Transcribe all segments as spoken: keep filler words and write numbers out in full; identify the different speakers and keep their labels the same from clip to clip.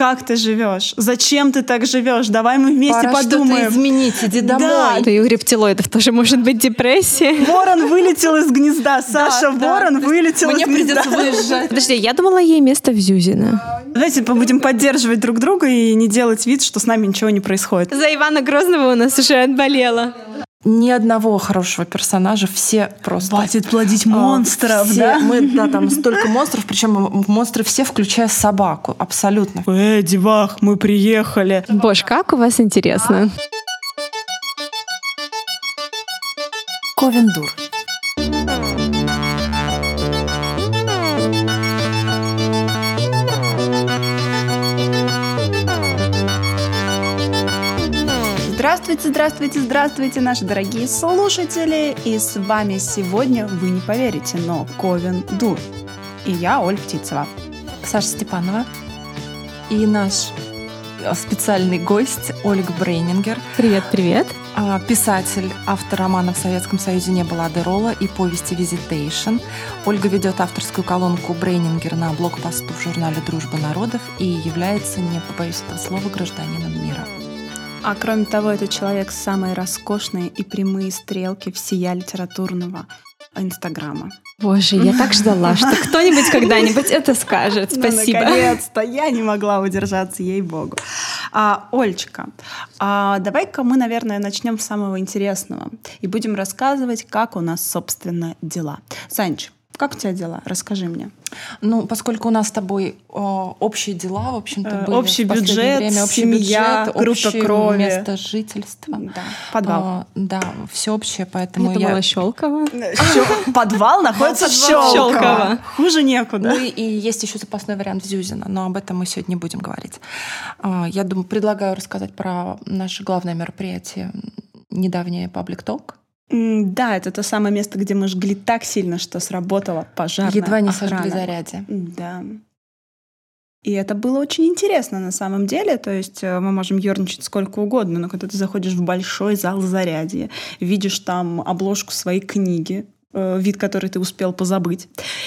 Speaker 1: Как ты живешь? Зачем ты так живешь? Давай мы вместе
Speaker 2: Пора
Speaker 1: подумаем.
Speaker 2: Что-то изменить, иди домой. Да.
Speaker 3: Это и у рептилоидов тоже может быть депрессия.
Speaker 1: Ворон вылетел из гнезда. Саша, да, ворон да. вылетел
Speaker 2: Мне
Speaker 1: из гнезда.
Speaker 2: Мне придется выезжать.
Speaker 3: Подожди, я думала, ей место в Зюзино.
Speaker 1: Давайте будем поддерживать друг друга и не делать вид, что с нами ничего не происходит.
Speaker 3: За Ивана Грозного у нас уже отболело.
Speaker 2: Ни одного хорошего персонажа, все просто...
Speaker 1: Хватит плодить монстров,
Speaker 2: все,
Speaker 1: да?
Speaker 2: Мы, да, там столько монстров, причем монстры все, включая собаку, абсолютно.
Speaker 1: Эй, девах, мы приехали.
Speaker 3: Бош, как у вас интересно?
Speaker 2: Ковендур.
Speaker 1: Здравствуйте, здравствуйте, здравствуйте, наши дорогие слушатели. И с вами сегодня, вы не поверите, но Ковендур. И я, Оль Птицева.
Speaker 2: Саша Степанова. И наш специальный гость Ольга Брейнингер.
Speaker 3: Привет, привет.
Speaker 2: Писатель, автор романа «В Советском Союзе не было Адерола» и повести «Визитейшн». Ольга ведет авторскую колонку Брейнингер на блогпосту в журнале «Дружба народов» и является, не побоюсь этого слова, гражданином мира.
Speaker 1: А кроме того, это человек с самой роскошной и прямые стрелки всея литературного Инстаграма.
Speaker 3: Боже, я так ждала, что кто-нибудь когда-нибудь это скажет. Спасибо.
Speaker 1: Ну, наконец-то я не могла удержаться, ей-богу. А, Олечка, а давай-ка мы, наверное, начнем с самого интересного и будем рассказывать, как у нас, собственно, дела. Санч, как у тебя дела? Расскажи мне.
Speaker 2: Ну, поскольку у нас с тобой о, общие дела, в общем-то, были
Speaker 1: общий
Speaker 2: в последнее
Speaker 1: бюджет,
Speaker 2: время, общий
Speaker 1: семья,
Speaker 2: бюджет,
Speaker 1: группа
Speaker 2: общее
Speaker 1: крови,
Speaker 2: место жительства,
Speaker 1: да, подвал,
Speaker 2: а, да, все общее, поэтому
Speaker 3: я думала Щелково.
Speaker 1: Подвал находится в Щелково. Хуже некуда.
Speaker 2: Ну и есть еще запасной вариант в Зюзино, но об этом мы сегодня не будем говорить. Я думаю, предлагаю рассказать про наше главное мероприятие, недавнее Public Talk.
Speaker 1: Да, это то самое место, где мы жгли так сильно, что сработала пожарная
Speaker 2: Едва не
Speaker 1: охрана.
Speaker 2: сожгли заряди.
Speaker 1: Да. И это было очень интересно на самом деле. То есть мы можем ерничать сколько угодно, но когда ты заходишь в большой зал зарядья, видишь там обложку своей книги, вид, который ты успел позабыть.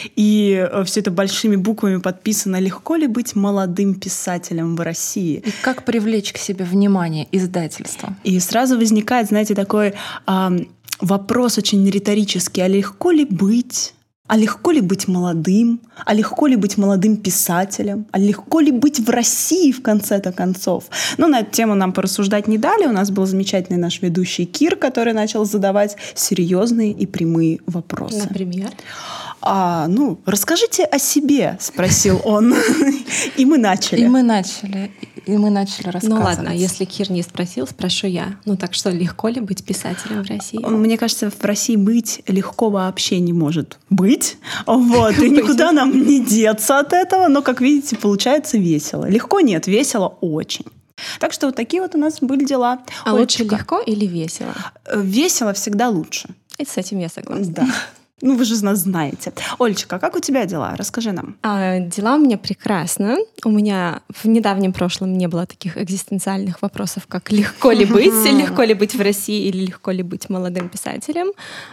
Speaker 1: И все это большими буквами подписано «Легко ли быть молодым писателем в России?»
Speaker 2: И как привлечь к себе внимание издательства?
Speaker 1: И сразу возникает, знаете, такой э, вопрос очень риторический. А легко ли быть? А легко ли быть молодым? А легко ли быть молодым писателем? А легко ли быть в России в конце-то концов? Ну, на эту тему нам порассуждать не дали. У нас был замечательный наш ведущий Кир, который начал задавать серьезные и прямые вопросы.
Speaker 3: Например?
Speaker 1: А, ну, расскажите о себе, спросил он. И мы начали.
Speaker 2: И мы начали. И мы начали рассказывать.
Speaker 3: Ну ладно, если Кир не спросил, спрошу я. Ну так что, легко ли быть писателем в России?
Speaker 1: Мне кажется, в России быть легко вообще не может быть. Вот. И никуда нам не деться от этого. Но, как видите, получается весело. Легко нет, весело очень. Так что вот такие вот у нас были дела.
Speaker 3: А лучше легко или весело?
Speaker 1: Весело всегда лучше.
Speaker 3: И с этим я согласна.
Speaker 1: Да. Ну, вы же нас знаете. Олечка, как у тебя дела? Расскажи нам.
Speaker 3: А, дела у меня прекрасно. У меня в недавнем прошлом не было таких экзистенциальных вопросов, как легко ли быть, легко ли быть в России или легко ли быть молодым писателем.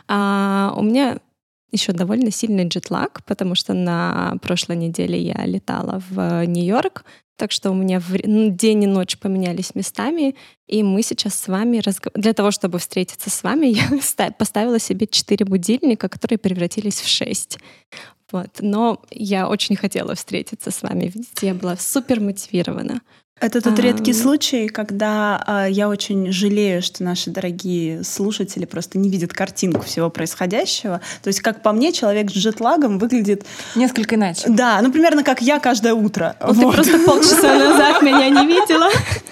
Speaker 3: А, у меня еще довольно сильный джетлаг, потому что на прошлой неделе я летала в Нью-Йорк, так что у меня в... день и ночь поменялись местами, и мы сейчас с вами... Разг... Для того, чтобы встретиться с вами, я поставила себе четыре будильника, которые превратились в шесть. Вот. Но я очень хотела встретиться с вами. Видите, я была супер мотивирована.
Speaker 1: Это тот
Speaker 3: А,
Speaker 1: редкий случай, когда а, я очень жалею, что наши дорогие слушатели просто не видят картинку всего происходящего. То есть, как по мне, человек с джетлагом выглядит...
Speaker 2: Несколько иначе.
Speaker 1: Да, ну примерно как я каждое утро.
Speaker 3: Вот.
Speaker 1: Вот.
Speaker 3: Ты просто полчаса назад меня не видела.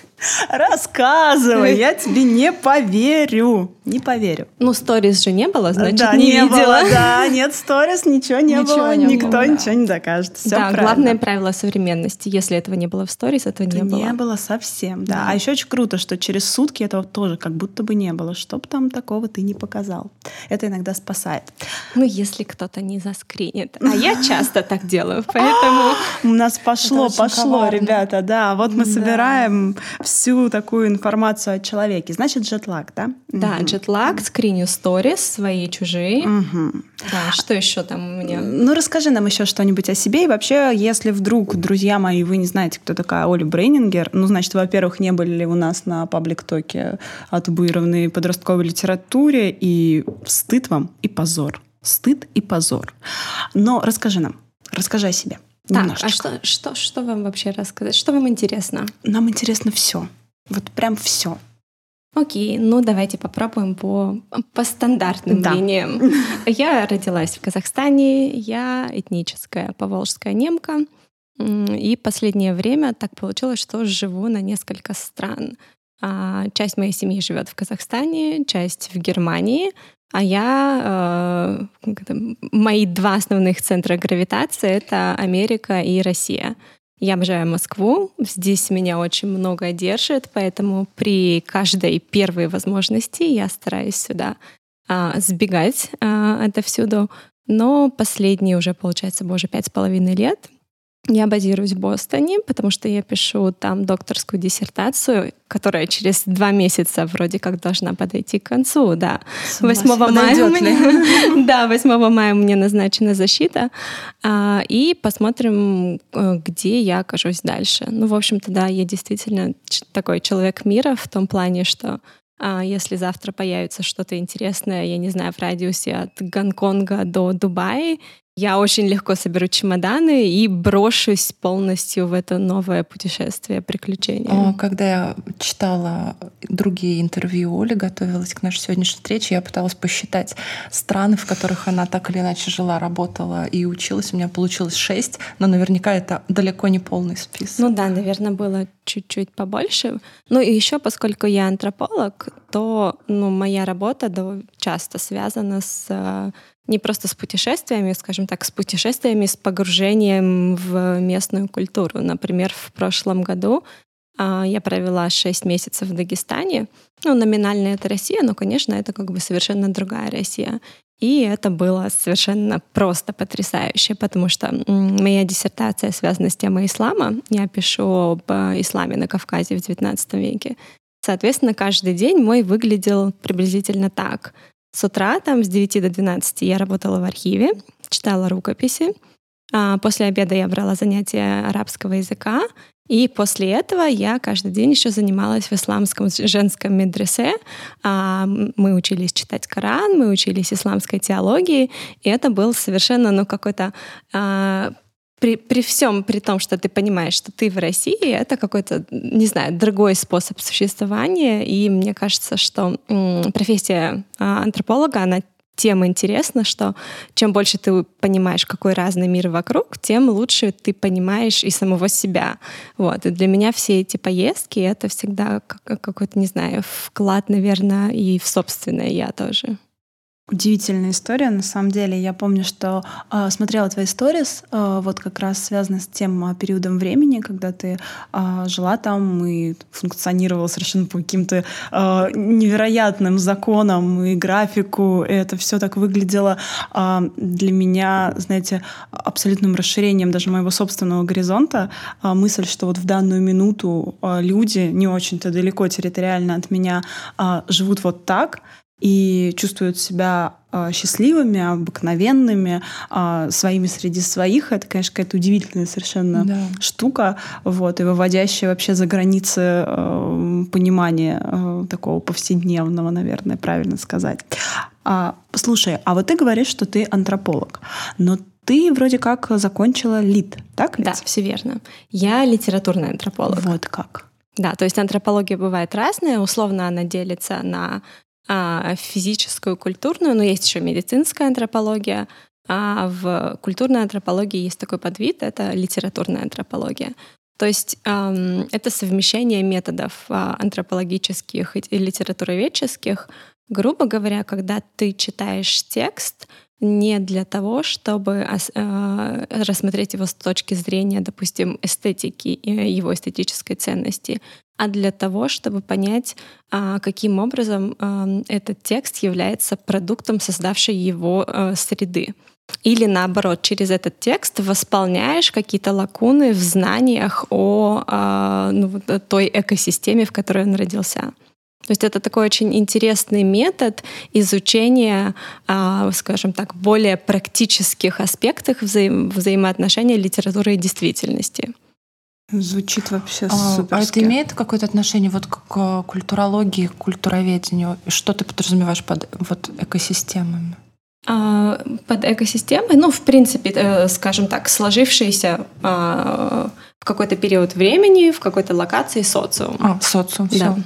Speaker 1: Рассказывай, я тебе не поверю. Не поверю.
Speaker 3: Ну, сториз же не было, значит,
Speaker 1: да,
Speaker 3: не,
Speaker 1: не
Speaker 3: видела.
Speaker 1: Было, да, нет сторис, ничего не
Speaker 2: ничего
Speaker 1: было,
Speaker 2: не
Speaker 1: никто
Speaker 2: было,
Speaker 1: ничего
Speaker 2: да.
Speaker 1: не докажет. Всё
Speaker 3: да,
Speaker 1: правильно.
Speaker 3: главное правило современности. Если этого не было в сторис, этого
Speaker 1: это
Speaker 3: не было.
Speaker 1: Не было совсем, да.
Speaker 3: Да.
Speaker 1: А еще очень круто, что через сутки этого тоже как будто бы не было. Что бы там такого ты не показал. Это иногда спасает.
Speaker 3: Ну, если кто-то не заскринит. А я часто так делаю, поэтому...
Speaker 1: У нас пошло,
Speaker 2: очень
Speaker 1: пошло,
Speaker 2: коварно.
Speaker 1: ребята, да. Вот мы
Speaker 2: Да.
Speaker 1: собираем всю такую информацию о человеке. Значит, джетлаг, да?
Speaker 3: Да, угу. Джетлаг, скриню сторис, свои, чужие.
Speaker 1: Угу.
Speaker 3: Да, что еще там у меня?
Speaker 1: Ну, расскажи нам еще что-нибудь о себе. И вообще, если вдруг, друзья мои, вы не знаете, кто такая Оля Брейнингер, ну, значит, во-первых, не были ли у нас на паблик-токе о табуированной подростковой литературе, и стыд вам, и позор. Стыд и позор. Но расскажи нам, расскажи о себе.
Speaker 3: Так,
Speaker 1: немножечко.
Speaker 3: а что, что, что вам вообще рассказать? Что вам интересно?
Speaker 1: Нам интересно все. Вот прям все.
Speaker 3: Окей, ну давайте попробуем по, по стандартным
Speaker 1: да.
Speaker 3: линиям. Я родилась в Казахстане, я этническая поволжская немка, и последнее время так получилось, что живу на несколько стран. Часть моей семьи живет в Казахстане, часть в Германии, а я, э, мои два основных центра гравитации — это Америка и Россия. Я обожаю Москву, здесь меня очень много держит, поэтому при каждой первой возможности я стараюсь сюда э, сбегать э, отовсюду. Но последние уже, получается, боже, пять с половиной лет я базируюсь в Бостоне, потому что я пишу там докторскую диссертацию, которая через два месяца вроде как должна подойти к концу. Да. восьмого мая у меня, да, восьмого мая у меня назначена защита. И посмотрим, где я окажусь дальше. Ну, в общем-то, да, я действительно такой человек мира в том плане, что если завтра появится что-то интересное, я не знаю, в радиусе от Гонконга до Дубая, я очень легко соберу чемоданы и брошусь полностью в это новое путешествие, приключение.
Speaker 2: Когда я читала другие интервью Оли, готовилась к нашей сегодняшней встрече, я пыталась посчитать страны, в которых она так или иначе жила, работала и училась. У меня получилось шесть, но наверняка это далеко не полный список.
Speaker 3: Ну да, наверное, было чуть-чуть побольше. Ну и еще, поскольку я антрополог, то ну, моя работа да, часто связана с не просто с путешествиями, скажем так, с путешествиями, с погружением в местную культуру. Например, в прошлом году а, я провела шесть месяцев в Дагестане. Ну, номинально это Россия, но, конечно, это как бы совершенно другая Россия. И это было совершенно просто потрясающе, потому что моя диссертация связана с темой ислама. Я пишу об исламе на Кавказе в девятнадцатом веке. Соответственно, каждый день мой выглядел приблизительно так. С утра, там, с девяти до двенадцати я работала в архиве, читала рукописи. А после обеда я брала занятия арабского языка. И после этого я каждый день еще занималась в исламском женском медресе. А мы учились читать Коран, мы учились исламской теологии. И это был совершенно, ну, какой-то... А, При, при всем, при том, что ты понимаешь, что ты в России, это какой-то, не знаю, другой способ существования. И мне кажется, что м, профессия а, антрополога, она тем интересна, что чем больше ты понимаешь, какой разный мир вокруг, тем лучше ты понимаешь и самого себя. Вот. И для меня все эти поездки — это всегда какой-то, не знаю, вклад, наверное, и в собственное я тоже.
Speaker 1: Удивительная история, на самом деле. Я помню, что э, смотрела твои сторис, э, вот как раз связано с тем э, периодом времени, когда ты э, жила там и функционировала совершенно по каким-то э, невероятным законам и графику. И это все так выглядело э, для меня, знаете, абсолютным расширением даже моего собственного горизонта. Э, мысль, что вот в данную минуту э, люди не очень-то далеко территориально от меня э, живут вот так, и чувствуют себя э, счастливыми, обыкновенными, э, своими среди своих. Это, конечно, какая-то удивительная совершенно да. штука, вот, и выводящая вообще за границы э, понимания э, такого повседневного, наверное, правильно сказать. А, слушай, а вот ты говоришь, что ты антрополог, но ты вроде как закончила ЛИТ, так ведь?
Speaker 3: Да, все верно. Я литературный антрополог.
Speaker 1: Вот как.
Speaker 3: Да, то есть антропология бывает разная. Условно она делится на физическую, культурную, но есть еще медицинская антропология. А в культурной антропологии есть такой подвид — это литературная антропология. То есть эм, это совмещение методов э, антропологических и литературоведческих. Грубо говоря, когда ты читаешь текст не для того, чтобы э, рассмотреть его с точки зрения, допустим, эстетики и его эстетической ценности, а для того, чтобы понять, э, каким образом э, этот текст является продуктом создавшей его э, среды. Или наоборот, через этот текст восполняешь какие-то лакуны в знаниях о э, ну, вот, той экосистеме, в которой он родился. То есть это такой очень интересный метод изучения, э, скажем так, более практических аспектов взаим- взаимоотношения литературы и действительности.
Speaker 1: Звучит вообще
Speaker 2: а,
Speaker 1: суперски.
Speaker 2: А это имеет какое-то отношение вот к культурологии, к культуроведению? Что ты подразумеваешь под вот экосистемами?
Speaker 3: Под экосистемой, ну, в принципе, скажем так, сложившиеся в какой-то период времени, в какой-то локации социум.
Speaker 2: А, социум,
Speaker 3: да.
Speaker 2: Все.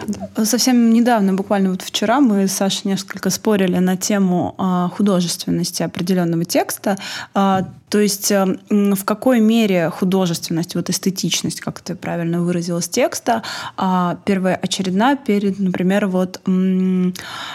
Speaker 1: Совсем недавно, буквально вот вчера, мы с Сашей несколько спорили на тему а, художественности определенного текста. А, то есть а, в какой мере художественность, вот эстетичность, как ты правильно выразилась, текста, а, первоочередна перед, например, вот м,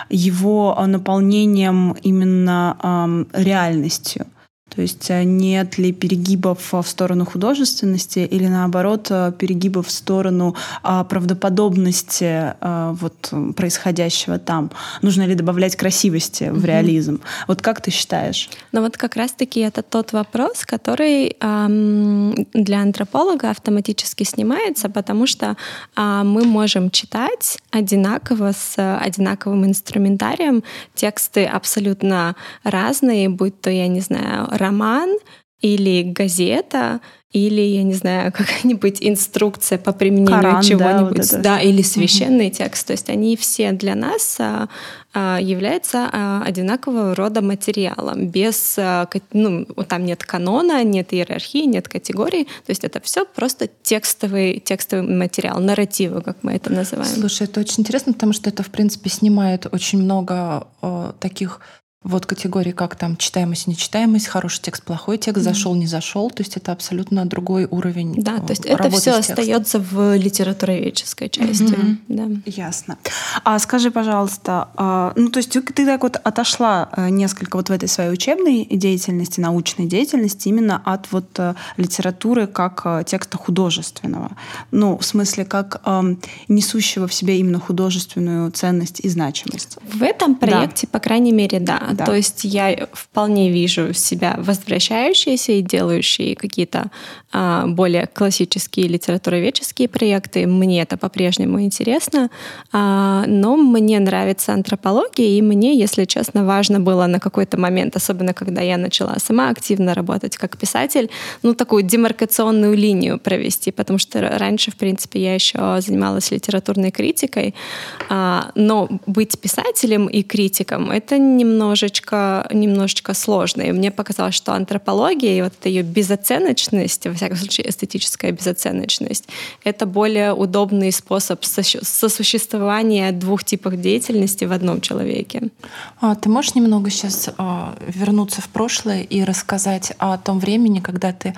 Speaker 1: его наполнением именно а, реальностью. То есть нет ли перегибов в сторону художественности или, наоборот, перегибов в сторону а, правдоподобности а, вот, происходящего там? Нужно ли добавлять красивости в mm-hmm. реализм? Вот как ты считаешь?
Speaker 3: Ну вот как раз-таки это тот вопрос, который эм, для антрополога автоматически снимается, потому что э, мы можем читать одинаково с одинаковым инструментарием тексты абсолютно разные, будь то, я не знаю, роман или газета, или, я не знаю, какая-нибудь инструкция по применению
Speaker 1: Коран,
Speaker 3: чего-нибудь,
Speaker 1: да, вот
Speaker 3: да, или священный угу. текст. То есть они все для нас а, а, являются а, одинакового рода материалом. Без, а, ну, там нет канона, нет иерархии, нет категорий. То есть это все просто текстовый, текстовый материал, нарративы, как мы это называем.
Speaker 2: Слушай, это очень интересно, потому что это, в принципе, снимает очень много о, таких вот категории, как там читаемость, нечитаемость, хороший текст, плохой текст, mm-hmm. зашел, не зашел. То есть это абсолютно другой уровень.
Speaker 3: Да, то есть это все остается в литературоведческой части. Mm-hmm. Да.
Speaker 1: Ясно. А скажи, пожалуйста, ну то есть ты так вот отошла несколько вот в этой своей учебной деятельности, научной деятельности именно от вот литературы как текста художественного. Ну, в смысле, как несущего в себе именно художественную ценность и значимость.
Speaker 3: В этом проекте, да. по крайней мере, да.
Speaker 1: Да.
Speaker 3: То есть я вполне вижу себя возвращающейся и делающей какие-то а, более классические литературоведческие проекты. Мне это по-прежнему интересно, а, но мне нравится антропология, и мне, если честно, важно было на какой-то момент, особенно когда я начала сама активно работать как писатель, ну, такую демаркационную линию провести, потому что раньше, в принципе, я еще занималась литературной критикой, а, но быть писателем и критиком — это немножко Немножечко, немножечко сложно. И мне показалось, что антропология и вот эта ее безоценочность, во всяком случае эстетическая безоценочность, это более удобный способ сосуществования двух типов деятельности в одном человеке.
Speaker 2: А, ты можешь немного сейчас а, вернуться в прошлое и рассказать о том времени, когда ты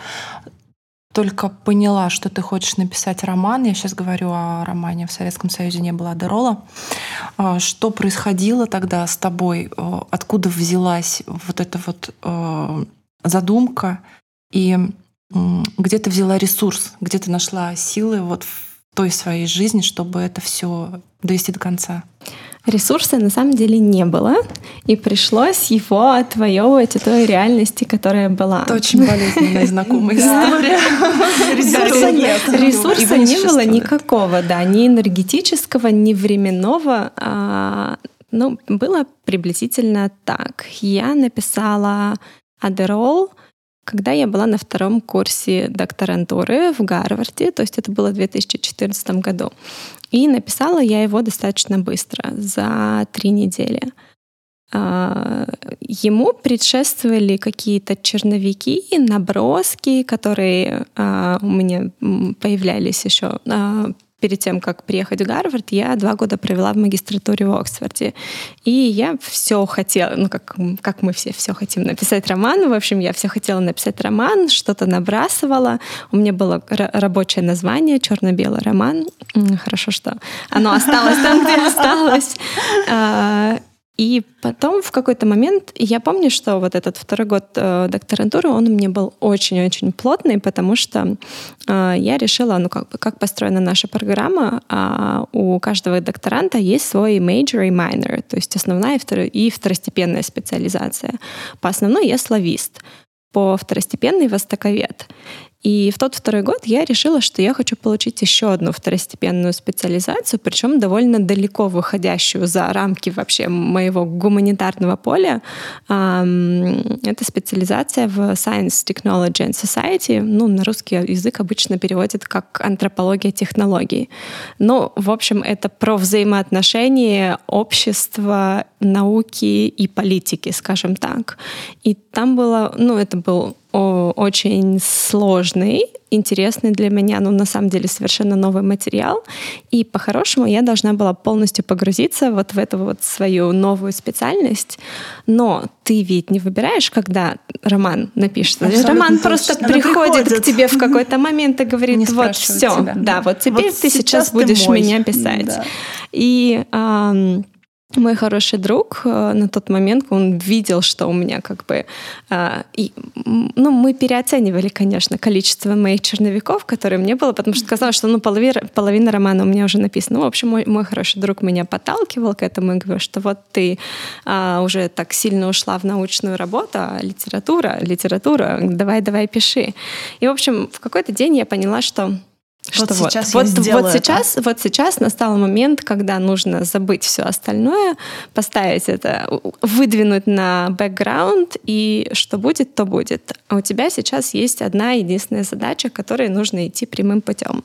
Speaker 2: только поняла, что ты хочешь написать роман? Я сейчас говорю о романе «В Советском Союзе не было Адерола». Что происходило тогда с тобой? Откуда взялась вот эта вот задумка? И где ты взяла ресурс? Где ты нашла силы вот в той своей жизни, чтобы это все довести до конца?
Speaker 3: Ресурса на самом деле не было, и пришлось его отвоевывать от той реальности, которая была.
Speaker 2: Это очень болезненная и знакомая история.
Speaker 3: Ресурса нет. Ресурса не было никакого, да, ни энергетического, ни временного. Ну, было приблизительно так. Я написала Адерол, когда я была на втором курсе докторантуры в Гарварде, то есть это было в две тысячи четырнадцатом году. И написала я его достаточно быстро, за три недели. Ему предшествовали какие-то черновики, наброски, которые у меня появлялись еще перед тем, как приехать в Гарвард. Я два года провела в магистратуре в Оксфорде. И я все хотела, ну, как, как мы все, все хотим написать роман. В общем, я все хотела написать роман, что-то набрасывала. У меня было р- рабочее название «Черно-белый роман». Хорошо, что оно осталось там, где осталось. И потом в какой-то момент, я помню, что вот этот второй год э, докторантуры, он у меня был очень-очень плотный, потому что э, я решила, ну как бы, как построена наша программа, а у каждого докторанта есть свой major и minor, то есть основная и, второ- и второстепенная специализация. По основной я славист, по второстепенной — востоковед. И в тот второй год я решила, что я хочу получить еще одну второстепенную специализацию, причем довольно далеко выходящую за рамки вообще моего гуманитарного поля. Это специализация в Science, Technology and Society. Ну, на русский язык обычно переводят как антропология технологий. Ну, в общем, это про взаимоотношения общества, науки и политики, скажем так. И там было, ну, это был очень сложный, интересный для меня, но на самом деле совершенно новый материал. И по-хорошему я должна была полностью погрузиться вот в эту вот свою новую специальность. Но ты ведь не выбираешь, когда Роман напишет. Абсолютно Роман просто приходит, приходит к тебе в какой-то момент и говорит: не вот все, тебя. Да, вот теперь вот ты сейчас, сейчас будешь ты меня писать. Да. И эм, мой хороший друг на тот момент, он видел, что у меня как бы... Э, и, ну, мы переоценивали, конечно, количество моих черновиков, которые мне было, потому что казалось, что ну, половина, половина романа у меня уже написана. Ну, в общем, мой, мой хороший друг меня подталкивал к этому и говорил, что вот ты э, уже так сильно ушла в научную работу, а литература, литература, давай-давай пиши. И, в общем, в какой-то день я поняла, что... Что вот, вот, сейчас, вот, вот, сейчас, вот сейчас настал момент, когда нужно забыть все остальное, поставить это, выдвинуть на бэкграунд, и что будет, то будет. А у тебя сейчас есть одна единственная задача, к которой нужно идти прямым путем.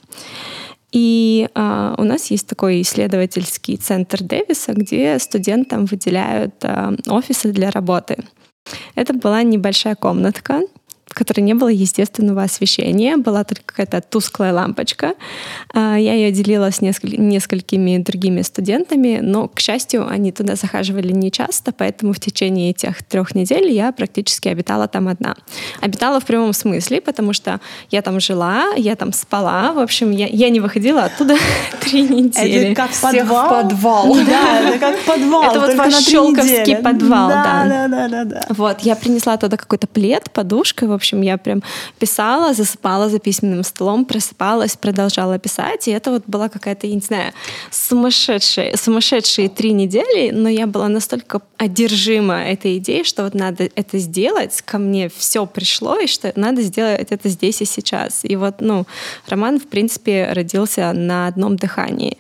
Speaker 3: И а, у нас есть такой исследовательский центр Дэвиса, где студентам выделяют а, офисы для работы. Это была небольшая комнатка, в которой не было естественного освещения, была только какая-то тусклая лампочка. Я ее делила с несколькими другими студентами, но, к счастью, они туда захаживали нечасто, поэтому в течение этих трех недель я практически обитала там одна. Обитала в прямом смысле, потому что я там жила, я там спала, в общем, я, я не выходила оттуда три недели.
Speaker 1: Это как подвал? подвал.
Speaker 3: Да, это как подвал. Это вот ваш щелковский подвал, да.
Speaker 1: Да, да, да, да.
Speaker 3: Вот, я принесла туда какой-то плед, подушку, в общем, я прям писала, засыпала за письменным столом, просыпалась, продолжала писать, и это вот была какая-то, я не знаю, сумасшедшая, сумасшедшие три недели, но я была настолько одержима этой идеей, что вот надо это сделать, ко мне все пришло, и что надо сделать это здесь и сейчас. И вот, ну, роман, в принципе, родился на одном дыхании.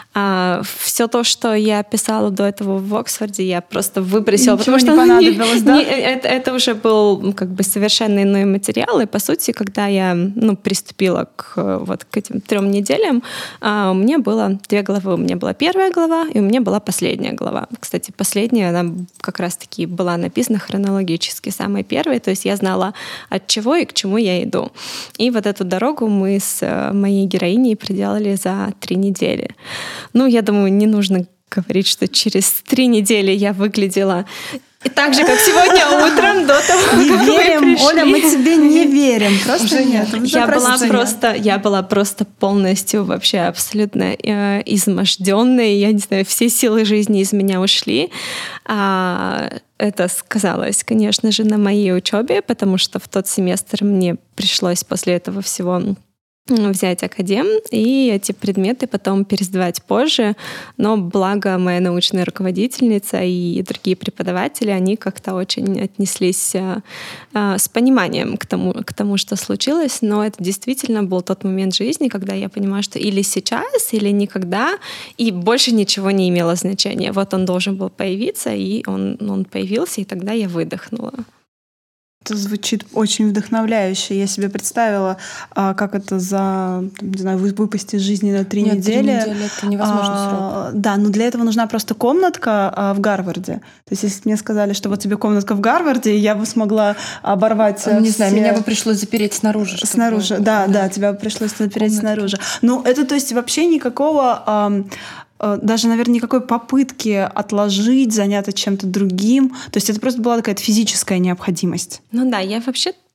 Speaker 3: А все то, что я писала до этого в Оксфорде, я просто выбросила,
Speaker 1: ничего
Speaker 3: потому что
Speaker 1: не понадобилось,
Speaker 3: не,
Speaker 1: да?
Speaker 3: не, это, это уже был как бы совершенно иной материал. И по сути, когда я ну, приступила к, вот, к этим трем неделям, а, у меня было две главы. У меня была первая глава, и у меня была последняя глава. Кстати, последняя, она как раз-таки была написана хронологически, самой первой, то есть я знала, от чего и к чему я иду. И вот эту дорогу мы с моей героиней проделали за три недели. Ну, я думаю, не нужно говорить, что через три недели я выглядела и так же, как сегодня утром, до того,
Speaker 1: не
Speaker 3: как
Speaker 1: верим,
Speaker 3: мы пришли.
Speaker 1: Оля, мы тебе не верим. Просто нет.
Speaker 3: Я была просто, я была просто полностью вообще абсолютно э, изможденной. Я не знаю, все силы жизни из меня ушли. А, это сказалось, конечно же, на моей учебе, потому что в тот семестр мне пришлось после этого всего взять академ и эти предметы потом пересдавать позже. Но благо моя научная руководительница и другие преподаватели, они как-то очень отнеслись а, а, с пониманием к тому, к тому, что случилось. Но это действительно был тот момент жизни, когда я понимаю, что или сейчас, или никогда, и больше ничего не имело значения. Вот он должен был появиться, и он, он появился, и тогда я выдохнула.
Speaker 1: Это звучит очень вдохновляюще. Я себе представила, как это за, не знаю, выпасть из жизни на три
Speaker 2: Нет,
Speaker 1: недели.
Speaker 2: Три недели — это невозможный
Speaker 1: а,
Speaker 2: срок.
Speaker 1: Да, но для этого нужна просто комнатка в Гарварде. То есть если бы мне сказали, что вот тебе комнатка в Гарварде, я бы смогла оборвать
Speaker 2: Не
Speaker 1: все...
Speaker 2: знаю, меня бы пришлось запереть снаружи.
Speaker 1: Снаружи, чтобы... да, да, тебя бы пришлось запереть комнатка. Снаружи. Ну, это, то есть, вообще никакого... даже, наверное, никакой попытки отложить, заняться чем-то другим. То есть это просто была какая-то физическая необходимость.
Speaker 3: Ну да, я вообще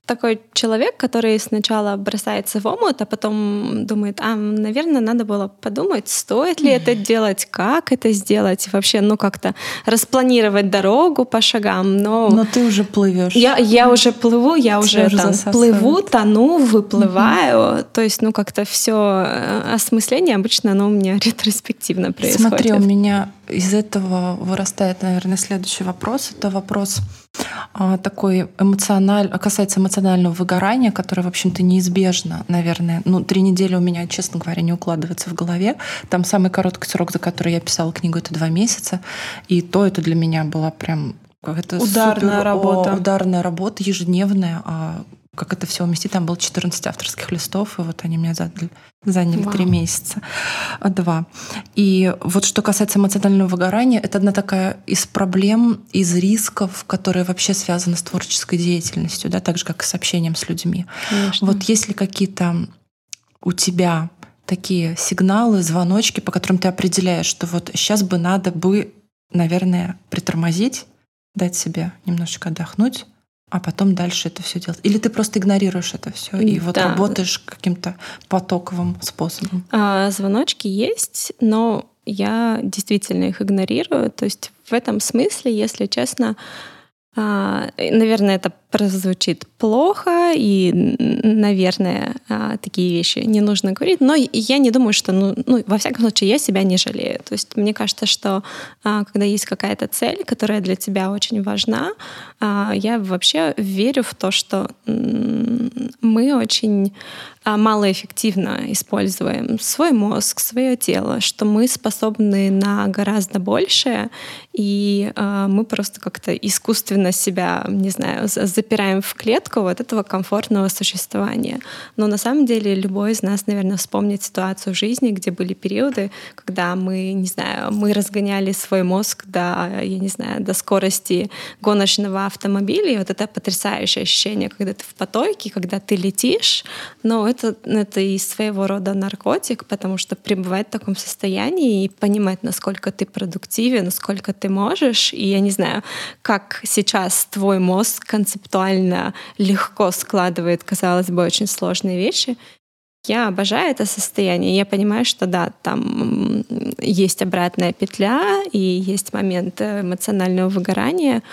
Speaker 3: такой человек, который сначала бросается в омут, а потом думает, а, наверное, надо было подумать, стоит ли это делать, как это сделать, вообще, ну, как-то распланировать дорогу по шагам. Но,
Speaker 2: но ты уже плывешь.
Speaker 3: Я, я уже плыву, я уже, уже там плыву, тону, выплываю. Mm-hmm. То есть, ну, как-то все осмысление обычно, оно у меня ретроспективно происходит.
Speaker 2: Смотри, у меня из этого вырастает, наверное, следующий вопрос. Это вопрос а, такой эмоциональный, касается эмоционального выгорания, которое, в общем-то, неизбежно, наверное. Ну, три недели у меня, честно говоря, не укладывается в голове. Там самый короткий срок, за который я писала книгу, это два месяца. И то это для меня была прям какая-то
Speaker 1: ударная
Speaker 2: супер,
Speaker 1: работа.
Speaker 2: О, ударная работа, ежедневная. А как это все уместить? Там было четырнадцать авторских листов, и вот они меня задали, заняли три месяца, два. И вот что касается эмоционального выгорания, это одна такая из проблем, из рисков, которые вообще связаны с творческой деятельностью, да, так же, как и с общением с людьми.
Speaker 3: Конечно.
Speaker 2: Вот есть ли какие-то у тебя такие сигналы, звоночки, по которым ты определяешь, что вот сейчас бы надо бы, наверное, притормозить, дать себе немножечко отдохнуть, а потом дальше это все делать? Или ты просто игнорируешь это все и вот
Speaker 3: да.
Speaker 2: работаешь каким-то потоковым способом?
Speaker 3: А, звоночки есть, но я действительно их игнорирую. То есть в этом смысле, если честно, а, наверное, это прозвучит плохо, и, наверное, а, такие вещи не нужно говорить, но я не думаю, что, ну, ну, во всяком случае, я себя не жалею. То есть мне кажется, что а, когда есть какая-то цель, которая для тебя очень важна, а, я вообще верю в то, что м- мы очень а, малоэффективно используем свой мозг, свое тело, что мы способны на гораздо большее, и а, мы просто как-то искусственно себя, не знаю, запираем в клетку вот этого комфортного существования. Но на самом деле любой из нас, наверное, вспомнит ситуацию в жизни, где были периоды, когда мы, не знаю, мы разгоняли свой мозг до, я не знаю, до скорости гоночного автомобиля, и вот это потрясающее ощущение, когда ты в потоке, когда ты летишь, но это, это и своего рода наркотик, потому что пребывать в таком состоянии и понимать, насколько ты продуктивен, насколько ты можешь, и я не знаю, как сейчас твой мозг Мозг концептуально легко складывает, казалось бы, очень сложные вещи. Я обожаю это состояние. Я понимаю, что да, там есть обратная петля и есть момент эмоционального выгорания,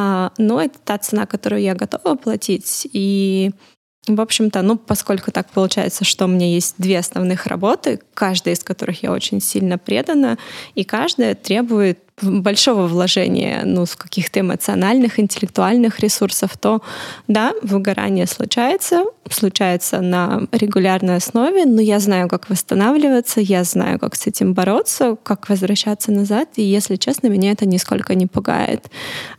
Speaker 3: но это та цена, которую я готова платить. И в общем-то, ну, поскольку так получается, что у меня есть две основных работы, каждая из которых я очень сильно предана, и каждая требует большого вложения, ну, с каких-то эмоциональных, интеллектуальных ресурсов, то да, выгорание случается, случается на регулярной основе, но я знаю, как восстанавливаться, я знаю, как с этим бороться, как возвращаться назад, и, если честно, меня это нисколько не пугает.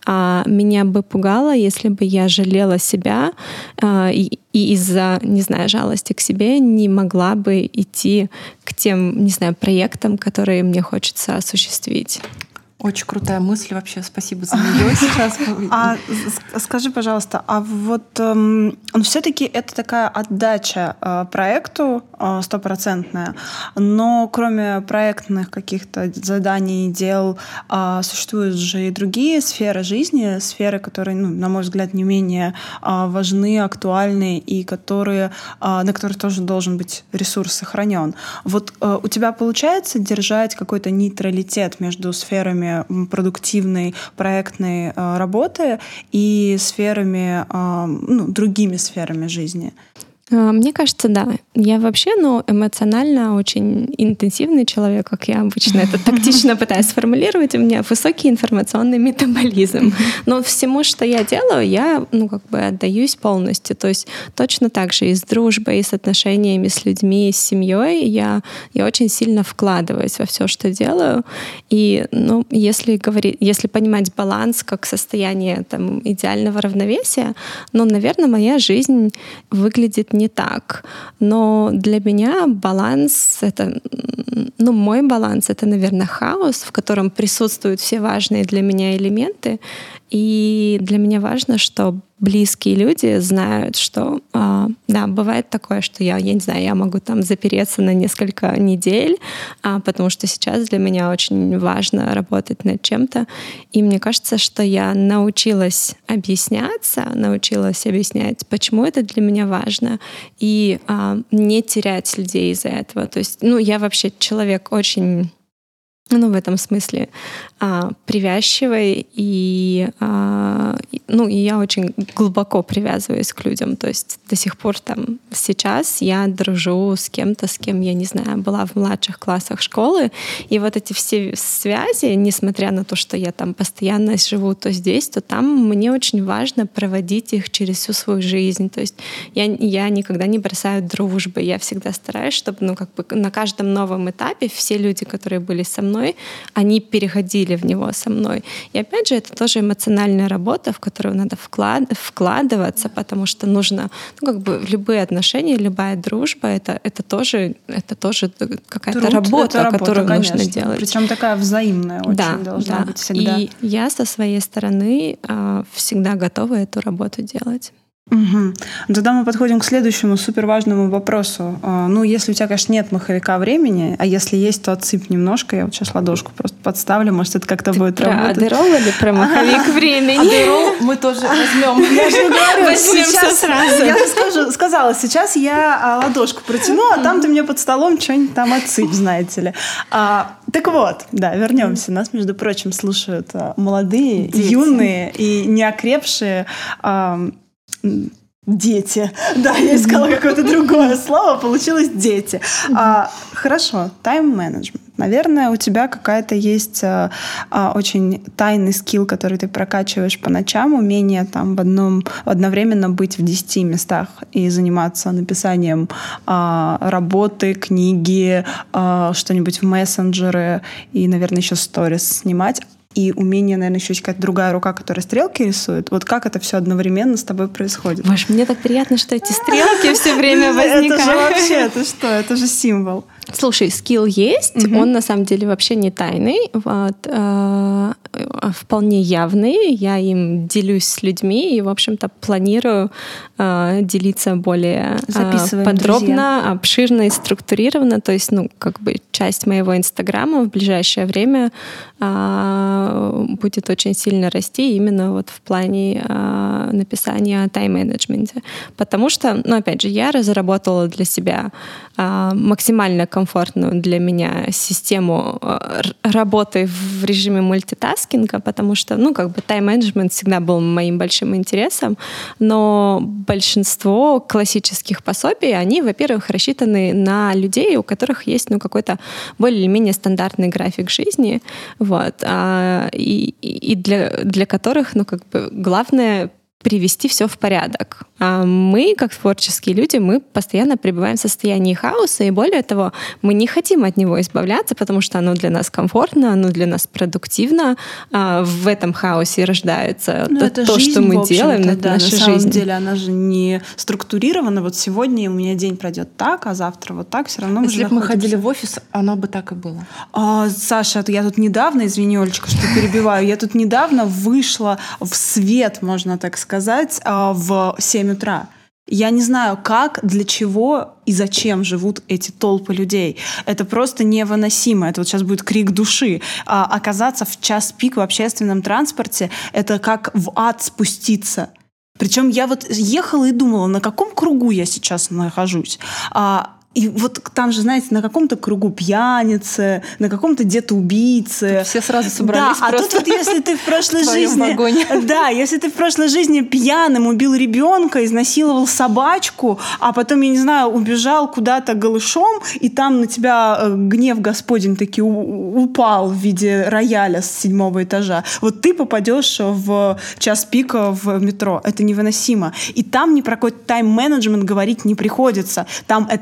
Speaker 3: А меня бы пугало, если бы я жалела себя а, и, и из-за, не знаю, жалости к себе не могла бы идти к тем, не знаю, проектам, которые мне хочется осуществить.
Speaker 2: Очень крутая мысль вообще, спасибо за нее сейчас.
Speaker 1: А скажи, пожалуйста, а вот эм, все-таки это такая отдача э, проекту стопроцентная, э, но кроме проектных каких-то заданий, дел, э, существуют же и другие сферы жизни, сферы, которые, ну, на мой взгляд, не менее э, важны, актуальны и которые, э, на которых тоже должен быть ресурс сохранен. Вот э, у тебя получается держать какой-то нейтралитет между сферами продуктивной проектной э, работы и сферами, э, ну, другими сферами жизни?
Speaker 3: Мне кажется, да. Я вообще, ну, эмоционально очень интенсивный человек, как я обычно это тактично пытаюсь сформулировать. У меня высокий информационный метаболизм. Но всему, что я делаю, я, ну, как бы отдаюсь полностью. То есть точно так же и с дружбой, и с отношениями с людьми, и с семьей я, я очень сильно вкладываюсь во все, что делаю. И, ну, если говорить, если понимать баланс как состояние там идеального равновесия, ну, наверное, моя жизнь выглядит не так. Но для меня баланс — это, ну, мой баланс — это, наверное, хаос, в котором присутствуют все важные для меня элементы. И для меня важно, что близкие люди знают, что э, да, бывает такое, что я, я не знаю, я могу там запереться на несколько недель, а, потому что сейчас для меня очень важно работать над чем-то. И мне кажется, что я научилась объясняться, научилась объяснять, почему это для меня важно, и э, не терять людей из-за этого. То есть, ну, я вообще человек очень... Ну, в этом смысле а, привязчивой, и, а, ну, и я очень глубоко привязываюсь к людям. То есть до сих пор там сейчас я дружу с кем-то, с кем, я не знаю, была в младших классах школы. И вот эти все связи, несмотря на то, что я там постоянно живу то здесь, то там, мне очень важно проводить их через всю свою жизнь. То есть я, я никогда не бросаю дружбы. Я всегда стараюсь, чтобы, ну, как бы на каждом новом этапе все люди, которые были со мной, они переходили в него со мной. И опять же, это тоже эмоциональная работа, в которую надо вклад, вкладываться, потому что нужно, ну, как бы любые отношения, любая дружба, это, это, тоже, это тоже какая-то
Speaker 1: Труд,
Speaker 3: работа,
Speaker 1: работа,
Speaker 3: которую
Speaker 1: конечно.
Speaker 3: нужно делать.
Speaker 1: Причем такая взаимная очень
Speaker 3: да,
Speaker 1: должна
Speaker 3: да.
Speaker 1: быть всегда.
Speaker 3: И я со своей стороны э, всегда готова эту работу делать.
Speaker 1: Угу. Тогда мы подходим к следующему суперважному вопросу. Ну, если у тебя, конечно, нет маховика времени, а если есть, то отсыпь немножко. Я вот сейчас ладошку просто подставлю, может, это как-то
Speaker 3: Ты
Speaker 1: будет
Speaker 3: про
Speaker 1: работать.
Speaker 3: Адderall или про маховик времени?
Speaker 2: Адderall мы тоже возьмем.
Speaker 1: Я же говорю,
Speaker 3: Возьмем
Speaker 1: сейчас,
Speaker 3: всё сразу.
Speaker 1: я скажу, сказала, сейчас я ладошку протяну, а там ты мне под столом что-нибудь там отсыпь, знаете ли. А, так вот, да, вернемся. Нас, между прочим, слушают а, молодые,
Speaker 2: Дети.
Speaker 1: юные и неокрепшие а, дети. Да, я искала какое-то другое слово, получилось дети. А, хорошо, тайм-менеджмент. Наверное, у тебя какая-то есть а, а, очень тайный скилл, который ты прокачиваешь по ночам, умение там в одном одновременно быть в десяти местах и заниматься написанием а, работы, книги, а, что-нибудь в мессенджеры и, наверное, еще сторис снимать. И умение, наверное, еще есть какая-то другая рука, которая стрелки рисует. Вот как это все одновременно с тобой происходит?
Speaker 3: Маш, мне так приятно, что эти стрелки все время возникают.
Speaker 1: Это же вообще, это что? Это же символ.
Speaker 3: Слушай, скилл есть, mm-hmm. он на самом деле вообще не тайный, вот, э, вполне явный. Я им делюсь с людьми и, в общем-то, планирую э, делиться более э, подробно, друзья. Обширно и структурированно. То есть, ну, как бы часть моего Инстаграма в ближайшее время э, будет очень сильно расти именно вот в плане э, написания о тайм-менеджменте. Потому что, ну, опять же, я разработала для себя э, максимально комфортную для меня систему работы в режиме мультитаскинга, потому что, ну, как бы тайм-менеджмент всегда был моим большим интересом, но большинство классических пособий, они, во-первых, рассчитаны на людей, у которых есть, ну, какой-то более или менее стандартный график жизни, вот, а, и, и для, для которых, ну, как бы главное привести все в порядок. А мы, как творческие люди, мы постоянно пребываем в состоянии хаоса, и более того, мы не хотим от него избавляться, потому что оно для нас комфортно, оно для нас продуктивно. А в этом хаосе рождается
Speaker 1: ну,
Speaker 3: то,
Speaker 1: это
Speaker 3: то
Speaker 1: жизнь,
Speaker 3: что мы делаем,
Speaker 1: да,
Speaker 3: это наша
Speaker 1: на самом
Speaker 3: жизнь.
Speaker 1: деле она же не структурирована. Вот сегодня у меня день пройдет так, а завтра вот так. Все равно мы
Speaker 2: Если бы мы ходили в офис, оно бы так и было.
Speaker 1: А, Саша, я тут недавно, извини, Олечка, что перебиваю, я тут недавно вышла в свет, можно так сказать, сказать, в семь утра. Я не знаю, как, для чего и зачем живут эти толпы людей. Это просто невыносимо. Это вот сейчас будет крик души. А оказаться в час пик в общественном транспорте — это как в ад спуститься. Причем я вот ехала и думала, на каком кругу я сейчас нахожусь. А И вот там же, знаете, на каком-то кругу пьяницы, на каком-то где-то-убийцы.
Speaker 2: Все сразу собрались.
Speaker 1: Да, а тут вот если ты в прошлой
Speaker 2: в
Speaker 1: жизни...
Speaker 2: вагоне.
Speaker 1: Да, если ты в прошлой жизни пьяным убил ребенка, изнасиловал собачку, а потом, я не знаю, убежал куда-то голышом, и там на тебя гнев Господень таки упал в виде рояля с седьмого этажа, вот ты попадешь в час пика в метро. Это невыносимо. И там ни про какой-то тайм-менеджмент говорить не приходится. Там это хаос.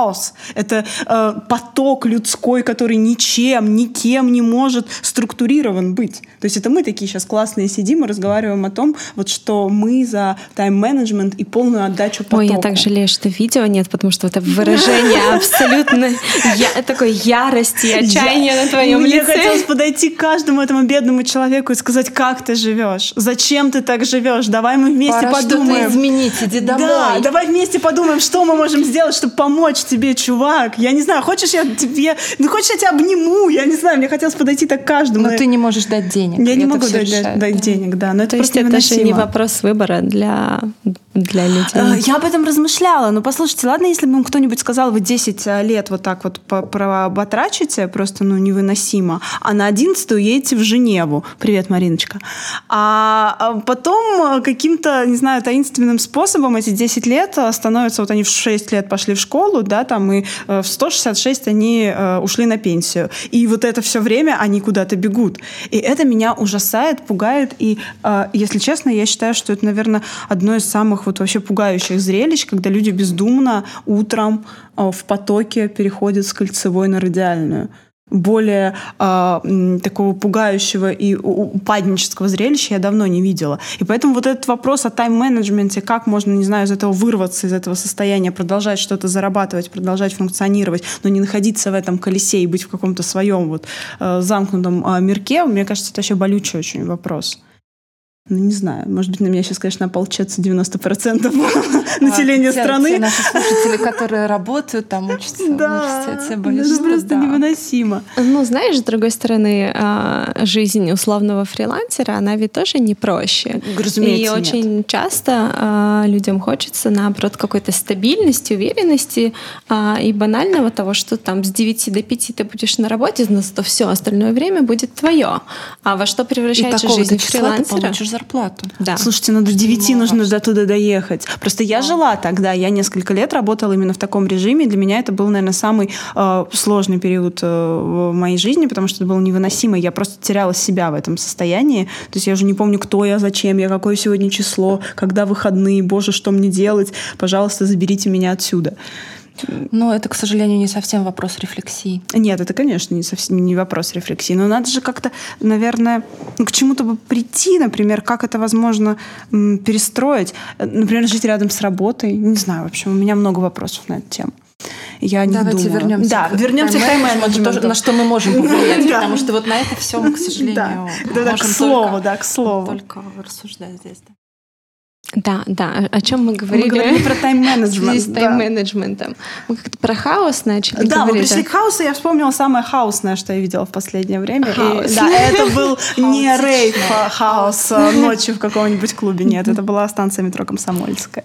Speaker 1: хаос, это э, поток людской, который ничем, никем не может структурирован быть. То есть это мы такие сейчас классные сидим и разговариваем о том, вот, что мы за тайм-менеджмент и полную отдачу потоку.
Speaker 3: Ой, я так жалею, что видео нет, потому что это выражение абсолютно такой ярости и отчаяния на твоем лице.
Speaker 1: Мне хотелось подойти к каждому этому бедному человеку и сказать, как ты живешь, зачем ты так живешь, давай мы вместе
Speaker 2: Пора
Speaker 1: подумаем.
Speaker 2: что-то изменить, иди домой.
Speaker 1: Да, давай вместе подумаем, что мы можем сделать, чтобы помочь тебе, чувак. Я не знаю, хочешь я тебе, ну хочешь я тебя обниму, я не знаю, мне хотелось подойти так к каждому.
Speaker 2: Но ты не можешь дать денег.
Speaker 1: Я не
Speaker 2: это
Speaker 1: могу дать,
Speaker 2: решает,
Speaker 1: дать
Speaker 2: да.
Speaker 1: денег, да, но это
Speaker 3: То есть
Speaker 1: просто
Speaker 3: это же не
Speaker 1: невыносимо.
Speaker 3: вопрос выбора для, для людей.
Speaker 1: Я об этом размышляла, но послушайте, ладно, если бы вам кто-нибудь сказал, вы десять лет вот так вот проботрачите, просто ну невыносимо, а на одиннадцатую едете в Женеву. Привет, Мариночка. А потом каким-то, не знаю, таинственным способом эти десять лет становятся, вот они в шесть лет пошли в школу, да, там, и в сто шестьдесят шесть они ушли на пенсию. И вот это все время они куда-то бегут. И это меня ужасает, пугает. И, если честно, я считаю, что это, наверное, одно из самых вот вообще пугающих зрелищ, когда люди бездумно утром в потоке переходят с кольцевой на радиальную. Более э, такого пугающего и упаднического зрелища я давно не видела. И поэтому вот этот вопрос о тайм-менеджменте, как можно, не знаю, из этого вырваться, из этого состояния, продолжать что-то зарабатывать, продолжать функционировать, но не находиться в этом колесе и быть в каком-то своем вот, э, замкнутом э, мирке, мне кажется, это вообще болючий очень вопрос. Ну, не знаю. Может быть, на меня сейчас, конечно, ополчатся девяносто процентов населения
Speaker 2: а, те,
Speaker 1: страны.
Speaker 2: Те наши слушатели, которые работают, там учатся в университете, боюсь,
Speaker 1: это просто
Speaker 2: да.
Speaker 1: невыносимо.
Speaker 3: Ну, знаешь, с другой стороны, жизнь условного фрилансера, она ведь тоже не проще.
Speaker 1: Разумеется,
Speaker 3: и очень
Speaker 1: нет.
Speaker 3: часто людям хочется, наоборот, какой-то стабильности, уверенности и банального того, что там с девяти до пяти ты будешь на работе, но зато все остальное время будет твое. А во что превращается жизнь фрилансера?
Speaker 2: Зарплату.
Speaker 3: Да.
Speaker 1: Слушайте, ну до девяти нужно до туда доехать. Просто я жила тогда, я несколько лет работала именно в таком режиме. Для меня это был, наверное, самый э, сложный период э, в моей жизни, потому что это было невыносимо. Я просто теряла себя в этом состоянии. То есть я уже не помню, кто я, зачем я, какое сегодня число, когда выходные, боже, что мне делать. Пожалуйста, заберите меня отсюда.
Speaker 2: Но это, к сожалению, не совсем вопрос рефлексии.
Speaker 1: Нет, это, конечно, не, совсем, не вопрос рефлексии. Но надо же как-то, наверное, ну, к чему-то бы прийти, например, как это возможно м, перестроить. Например, жить рядом с работой. Не знаю, в общем, у меня много вопросов на эту тему. Я не
Speaker 2: Давайте
Speaker 1: думаю.
Speaker 2: вернемся
Speaker 1: да,
Speaker 2: к
Speaker 1: вернемся к тайм-менеджменту.
Speaker 2: На что мы можем повлиять, потому что вот на это все мы, к сожалению,
Speaker 1: можем к слову, да, к слову.
Speaker 2: Только рассуждать здесь.
Speaker 3: Да, да. О чем мы говорили?
Speaker 1: Мы говорили про тайм-менеджмент.
Speaker 3: С тайм-менеджментом. Мы как-то про хаос начали
Speaker 1: да,
Speaker 3: говорить.
Speaker 1: Мы пришли к хаосу, я вспомнила самое хаосное, что я видела в последнее время.
Speaker 3: Хаос.
Speaker 1: И, да, это был не рейв, а хаос ночью в каком-нибудь клубе. Нет, это была станция метро Комсомольская.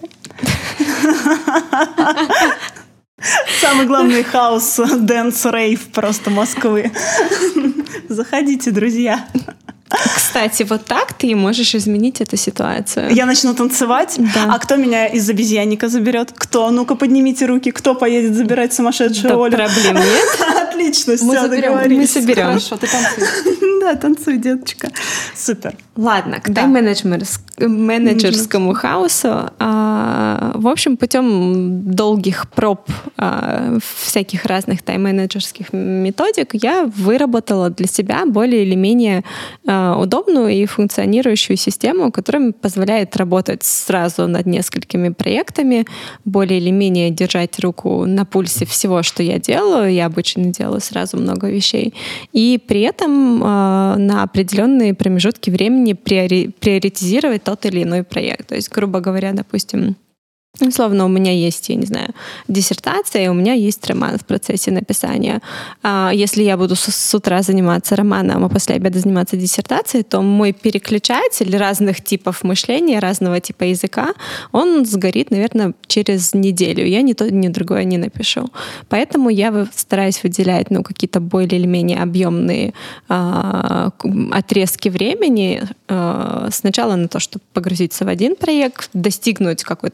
Speaker 1: Самый главный хаос, дэнс-рейв просто Москвы. Заходите, друзья.
Speaker 3: Кстати, вот так ты и можешь изменить эту ситуацию.
Speaker 1: Я начну танцевать, да. А кто меня из обезьянника заберет? Кто? Ну-ка, поднимите руки. Кто поедет забирать сумасшедшую
Speaker 3: да,
Speaker 1: Олю?
Speaker 3: Проблем нет.
Speaker 1: Отлично, все,
Speaker 2: мы
Speaker 1: договорились.
Speaker 3: Мы соберем.
Speaker 2: Хорошо, ты танцуй.
Speaker 1: Да, танцуй, деточка. Супер.
Speaker 3: Ладно, к тайм-менеджерскому хаосу. В общем, путем долгих проб всяких разных тайм-менеджерских методик я выработала для себя более или менее удобную и функционирующую систему, которая позволяет работать сразу над несколькими проектами, более или менее держать руку на пульсе всего, что я делаю. Я обычно делаю сразу много вещей. И при этом на определенные промежутки времени приори- приоритизировать тот или иной проект. То есть, грубо говоря, допустим, условно, у меня есть, я не знаю, диссертация, и у меня есть роман в процессе написания. Если я буду с утра заниматься романом, а после обеда заниматься диссертацией, то мой переключатель разных типов мышления, разного типа языка, он сгорит, наверное, через неделю. Я ни то, ни другое не напишу. Поэтому я стараюсь выделять ну, какие-то более или менее объемные э, отрезки времени э, сначала на то, чтобы погрузиться в один проект, достигнуть какой-то стадии,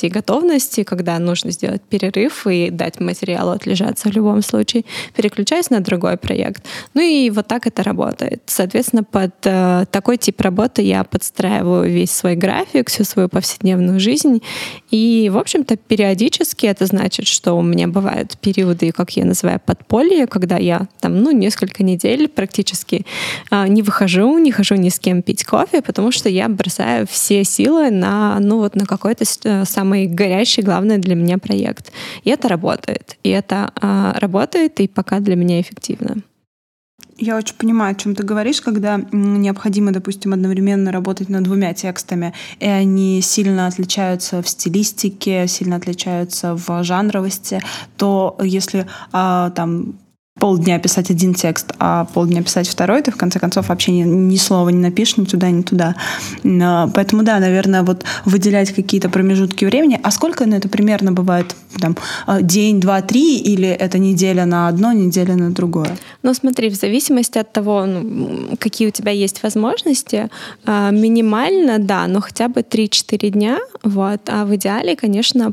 Speaker 3: своей готовности, когда нужно сделать перерыв и дать материалу отлежаться в любом случае, переключаюсь на другой проект. Ну и вот так это работает. Соответственно, под э, такой тип работы я подстраиваю весь свой график, всю свою повседневную жизнь. И, в общем-то, периодически это значит, что у меня бывают периоды, как я называю, подполье, когда я там, ну, несколько недель практически э, не выхожу, не хожу ни с кем пить кофе, потому что я бросаю все силы на, ну, вот на какой-то э, самый горячий, главный для меня проект. И это работает. И это э, работает, и пока для меня эффективно.
Speaker 1: Я очень понимаю, о чем ты говоришь, когда необходимо, допустим, одновременно работать над двумя текстами, и они сильно отличаются в стилистике, сильно отличаются в жанровости, то если а, там полдня писать один текст, а полдня писать второй, ты в конце концов вообще ни, ни слова не напишешь ни туда, ни туда. Поэтому да, наверное, вот выделять какие-то промежутки времени. А сколько ну, это примерно бывает? Там, день, два, три, или это неделя на одно, неделя на другое?
Speaker 3: Ну смотри, в зависимости от того, ну, какие у тебя есть возможности, минимально, да, но хотя бы три-четыре дня, вот, а в идеале, конечно,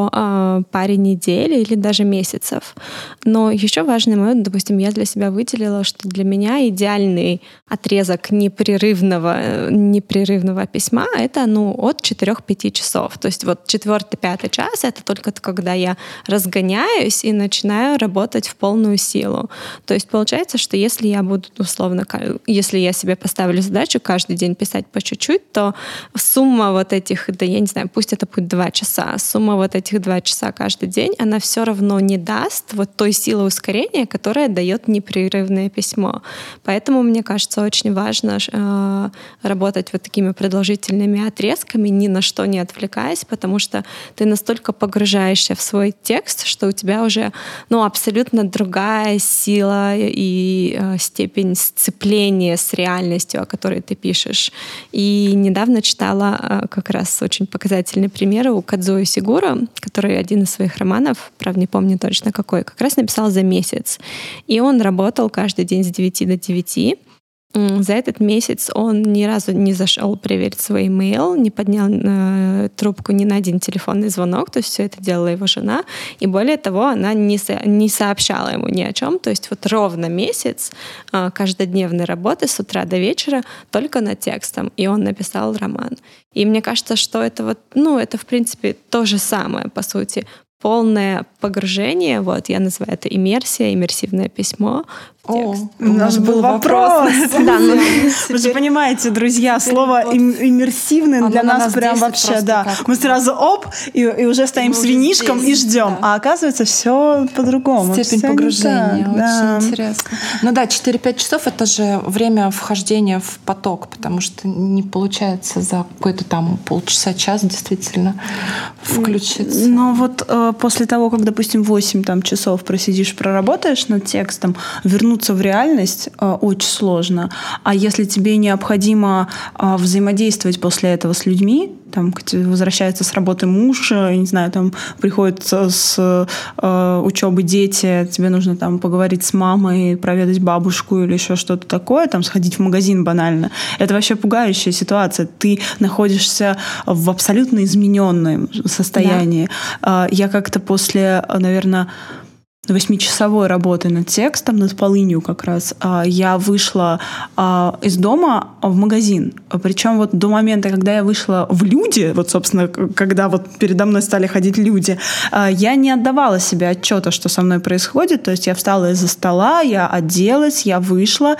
Speaker 3: по паре недель или даже месяцев. Но еще важный момент, допустим, я для себя выделила, что для меня идеальный отрезок непрерывного, непрерывного письма — это ну, от четырёх-пяти часов. То есть вот четвёртый-пятый час — это только когда я разгоняюсь и начинаю работать в полную силу. То есть получается, что если я буду условно, если я себе поставлю задачу каждый день писать по чуть-чуть, то сумма вот этих, да я не знаю, пусть это будет два часа, сумма вот этих два часа каждый день, она все равно не даст вот той силы ускорения, которая дает непрерывное письмо. Поэтому, мне кажется, очень важно э, работать вот такими продолжительными отрезками, ни на что не отвлекаясь, потому что ты настолько погружаешься в свой текст, что у тебя уже ну, абсолютно другая сила и э, степень сцепления с реальностью, о которой ты пишешь. И недавно читала э, как раз очень показательный пример у Кадзуо Сигуро, который один из своих романов, правда не помню точно какой, как раз написал за месяц. И он работал каждый день с девяти до девяти. За этот месяц он ни разу не зашел проверить свой имейл, не поднял э, трубку ни на один телефонный звонок, то есть все это делала его жена. И более того, она не, со, не сообщала ему ни о чем. То есть вот ровно месяц э, каждодневной работы с утра до вечера только над текстом. И он написал роман. И мне кажется, что это вот, ну, это в принципе то же самое, по сути. Полное погружение, вот, я называю это иммерсия, иммерсивное письмо в текст.
Speaker 1: О, у нас был вопрос.
Speaker 3: Да, ну,
Speaker 1: вы же понимаете, друзья, слово иммерсивный для нас прям вообще, да. Мы сразу оп, и уже стоим с винишком и ждем. А оказывается, все по-другому.
Speaker 2: Степень погружения, очень интересно. Ну да, четыре-пять часов — это же время вхождения в поток, потому что не получается за какой-то там полчаса-час действительно включиться.
Speaker 1: Ну вот после того, как, допустим, восемь там, часов просидишь, проработаешь над текстом, вернуться в реальность э, очень сложно. А если тебе необходимо э, взаимодействовать после этого с людьми, там возвращается с работы муж, я не знаю, там приходят с э, учебы дети, тебе нужно там поговорить с мамой, проведать бабушку или еще что-то такое, там сходить в магазин банально. Это вообще пугающая ситуация. Ты находишься в абсолютно измененном состоянии. Да. Я как-то после, наверное, восьмичасовой работы над текстом, над полынью как раз, я вышла из дома в магазин. Причем вот до момента, когда я вышла в люди, вот, собственно, когда вот передо мной стали ходить люди, я не отдавала себе отчета, что со мной происходит. То есть я встала из-за стола, я оделась, я вышла,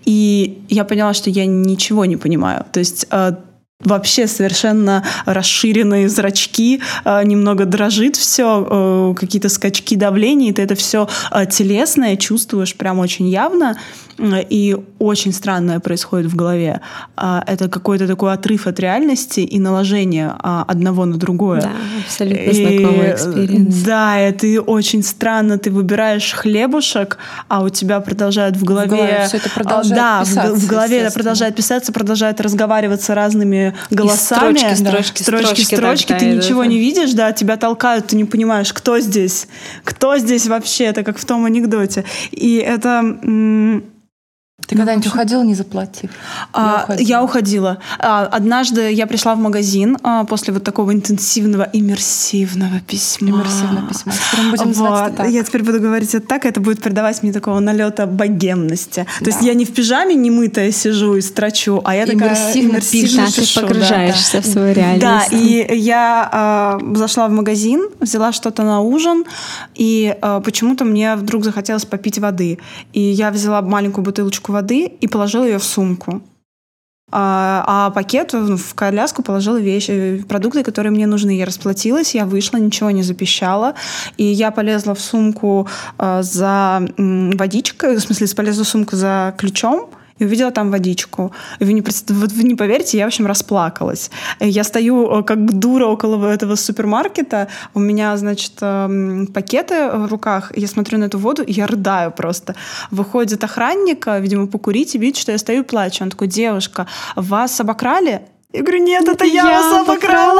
Speaker 1: и я поняла, что я ничего не понимаю. То есть вообще совершенно расширенные зрачки, немного дрожит все, какие-то скачки давления, и ты это все телесное чувствуешь прям очень явно, и очень странное происходит в голове. Это какой-то такой отрыв от реальности и наложение одного на другое.
Speaker 3: Да, абсолютно знакомый экспириенс.
Speaker 1: Да, это очень странно. Ты выбираешь хлебушек, а у тебя продолжает в голове... В голове
Speaker 2: все это продолжает
Speaker 1: да,
Speaker 2: писаться.
Speaker 1: В, в голове это продолжает писаться, продолжает разговариваться разными голосами.
Speaker 3: И строчки,
Speaker 1: да.
Speaker 3: строчки,
Speaker 1: строчки,
Speaker 3: строчки.
Speaker 1: строчки.
Speaker 3: Да,
Speaker 1: ты
Speaker 3: да,
Speaker 1: ничего
Speaker 3: да.
Speaker 1: не видишь, да, тебя толкают, ты не понимаешь, кто здесь, кто здесь вообще. Это как в том анекдоте. И это... М-
Speaker 2: Ты когда-нибудь уходила, не заплатив?
Speaker 1: А, я, я уходила. А, однажды я пришла в магазин а, после вот такого интенсивного, иммерсивного письма.
Speaker 2: Иммерсивное письмо. Теперь мы будем называть
Speaker 1: вот.
Speaker 2: это так.
Speaker 1: Я теперь буду говорить это так, это будет придавать мне такого налета богемности. Да. То есть я не в пижаме немытая сижу и строчу, а я такая иммерсивно
Speaker 3: пишу.
Speaker 1: пишу.
Speaker 3: Ты погружаешься да, да. в свою реальность.
Speaker 1: Да, и я а, зашла в магазин, взяла что-то на ужин, и а, почему-то мне вдруг захотелось попить воды. И я взяла маленькую бутылочку воды и положила ее в сумку. А, а пакет в коляску положила вещи, продукты, которые мне нужны. Я расплатилась, я вышла, ничего не запищала. И я полезла в сумку а, за м, водичкой, в смысле, полезла в сумку за ключом, и увидела там водичку. И вы не, вот вы не поверите, я, в общем, расплакалась. Я стою как дура около этого супермаркета, у меня, значит, пакеты в руках, я смотрю на эту воду, и я рыдаю просто. Выходит охранник, видимо, покурить, и видит, что я стою и плачу. Он такой: девушка, вас обокрали? Я говорю: нет, это я, я вас обокрала.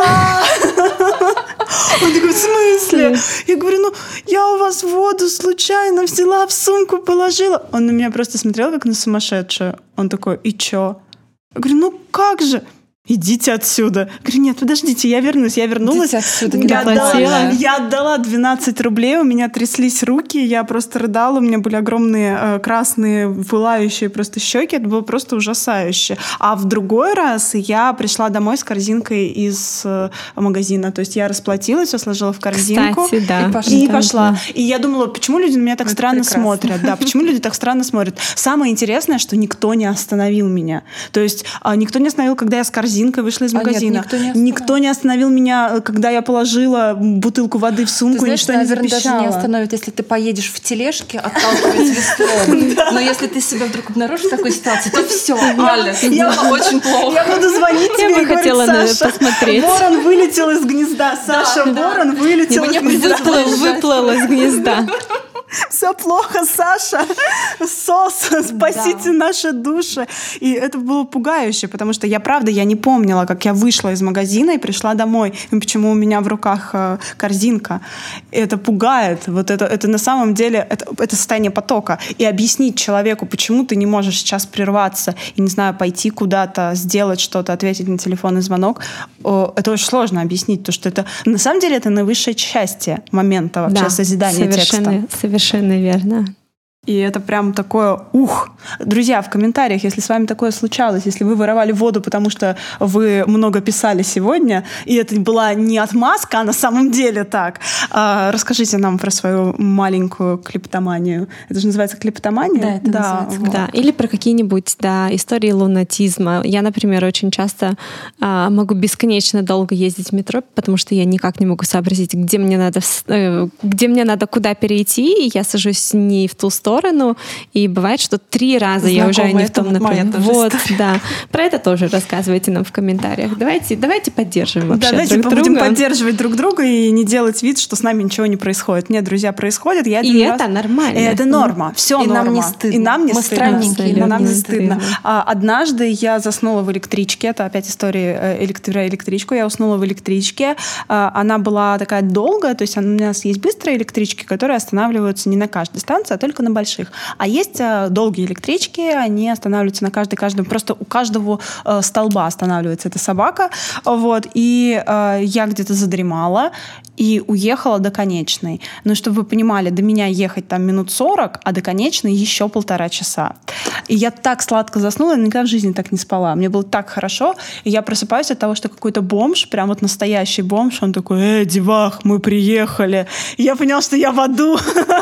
Speaker 1: Он такой: в смысле? Я говорю: ну, я у вас воду случайно взяла, в сумку положила. Он на меня просто смотрел, как на сумасшедшую. Он такой: и чё? Я говорю: ну как же? Идите отсюда. Я говорю: нет, подождите, я вернусь. Я вернулась.
Speaker 2: Идите отсюда,
Speaker 1: я, отдала, я отдала двенадцать рублей, у меня тряслись руки, я просто рыдала, у меня были огромные э, красные, пылающие просто щеки, это было просто ужасающе. А в другой раз я пришла домой с корзинкой из э, магазина, то есть я расплатилась, все сложила в корзинку.
Speaker 3: Кстати, да.
Speaker 1: И пошла. И, пошла. И я думала, почему люди на меня так это странно прекрасно. смотрят? Да, почему люди так странно смотрят? Самое интересное, что никто не остановил меня. То есть э, никто не остановил, когда я с корзинкой вышла из магазина.
Speaker 2: А нет, никто, не
Speaker 1: никто не остановил меня, когда я положила бутылку воды в сумку,
Speaker 2: ты знаешь,
Speaker 1: ничто не
Speaker 2: наверное,
Speaker 1: запищало.
Speaker 2: Даже не остановит, если ты поедешь в тележке, отталкиваясь веслом. Но если ты себя вдруг обнаружишь в такой ситуации, то все, Аля, было очень плохо.
Speaker 1: Я буду звонить тебе и говорить: Саша, ворон вылетел из гнезда. Саша, ворон вылетел из гнезда.
Speaker 3: Выплыл из гнезда.
Speaker 1: Все плохо, Саша. Сос, спасите да. наши души. И это было пугающе, потому что я, правда, я не помнила, как я вышла из магазина и пришла домой. И почему у меня в руках корзинка. И это пугает. Вот это, это на самом деле, это, это состояние потока. И объяснить человеку, почему ты не можешь сейчас прерваться и, не знаю, пойти куда-то, сделать что-то, ответить на телефонный звонок, это очень сложно объяснить, потому что это, на самом деле, это наивысшее счастье момента вообще да, созидания
Speaker 3: совершенно,
Speaker 1: текста.
Speaker 3: Совершенно верно.
Speaker 1: И это прям такое ух. Друзья, в комментариях, если с вами такое случалось, если вы воровали воду, потому что вы много писали сегодня, и это была не отмазка, а на самом деле так, а, расскажите нам про свою маленькую клептоманию. Это же называется клептомания?
Speaker 3: Да, это да, называется. Вот. Да. Или про какие-нибудь да, истории лунатизма. Я, например, очень часто а, могу бесконечно долго ездить в метро, потому что я никак не могу сообразить, где мне надо, где мне надо куда перейти, и я сажусь не в ту сторону, и бывает, что три раза Знакомая, я уже не в том направлении. Вот, да. Про это тоже рассказывайте нам в комментариях. Давайте, давайте поддерживаем вообще
Speaker 1: Давайте
Speaker 3: друг
Speaker 1: будем
Speaker 3: друга.
Speaker 1: поддерживать друг друга и не делать вид, что с нами ничего не происходит. Нет, друзья, происходит. Я
Speaker 3: и
Speaker 1: раз...
Speaker 3: это нормально.
Speaker 1: И это норма. Все
Speaker 2: и
Speaker 1: норма.
Speaker 2: Нам не стыдно.
Speaker 1: И нам не
Speaker 2: Мы
Speaker 1: стыдно.
Speaker 2: странненькие,
Speaker 1: и нам не
Speaker 3: стыдно.
Speaker 1: стыдно. А, однажды я заснула в электричке. Это опять история электро- электричку. Я уснула в электричке. А, она была такая долгая. То есть у нас есть быстрые электрички, которые останавливаются не на каждой станции, а только на больших. А есть долгие электрички, они останавливаются на каждой, каждом, просто у каждого э, столба останавливается эта собака. Вот, и э, я где-то задремала и уехала до конечной. Но чтобы вы понимали, до меня ехать там минут сорок, а до конечной еще полтора часа. И я так сладко заснула, я никогда в жизни так не спала. Мне было так хорошо, и я просыпаюсь от того, что какой-то бомж, прям вот настоящий бомж, он такой: «Эй, девах, мы приехали». И я поняла, что я в аду.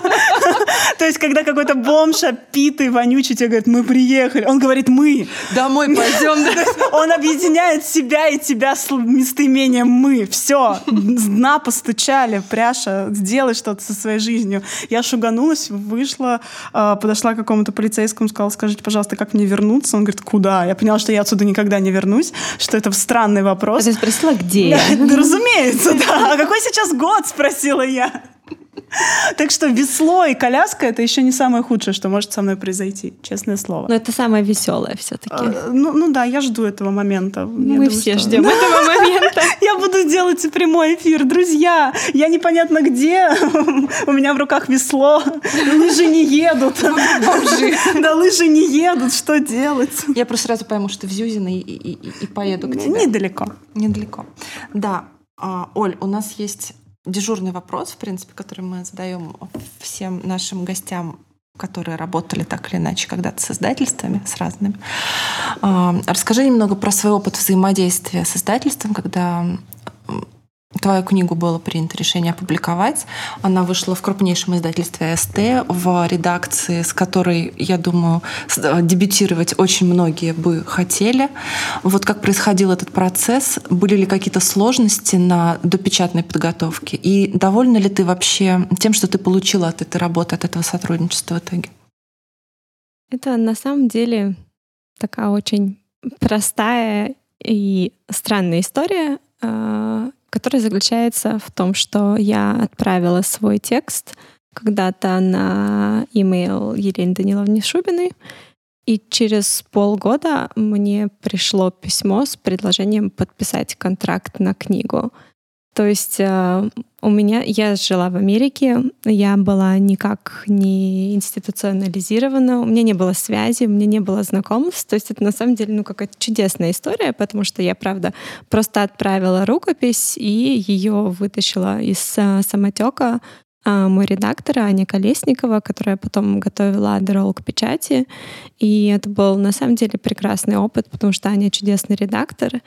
Speaker 1: То есть, когда какой-то бомж опитый, вонючий тебе говорит: «Мы приехали». Он говорит: «Мы».
Speaker 2: Домой пойдем.
Speaker 1: Он объединяет себя и тебя с местоимением «мы». Все, с дна постучали. Пряша, сделай что-то со своей жизнью. Я шуганулась, вышла, подошла к какому-то полицейскому, сказала: «Скажите, пожалуйста, как мне вернуться?» Он говорит: «Куда?» Я поняла, что я отсюда никогда не вернусь, что это странный вопрос.
Speaker 3: А ты спросила, где я?
Speaker 1: Да, разумеется, да. А какой сейчас год, спросила я. Так что весло и коляска — это еще не самое худшее, что может со мной произойти, честное слово.
Speaker 3: Но это самое веселое все-таки.
Speaker 1: А, ну, ну да, я жду этого момента.
Speaker 3: Мы все ждем этого момента.
Speaker 1: Я буду делать прямой эфир. Друзья, я непонятно где, у меня в руках весло, лыжи не едут. Да, лыжи не едут, что делать?
Speaker 2: Я просто сразу пойму, что в Зюзино и, и, и, и поеду к тебе.
Speaker 1: Недалеко.
Speaker 2: Недалеко. Да. Оль, у нас есть дежурный вопрос, в принципе, который мы задаем всем нашим гостям, которые работали так или иначе когда-то с издательствами, с разными. Расскажи немного про свой опыт взаимодействия с издательством, когда твою книгу было принято решение опубликовать. Она вышла в крупнейшем издательстве эй эс тэ, в редакции, с которой, я думаю, дебютировать очень многие бы хотели. Вот как происходил этот процесс? Были ли какие-то сложности на допечатной подготовке? И довольна ли ты вообще тем, что ты получила от этой работы, от этого сотрудничества в итоге?
Speaker 3: Это на самом деле такая очень простая и странная история, которая заключается в том, что я отправила свой текст когда-то на имейл Елене Даниловне Шубиной, и через полгода мне пришло письмо с предложением подписать контракт на книгу. То есть э, у меня, я жила в Америке, я была никак не институционализирована, у меня не было связи, у меня не было знакомств. То есть это на самом деле ну, какая-то чудесная история, потому что я, правда, просто отправила рукопись и ее вытащила из э, самотека э, мой редактор Аня Колесникова, которая потом готовила Адderall к печати. И это был на самом деле прекрасный опыт, потому что Аня чудесный редактор.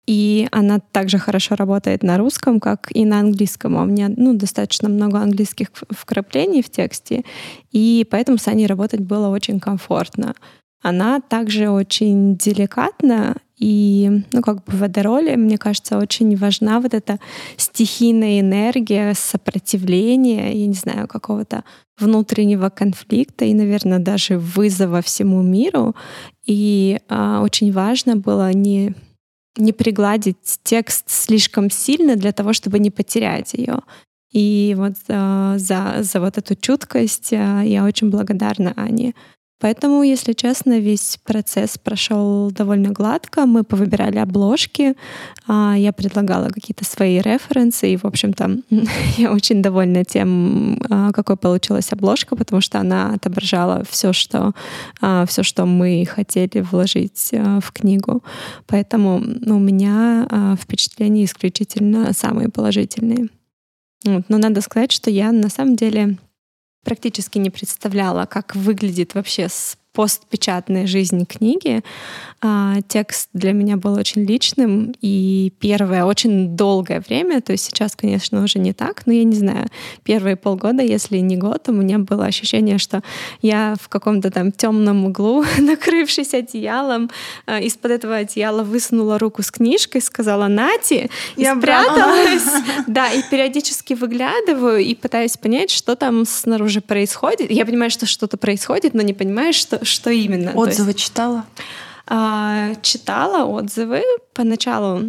Speaker 3: И она также хорошо работает на русском, как и на английском. У меня ну, достаточно много английских вкраплений в тексте, и поэтому с Аней работать было очень комфортно. Она также очень деликатна, и ну, как бы в Адderall, мне кажется, очень важна вот эта стихийная энергия, сопротивление, я не знаю, какого-то внутреннего конфликта и, наверное, даже вызова всему миру. И а, очень важно было не не пригладить текст слишком сильно для того, чтобы не потерять ее. И вот э, за, за вот эту чуткость э, я очень благодарна Ане. Поэтому, если честно, весь процесс прошел довольно гладко. Мы повыбирали обложки, э, я предлагала какие-то свои референсы, и, в общем-то, я очень довольна тем, э, какой получилась обложка, потому что она отображала все, что, э, все, что мы хотели вложить э, в книгу. Поэтому ну, у меня э, впечатления исключительно самые положительные. Вот. Но надо сказать, что я на самом деле практически не представляла, как выглядит вообще постпечатная жизнь книги. А, текст для меня был очень личным, и первое очень долгое время, то есть сейчас, конечно, уже не так, но я не знаю, первые полгода, если не год, у меня было ощущение, что я в каком-то там темном углу, накрывшись одеялом, а, из-под этого одеяла высунула руку с книжкой, сказала «Нати», и я спряталась. Да, и периодически выглядываю и пытаюсь понять, что там снаружи происходит. Я понимаю, что что-то происходит, но не понимаю, что что именно.
Speaker 2: Отзывы есть, читала?
Speaker 3: А, читала отзывы. Поначалу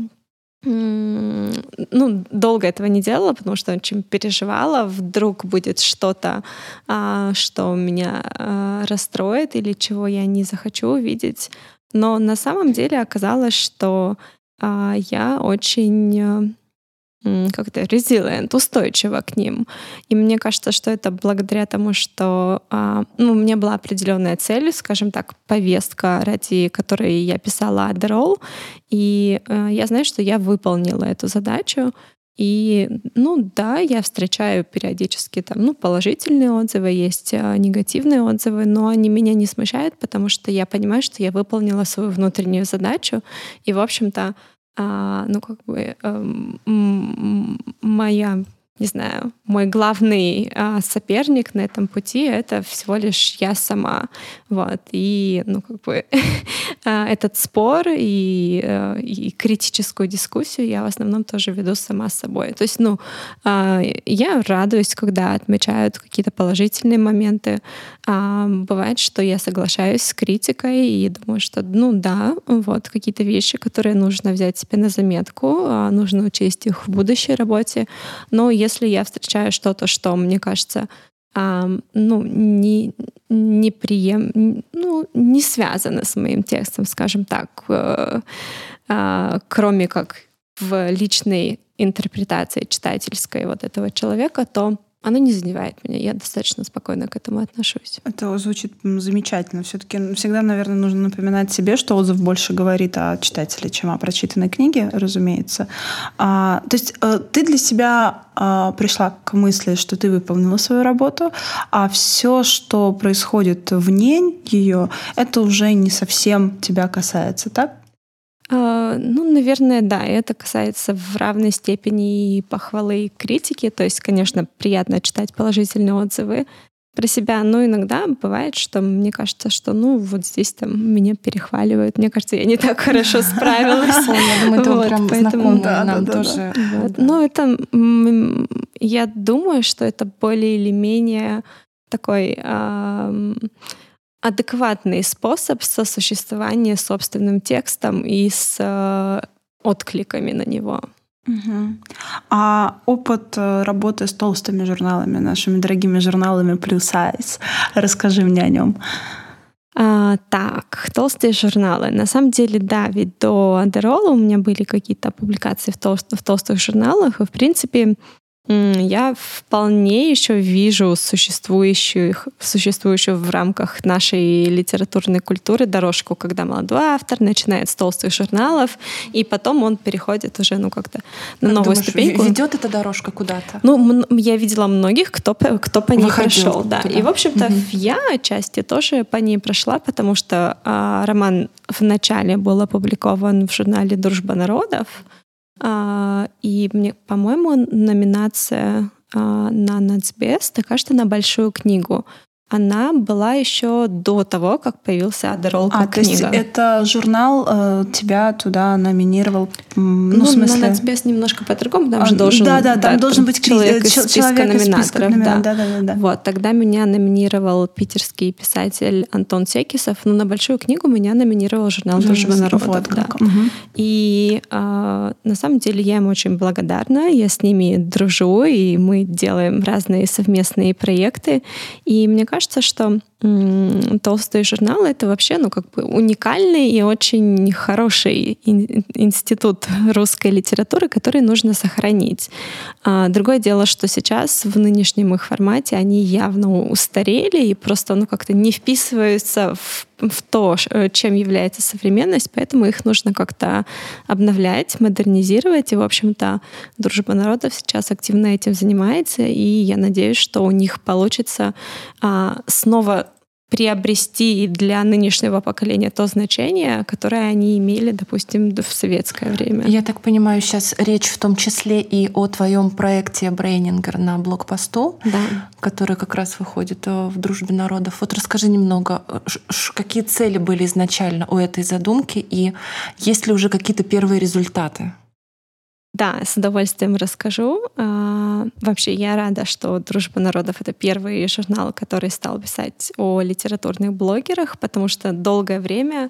Speaker 3: м- ну, долго этого не делала, потому что очень переживала. Вдруг будет что-то, а, что меня а, расстроит или чего я не захочу увидеть. Но на самом деле оказалось, что а, я очень... как-то resilient, устойчиво к ним. И мне кажется, что это благодаря тому, что а, ну, у меня была определенная цель, скажем так, повестка, ради которой я писала Adderall. И а, я знаю, что я выполнила эту задачу. И, ну да, я встречаю периодически там, ну, положительные отзывы, есть а, негативные отзывы, но они меня не смущают, потому что я понимаю, что я выполнила свою внутреннюю задачу. И, в общем-то, А, ну, как бы э, моя, не знаю, мой главный э, соперник на этом пути — это всего лишь я сама. Вот. И, ну, как бы этот спор и, э, и критическую дискуссию я в основном тоже веду сама с собой. То есть, ну, э, я радуюсь, когда отмечают какие-то положительные моменты. А бывает, что я соглашаюсь с критикой и думаю, что, ну да, вот какие-то вещи, которые нужно взять себе на заметку, нужно учесть их в будущей работе. Но если если я встречаю что-то, что мне кажется, а, ну, не, неприем... ну, не связано с моим текстом, скажем так, а, а, кроме как в личной интерпретации читательской вот этого человека, то оно не задевает меня. Я достаточно спокойно к этому отношусь.
Speaker 1: Это звучит замечательно. Все-таки всегда, наверное, нужно напоминать себе, что отзыв больше говорит о читателе, чем о прочитанной книге, разумеется. А, то есть ты для себя а, пришла к мысли, что ты выполнила свою работу, а все, что происходит вне ее, это уже не совсем тебя касается, так?
Speaker 3: Uh, ну, наверное, да. Это касается в равной степени и похвалы, и критики. То есть, конечно, приятно читать положительные отзывы про себя, но иногда бывает, что мне кажется, что ну вот здесь там меня перехваливают. Мне кажется, я не так хорошо справилась.
Speaker 2: Я думаю, это прям знакомое нам тоже.
Speaker 3: Ну, это, я думаю, что это более или менее такой адекватный способ сосуществования с собственным текстом и с э, откликами на него.
Speaker 1: Угу. А опыт работы с толстыми журналами, нашими дорогими журналами Plus Size, расскажи мне о нем.
Speaker 3: А, так, толстые журналы. На самом деле, да, ведь до Адерола у меня были какие-то публикации в, толст- в толстых журналах, и, в принципе, я вполне еще вижу существующую, существующую в рамках нашей литературной культуры дорожку, когда молодой автор начинает с толстых журналов, и потом он переходит уже ну, как-то на как новую
Speaker 2: думаешь,
Speaker 3: ступеньку.
Speaker 2: Ведет эта дорожка куда-то?
Speaker 3: Ну, я видела многих, кто, кто по ней
Speaker 2: Выходил
Speaker 3: прошел. Да. И, в общем-то, угу. я отчасти тоже по ней прошла, потому что а, роман вначале был опубликован в журнале «Дружба народов», Uh, и мне, по-моему, номинация uh, на Нацбест, кажется, на большую книгу. Она была еще до того, как появился Адерол как
Speaker 1: а,
Speaker 3: книга.
Speaker 1: То есть это журнал э, тебя туда номинировал? Ну,
Speaker 3: ну
Speaker 1: в смысле...
Speaker 3: на Нацбест немножко по-другому, там а, же должен
Speaker 1: да, да, там
Speaker 3: да,
Speaker 1: должен быть
Speaker 3: человек из списка
Speaker 1: человек
Speaker 3: номинаторов.
Speaker 1: Из списка номина... да. Да, да, да.
Speaker 3: Вот, тогда меня номинировал питерский писатель Антон Секисов, но на большую книгу меня номинировал журнал «Дружба народов».
Speaker 1: Вот,
Speaker 3: да.
Speaker 1: угу.
Speaker 3: И э, на самом деле я им очень благодарна, я с ними дружу, и мы делаем разные совместные проекты. И мне кажется, что толстые журналы — это вообще ну, как бы уникальный и очень хороший институт русской литературы, который нужно сохранить. Другое дело, что сейчас в нынешнем их формате они явно устарели и просто ну, как-то не вписываются в в то, чем является современность, поэтому их нужно как-то обновлять, модернизировать. И, в общем-то, «Дружба народов» сейчас активно этим занимается, и я надеюсь, что у них получится а, снова приобрести для нынешнего поколения то значение, которое они имели, допустим, в советское время.
Speaker 2: Я так понимаю, сейчас речь в том числе и о твоем проекте Брейнингер на блогпосту,
Speaker 3: да.
Speaker 2: который как раз выходит в «Дружбе народов». Вот расскажи немного, какие цели были изначально у этой задумки и есть ли уже какие-то первые результаты?
Speaker 3: Да, с удовольствием расскажу. А, вообще, я рада, что «Дружба народов» — это первый журнал, который стал писать о литературных блогерах, потому что долгое время...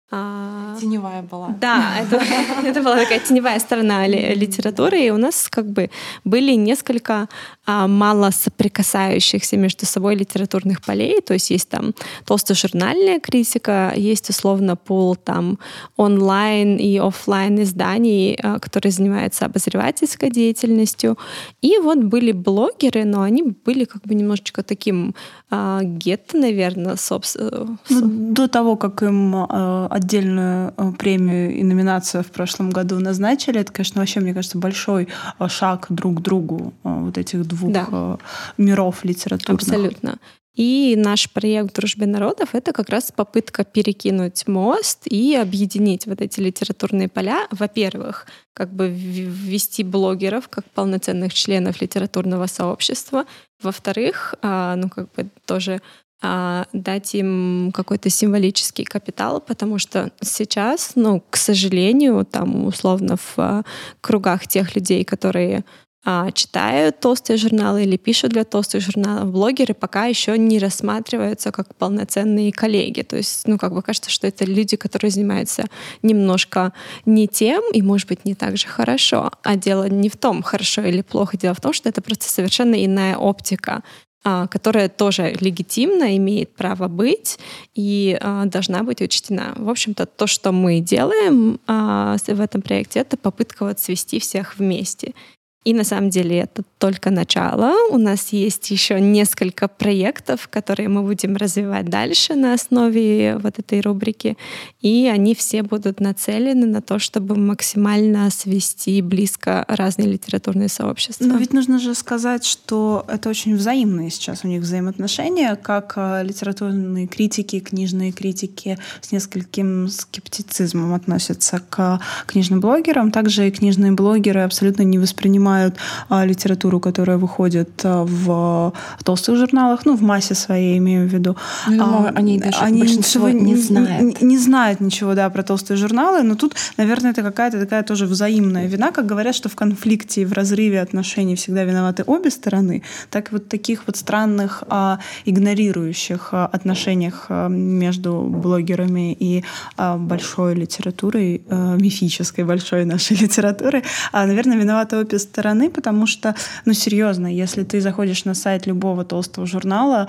Speaker 2: А... Теневая была.
Speaker 3: Да, это, это была такая теневая сторона ли, литературы, и у нас как бы были несколько а, мало соприкасающихся между собой литературных полей, то есть есть там толстожурнальная критика, есть условно пул там онлайн и офлайн изданий, а, которые занимаются обозревательской деятельностью, и вот были блогеры, но они были как бы немножечко таким а, гетто, наверное, собственно.
Speaker 1: Ну, до того, как им а, отдельную премию и номинацию в прошлом году назначили. Это, конечно, вообще, мне кажется, большой шаг друг к другу вот этих двух да. миров литературных.
Speaker 3: Абсолютно. И наш проект «Дружбы народов» — это как раз попытка перекинуть мост и объединить вот эти литературные поля. Во-первых, как бы ввести блогеров как полноценных членов литературного сообщества. Во-вторых, ну как бы тоже дать им какой-то символический капитал, потому что сейчас, ну, к сожалению, там условно в кругах тех людей, которые а, читают толстые журналы или пишут для толстых журналов, блогеры пока еще не рассматриваются как полноценные коллеги. То есть, ну, как бы кажется, что это люди, которые занимаются немножко не тем и, может быть, не так же хорошо. А дело не в том, хорошо или плохо. Дело в том, что это просто совершенно иная оптика, а, которая тоже легитимно имеет право быть и а, должна быть учтена. В общем-то, то, что мы делаем а, в этом проекте, это попытка вот свести всех вместе. И на самом деле это только начало. У нас есть еще несколько проектов, которые мы будем развивать дальше на основе вот этой рубрики. И они все будут нацелены на то, чтобы максимально свести близко разные литературные сообщества.
Speaker 1: Но ведь нужно же сказать, что это очень взаимные сейчас у них взаимоотношения, как литературные критики, книжные критики с нескольким скептицизмом относятся к книжным блогерам. Также и книжные блогеры абсолютно не воспринимают а, литературу, которая выходит а, в толстых журналах, ну, в массе своей, имею в виду.
Speaker 2: Я думаю, а, они даже
Speaker 1: они
Speaker 2: большинство
Speaker 1: ничего
Speaker 2: не знают.
Speaker 1: Не, не знают ничего, да, про толстые журналы, но тут, наверное, это какая-то такая тоже взаимная вина, как говорят, что в конфликте и в разрыве отношений всегда виноваты обе стороны, так вот таких вот странных, а, игнорирующих а, отношениях а, между блогерами и а, большой литературой, а, мифической большой нашей литературой, а, наверное, виноваты обе стороны, потому что, ну, серьезно, если ты заходишь на сайт любого толстого журнала,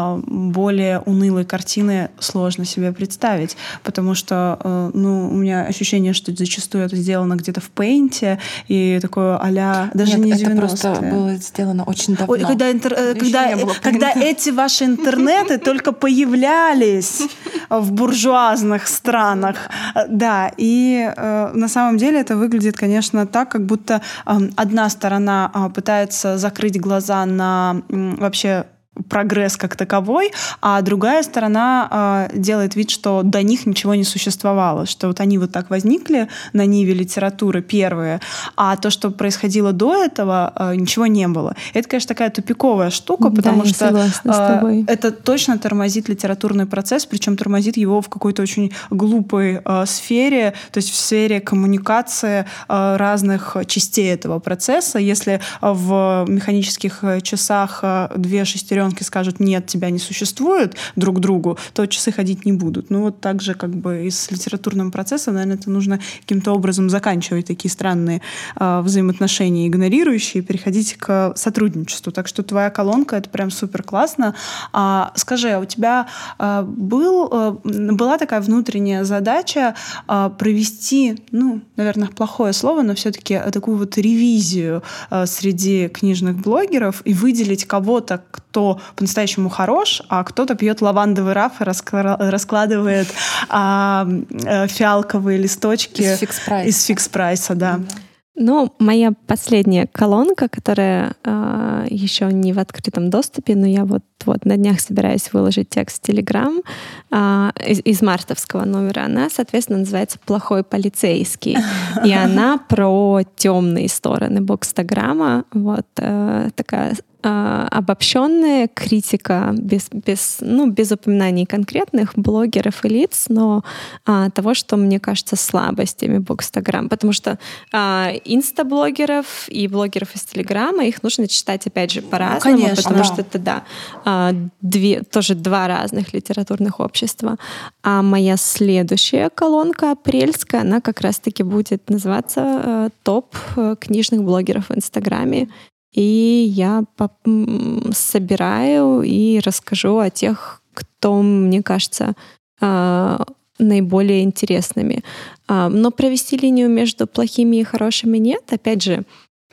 Speaker 1: более унылой картины сложно себе представить, потому что, ну, у меня ощущение, что зачастую это сделано где-то в пейнте, и такое а-ля даже
Speaker 2: Нет,
Speaker 1: не
Speaker 2: это
Speaker 1: девяностые.
Speaker 2: просто было сделано очень давно.
Speaker 1: Ой, когда интер... когда, когда эти ваши интернеты только появлялись в буржуазных странах, да, и на самом деле это выглядит, конечно, так, как будто одна сторона пытается закрыть глаза на вообще прогресс как таковой, а другая сторона э, делает вид, что до них ничего не существовало, что вот они вот так возникли на ниве литературы первые, а то, что происходило до этого, э, ничего не было. Это, конечно, такая тупиковая штука, потому
Speaker 3: да,
Speaker 1: что э, это точно тормозит литературный процесс, причем тормозит его в какой-то очень глупой э, сфере, то есть в сфере коммуникации э, разных частей этого процесса. Если в механических часах э, две шестеренки скажут «нет, тебя не существует» друг другу, то часы ходить не будут. Ну вот так же как бы и с литературным процессом, наверное, это нужно каким-то образом заканчивать такие странные э, взаимоотношения игнорирующие и переходить к сотрудничеству. Так что твоя колонка — это прям супер классно. А, скажи, а у тебя э, был, э, была такая внутренняя задача э, провести, ну, наверное, плохое слово, но все-таки такую вот ревизию э, среди книжных блогеров и выделить кого-то, кто по-настоящему хорош, а кто-то пьет лавандовый раф и раскладывает а, фиалковые листочки
Speaker 2: из фикс-прайса.
Speaker 1: Из фикс-прайса, да.
Speaker 3: Ну, моя последняя колонка, которая э, еще не в открытом доступе, но я вот, вот на днях собираюсь выложить текст в Телеграм э, из, из мартовского номера, она, соответственно, называется «Плохой полицейский». И она про темные стороны бокстаграма. Вот э, такая обобщенная критика без, без, ну, без упоминаний конкретных блогеров и лиц, но а, того, что мне кажется слабостями Бокстаграм. Потому что а, инстаблогеров и блогеров из Телеграма, их нужно читать, опять же, по-разному, ну, конечно, потому да. что это, да, а, две, тоже два разных литературных общества. А моя следующая колонка апрельская, она как раз-таки будет называться а, «Топ книжных блогеров в Инстаграме». И я собираю и расскажу о тех, кто, мне кажется, наиболее интересными. Но провести линию между плохими и хорошими нет. Опять же,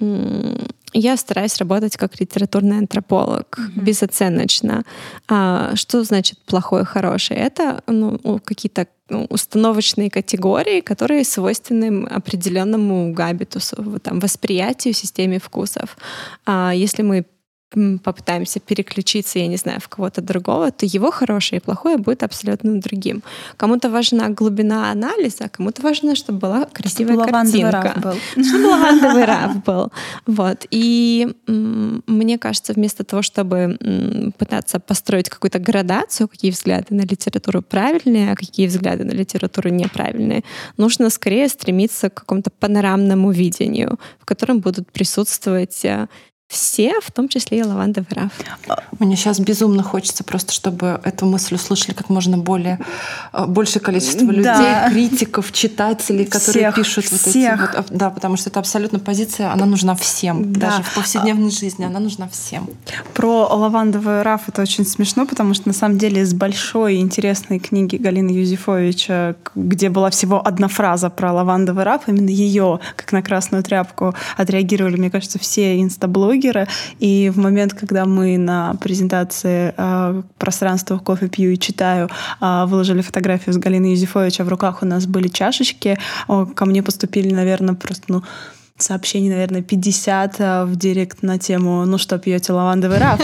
Speaker 3: я стараюсь работать как литературный антрополог, mm-hmm. безоценочно. А что значит плохое и хорошее? Это ну, какие-то установочные категории, которые свойственны определенному габитусу, там, восприятию, системе вкусов. А если мы попытаемся переключиться, я не знаю, в кого-то другого, то его хорошее и плохое будет абсолютно другим. Кому-то важна глубина анализа, а кому-то важно, чтобы была красивая
Speaker 1: чтобы
Speaker 3: картинка.
Speaker 1: Был.
Speaker 3: Чтобы лавандовый раф был. Вот. И м- мне кажется, вместо того, чтобы м- пытаться построить какую-то градацию, какие взгляды на литературу правильные, а какие взгляды на литературу неправильные, нужно скорее стремиться к какому-то панорамному видению, в котором будут присутствовать все, в том числе и лавандовый раф.
Speaker 2: Мне сейчас безумно хочется просто, чтобы эту мысль услышали как можно более большее количество людей, да. критиков, читателей, которые всех, пишут
Speaker 1: всех.
Speaker 2: вот эти вот, да, потому что это абсолютно позиция, она нужна всем, да. даже в повседневной жизни, она нужна всем.
Speaker 1: Про лавандовый раф это очень смешно, потому что на самом деле из большой интересной книги Галины Юзефович, где была всего одна фраза про лавандовый раф, именно ее, как на красную тряпку, отреагировали, мне кажется, все инстаблоги. И в момент, когда мы на презентации э, «Пространство, кофе пью и читаю» э, выложили фотографию с Галиной Юзефович, а в руках у нас были чашечки, э, ко мне поступили, наверное, просто, ну, сообщений, наверное, пятьдесят в директ на тему «Ну что, пьете лавандовый раф?»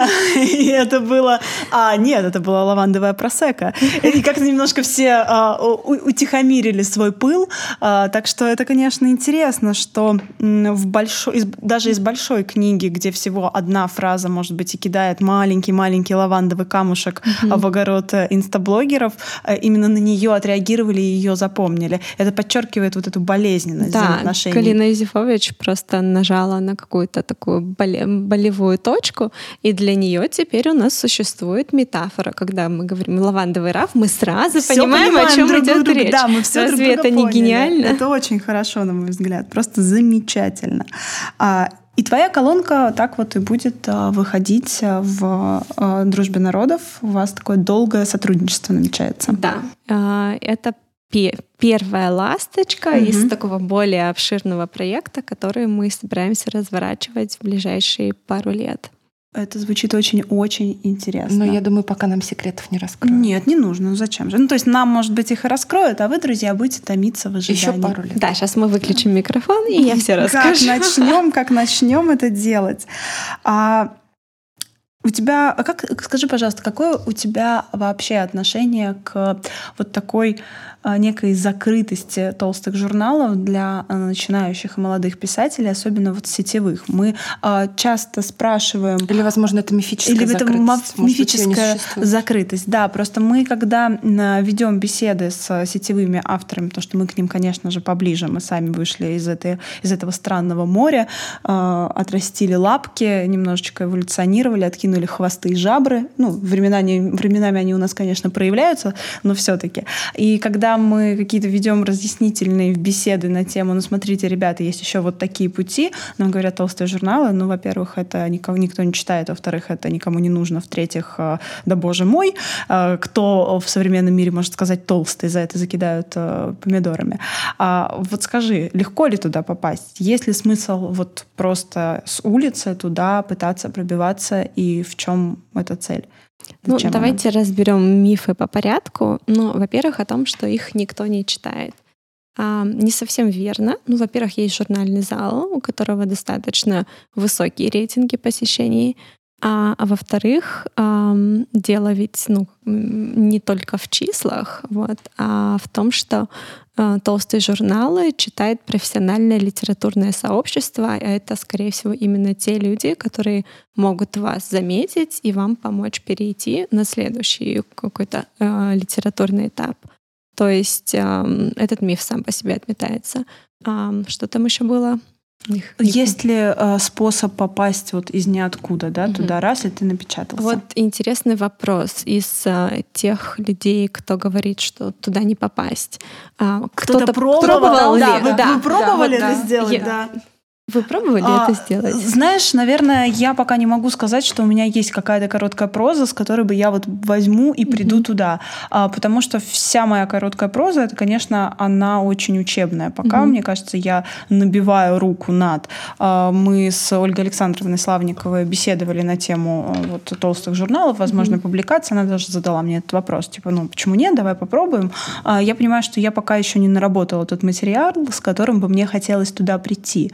Speaker 1: И это было... А, нет, это была лавандовая просека. И как-то немножко все а, утихомирили свой пыл. А, так что это, конечно, интересно, что в большой, даже из большой книги, где всего одна фраза, может быть, и кидает маленький-маленький лавандовый камушек mm-hmm. в огород инстаблогеров, именно на нее отреагировали и ее запомнили. Это подчеркивает вот эту болезненность
Speaker 3: да,
Speaker 1: взаимоотношений.
Speaker 3: Галина Юзефович просто нажала на какую-то такую боле- болевую точку, и для нее теперь у нас существует метафора. Когда мы говорим «лавандовый раф», мы сразу
Speaker 1: все
Speaker 3: понимаем,
Speaker 1: понимаем,
Speaker 3: о чем
Speaker 1: друг
Speaker 3: идет
Speaker 1: друг,
Speaker 3: речь.
Speaker 1: Да, мы все
Speaker 3: Разве
Speaker 1: друг друга
Speaker 3: это не
Speaker 1: поняли.
Speaker 3: гениально?
Speaker 1: Это очень хорошо, на мой взгляд. Просто замечательно. И твоя колонка так вот и будет выходить в «Дружбе народов». У вас такое долгое сотрудничество намечается.
Speaker 3: Да. Это первая ласточка mm-hmm. из такого более обширного проекта, который мы собираемся разворачивать в ближайшие пару лет.
Speaker 1: Это звучит очень-очень интересно.
Speaker 2: Но я думаю, пока нам секретов не раскроют.
Speaker 1: Нет, не нужно. Ну зачем же? Ну то есть нам, может быть, их и раскроют, а вы, друзья, будете томиться в ожидании.
Speaker 2: Еще пару лет.
Speaker 3: Да, сейчас мы выключим микрофон, и я все расскажу.
Speaker 1: Как начнем, как начнем это делать. А у тебя, как, скажи, пожалуйста, какое у тебя вообще отношение к вот такой некой закрытости толстых журналов для начинающих и молодых писателей, особенно вот сетевых? Мы часто спрашиваем...
Speaker 2: Или, возможно, это мифическая
Speaker 1: или
Speaker 2: закрытость.
Speaker 1: Или это мифическая
Speaker 2: быть,
Speaker 1: закрытость. Да, просто мы, когда ведем беседы с сетевыми авторами, потому что мы к ним, конечно же, поближе, мы сами вышли из, этой, из этого странного моря, отрастили лапки, немножечко эволюционировали, откинули хвосты и жабры. Ну, временами, временами они у нас, конечно, проявляются, но все-таки. И когда мы какие-то ведем разъяснительные беседы на тему, ну, смотрите, ребята, есть еще вот такие пути, нам говорят толстые журналы, ну, во-первых, это никого, никто не читает, во-вторых, это никому не нужно, в-третьих, да боже мой, кто в современном мире может сказать толстый, за это закидают помидорами. А вот скажи, легко ли туда попасть? Есть ли смысл вот просто с улицы туда пытаться пробиваться, и в чем эта цель?
Speaker 3: Ну, давайте она? разберем мифы по порядку. Ну, во-первых, о том, что их никто не читает. А, не совсем верно. Ну, во-первых, есть журнальный зал, у которого достаточно высокие рейтинги посещений. А, а во-вторых, а, дело ведь ну, не только в числах, вот, а в том, что а, толстые журналы читает профессиональное литературное сообщество, а это, скорее всего, именно те люди, которые могут вас заметить и вам помочь перейти на следующий какой-то а, литературный этап. То есть а, этот миф сам по себе отметается. А, что там еще было?
Speaker 1: Их, Есть их... ли э, способ попасть вот из ниоткуда, да, mm-hmm. туда, раз, и ты напечатался?
Speaker 3: Вот интересный вопрос из э, тех людей, кто говорит, что туда не попасть. А,
Speaker 1: кто-то, кто-то пробовал,
Speaker 3: пробовал ли?
Speaker 1: Да, вы,
Speaker 3: да,
Speaker 1: вы пробовали
Speaker 3: да,
Speaker 1: это
Speaker 3: да.
Speaker 1: сделать?
Speaker 3: Я...
Speaker 1: Да.
Speaker 3: Вы пробовали а, это сделать?
Speaker 1: Знаешь, наверное, я пока не могу сказать, что у меня есть какая-то короткая проза, с которой бы я вот возьму и приду mm-hmm. туда. А, потому что вся моя короткая проза, это, конечно, она очень учебная. Пока, mm-hmm. мне кажется, я набиваю руку над. А, мы с Ольгой Александровной Славниковой беседовали на тему вот, толстых журналов, возможно, mm-hmm. публикации. Она даже задала мне этот вопрос. Типа, ну, почему нет? Давай попробуем. А, я понимаю, что я пока еще не наработала тот материал, с которым бы мне хотелось туда прийти.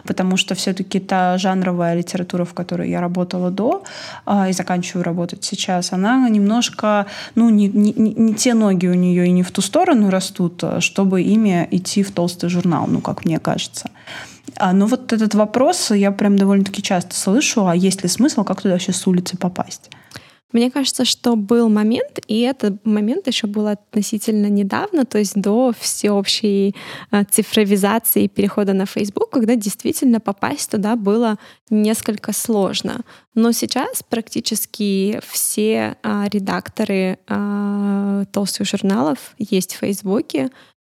Speaker 1: потому что все-таки та жанровая литература, в которой я работала до и заканчиваю работать сейчас, она немножко, ну, не, не, не те ноги у нее и не в ту сторону растут, чтобы ими идти в толстый журнал, ну, как мне кажется. А, ну, вот этот вопрос я прям довольно-таки часто слышу, а есть ли смысл, как туда вообще с улицы попасть?
Speaker 3: Мне кажется, что был момент, и этот момент еще был относительно недавно, то есть до всеобщей цифровизации и перехода на Facebook, когда действительно попасть туда было несколько сложно. Но сейчас практически все а, редакторы а, толстых журналов есть в Фейсбуке,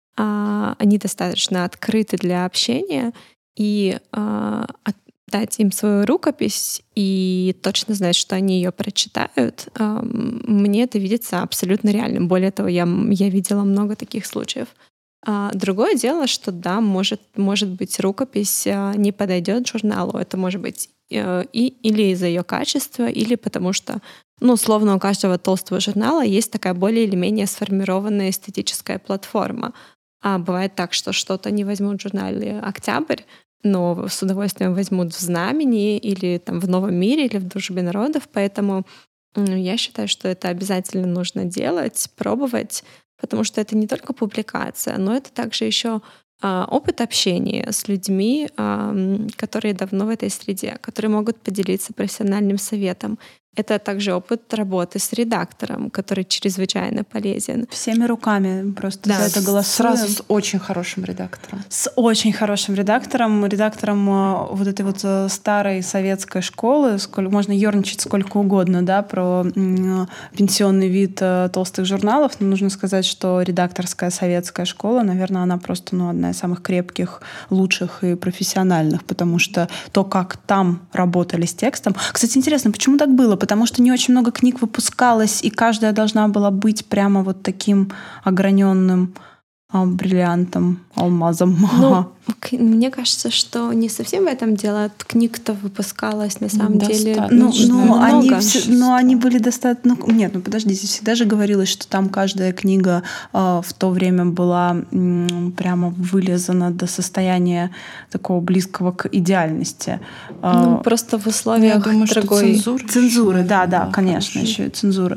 Speaker 3: а, они достаточно открыты для общения, и а, дать им свою рукопись и точно знать, что они ее прочитают, мне это видится абсолютно реальным. Более того, я, я видела много таких случаев. Другое дело, что да, может, может быть, рукопись не подойдет журналу. Это может быть и, или из-за ее качества, или потому что, ну, условно, у каждого толстого журнала есть такая более или менее сформированная эстетическая платформа. А бывает так, что что-то не возьмут в журнале «Октябрь», но с удовольствием возьмут в «Знамени» или там, в «Новом мире» или в «Дружбе народов». Поэтому я считаю, что это обязательно нужно делать, пробовать, потому что это не только публикация, но это также еще а, опыт общения с людьми, а, которые давно в этой среде, которые могут поделиться профессиональным советом. Это также опыт работы с редактором, который чрезвычайно полезен.
Speaker 1: Всеми руками просто
Speaker 2: да,
Speaker 1: за это голосуем.
Speaker 2: Сразу с очень хорошим редактором.
Speaker 1: С очень хорошим редактором, редактором вот этой вот старой советской школы. Сколько, можно ерничать сколько угодно, да, про м, пенсионный вид толстых журналов, но нужно сказать, что редакторская советская школа, наверное, она просто, ну, одна из самых крепких, лучших и профессиональных, потому что то, как там работали с текстом... Кстати, интересно, почему так было? Потому что не очень много книг выпускалось, и каждая должна была быть прямо вот таким ограненным а, бриллиантом, алмазом.
Speaker 3: Ну, мне кажется, что не совсем в этом дело. Книг-то выпускалось на самом деле.
Speaker 1: Ну, ну, они все, но они были достаточно... Ну, нет, ну подождите, всегда же говорилось, что там каждая книга э, в то время была м, прямо вылизана до состояния такого близкого к идеальности.
Speaker 3: Ну, э, просто в условиях
Speaker 2: я думаю,
Speaker 3: другой...
Speaker 2: Цензуры,
Speaker 1: цензуры, да, да, конечно, еще и цензуры.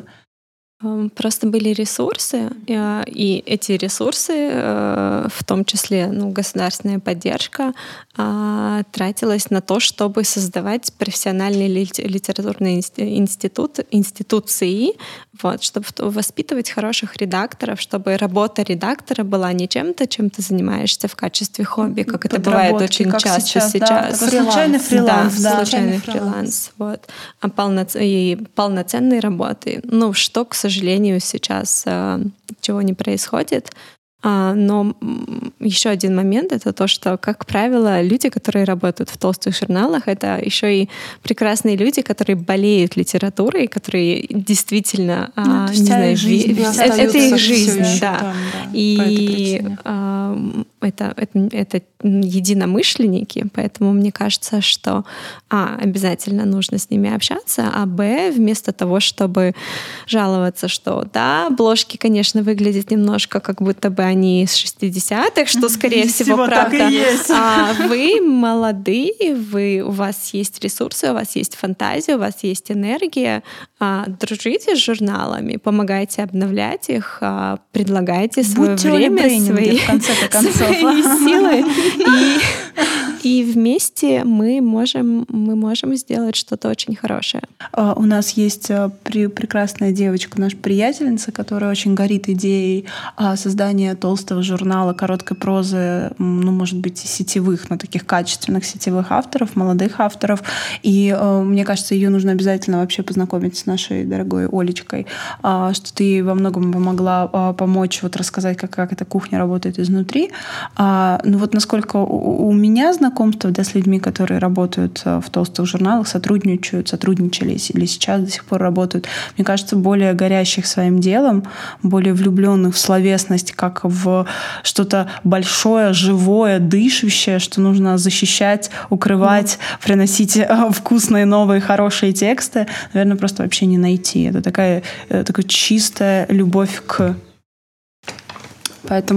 Speaker 3: Просто были ресурсы, и эти ресурсы, в том числе, ну, государственная поддержка, тратилась на то, чтобы создавать профессиональные литературные институт, институции, вот, чтобы воспитывать хороших редакторов, чтобы работа редактора была не чем-то, чем ты занимаешься в качестве хобби, как это бывает очень часто сейчас.
Speaker 1: сейчас. Да, случайный фриланс.
Speaker 3: Да, да. случайный фриланс. Вот. А полноц... и полноценной работы. Ну, что, к сожалению, сейчас а, чего не происходит. А, но еще один момент — это то, что, как правило, люди, которые работают в толстых журналах, это еще и прекрасные люди, которые болеют литературой, которые действительно, ну, а, не знаю,
Speaker 1: жизнь,
Speaker 3: это, это их жизнь, да.
Speaker 1: Там, да.
Speaker 3: И а, это, это, это единомышленники, поэтому мне кажется, что а, обязательно нужно с ними общаться, а б, вместо того, чтобы жаловаться, что да, обложки, конечно, выглядят немножко как будто бы они из шестидесятых, что, скорее всего, правда. А вы молодые, вы, у вас есть ресурсы, у вас есть фантазия, у вас есть энергия. А, дружите с журналами, помогайте обновлять их, а, предлагайте свое
Speaker 1: Будьте
Speaker 3: время, свои,
Speaker 1: в конце концов.
Speaker 3: свои силы. И, и вместе мы можем, мы можем сделать что-то очень хорошее.
Speaker 1: У нас есть при, прекрасная девочка, наша приятельница, которая очень горит идеей создания толстого журнала короткой прозы, ну, может быть, и сетевых, но таких качественных сетевых авторов, молодых авторов. И мне кажется, ее нужно обязательно вообще познакомить с нашей дорогой Олечкой, что ты ей во многом помогла помочь вот рассказать, как, как эта кухня работает изнутри. Ну вот насколько у меня знакомство, да, с людьми, которые работают в толстых журналах, сотрудничают, сотрудничали или сейчас до сих пор работают, мне кажется, более горящих своим делом, более влюбленных в словесность, как в что-то большое, живое, дышащее, что нужно защищать, укрывать, mm. приносить вкусные, новые, хорошие тексты, наверное, просто вообще не найти. Это такая, такая чистая любовь к... Поэтому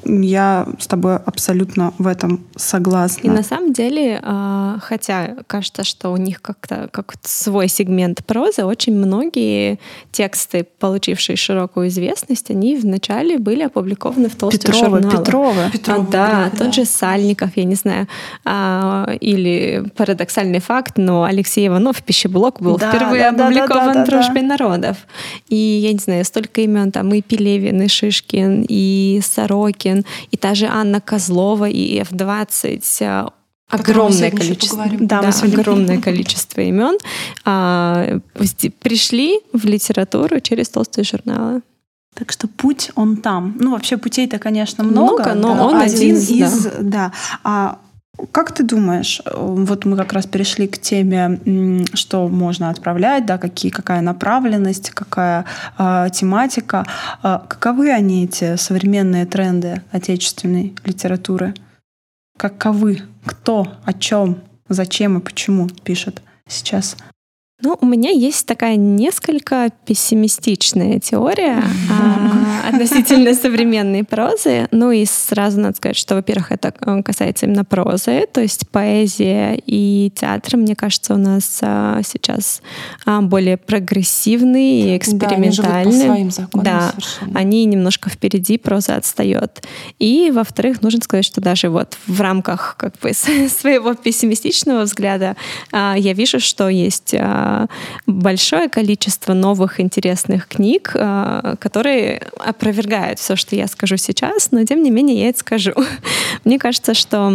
Speaker 1: я с тобой абсолютно в этом согласна.
Speaker 3: И на самом деле, хотя кажется, что у них как-то как свой сегмент прозы, очень многие тексты, получившие широкую известность, они вначале были опубликованы в толстых
Speaker 1: Петрова,
Speaker 3: журналах.
Speaker 1: Петрова.
Speaker 3: Петрова. А, да, да, тот же Сальников, я не знаю. А, или парадоксальный факт, но Алексей Иванов, «Пищеблок» был да, впервые да, опубликован да, да, да, «Дружбой да. народов». И, я не знаю, столько имен, там и Пелевин, и Шишкин, и Сорокин, и та же Анна Козлова, и эф двадцать. Огромное количество, да, да, огромное количество имен а, пришли в литературу через толстые журналы.
Speaker 1: Так что путь он там. Ну, вообще путей-то, конечно, много,
Speaker 3: много но
Speaker 1: да,
Speaker 3: он
Speaker 1: один
Speaker 3: один
Speaker 1: из...
Speaker 3: Да.
Speaker 1: Да. А как ты думаешь, вот мы как раз перешли к теме, что можно отправлять, да, какие, какая направленность, какая э, тематика. Э, каковы они, эти современные тренды отечественной литературы? Каковы? Кто, о чем, зачем и почему пишет сейчас?
Speaker 3: Ну, у меня есть такая несколько пессимистичная теория а, относительно современной прозы. Ну и сразу надо сказать, что, во-первых, это касается именно прозы, то есть поэзия и театр, мне кажется, у нас а, сейчас а, более прогрессивные и экспериментальные.
Speaker 2: Да, они живут по своим законам
Speaker 3: да,
Speaker 2: совершенно.
Speaker 3: Они немножко впереди, проза отстает. И, во-вторых, нужно сказать, что даже вот в рамках как бы своего пессимистичного взгляда а, я вижу, что есть большое количество новых интересных книг, которые опровергают все, что я скажу сейчас, но тем не менее я это скажу. Мне кажется, что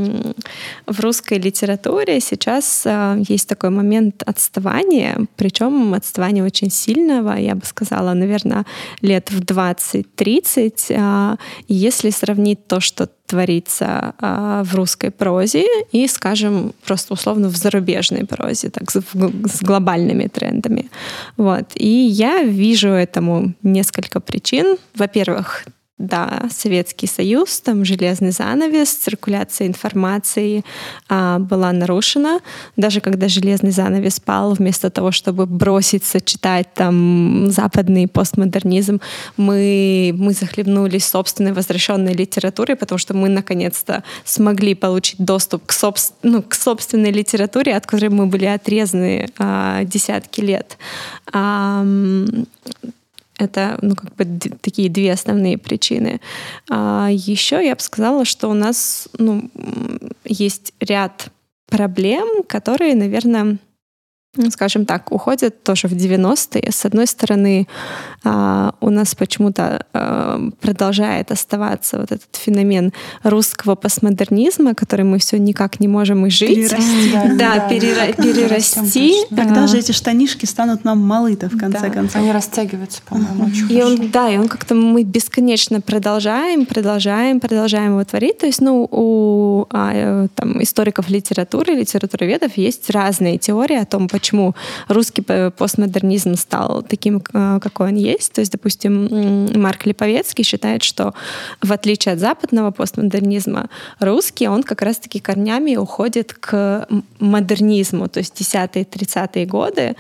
Speaker 3: в русской литературе сейчас есть такой момент отставания, причем отставания очень сильного, я бы сказала, наверное, лет в двадцать-тридцать. Если сравнить то, что творится а, в русской прозе и, скажем, просто условно в зарубежной прозе, так, с, с глобальными трендами. Вот. И я вижу этому несколько причин. Во-первых, да, Советский Союз, там железный занавес, циркуляция информации а, была нарушена. Даже когда железный занавес пал, вместо того, чтобы броситься читать там западный постмодернизм, мы, мы захлебнулись собственной возвращенной литературой, потому что мы наконец-то смогли получить доступ к, собс- ну, к собственной литературе, от которой мы были отрезаны а, десятки лет. А, Это, ну, как бы д- такие две основные причины. А еще я бы сказала, что у нас, ну, есть ряд проблем, которые, наверное, ну, скажем так, уходят тоже в девяностые. С одной стороны, а, у нас почему-то а, продолжает оставаться вот этот феномен русского постмодернизма, который мы все никак не можем изжить.
Speaker 1: Перерасти.
Speaker 3: Да, да, да, перера- перерасти.
Speaker 1: Когда же эти штанишки станут нам малы-то, в конце
Speaker 2: да.
Speaker 1: концов?
Speaker 2: Они растягиваются, по-моему, очень
Speaker 3: и он, да, и он как-то мы бесконечно продолжаем, продолжаем, продолжаем его творить. То есть, ну, у а, там, историков литературы, литературоведов есть разные теории о том, почему русский постмодернизм стал таким, какой он есть. То есть, допустим, Марк Липовецкий считает, что в отличие от западного постмодернизма, русский, он как раз-таки корнями уходит к модернизму, то есть десятые-тридцатые годы,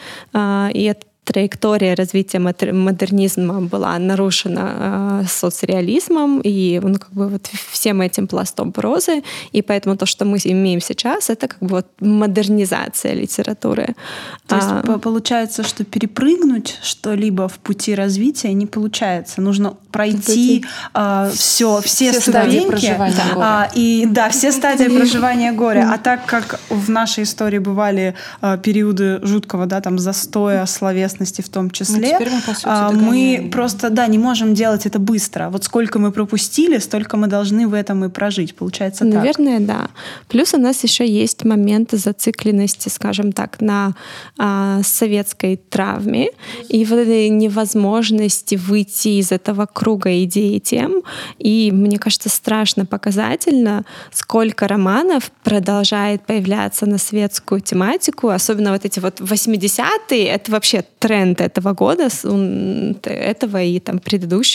Speaker 3: и это траектория развития модернизма была нарушена э, соцреализмом и, ну, как бы вот всем этим пластом прозы, и поэтому то, что мы имеем сейчас, это как бы вот модернизация литературы.
Speaker 1: То есть
Speaker 3: а,
Speaker 1: получается, что перепрыгнуть что-либо в пути развития не получается. Нужно пройти э, все, все, все ступеньки. А, и, да, все стадии проживания горя. А так как в нашей истории бывали э, периоды жуткого, да, там, застоя, словесности в том числе, ну, мы, по сути, а, мы просто, да, не можем делать это быстро. Вот сколько мы пропустили, столько мы должны в этом и прожить. Получается так.
Speaker 3: Наверное, да. Плюс у нас еще есть моменты зацикленности, скажем так, на а, советской травме и вот этой невозможности выйти из этого круга идей и тем. И мне кажется, страшно показательно, сколько романов продолжает появляться на светскую тематику, особенно вот эти вот восьмидесятые, это вообще тренд этого года, этого и там предыдущего,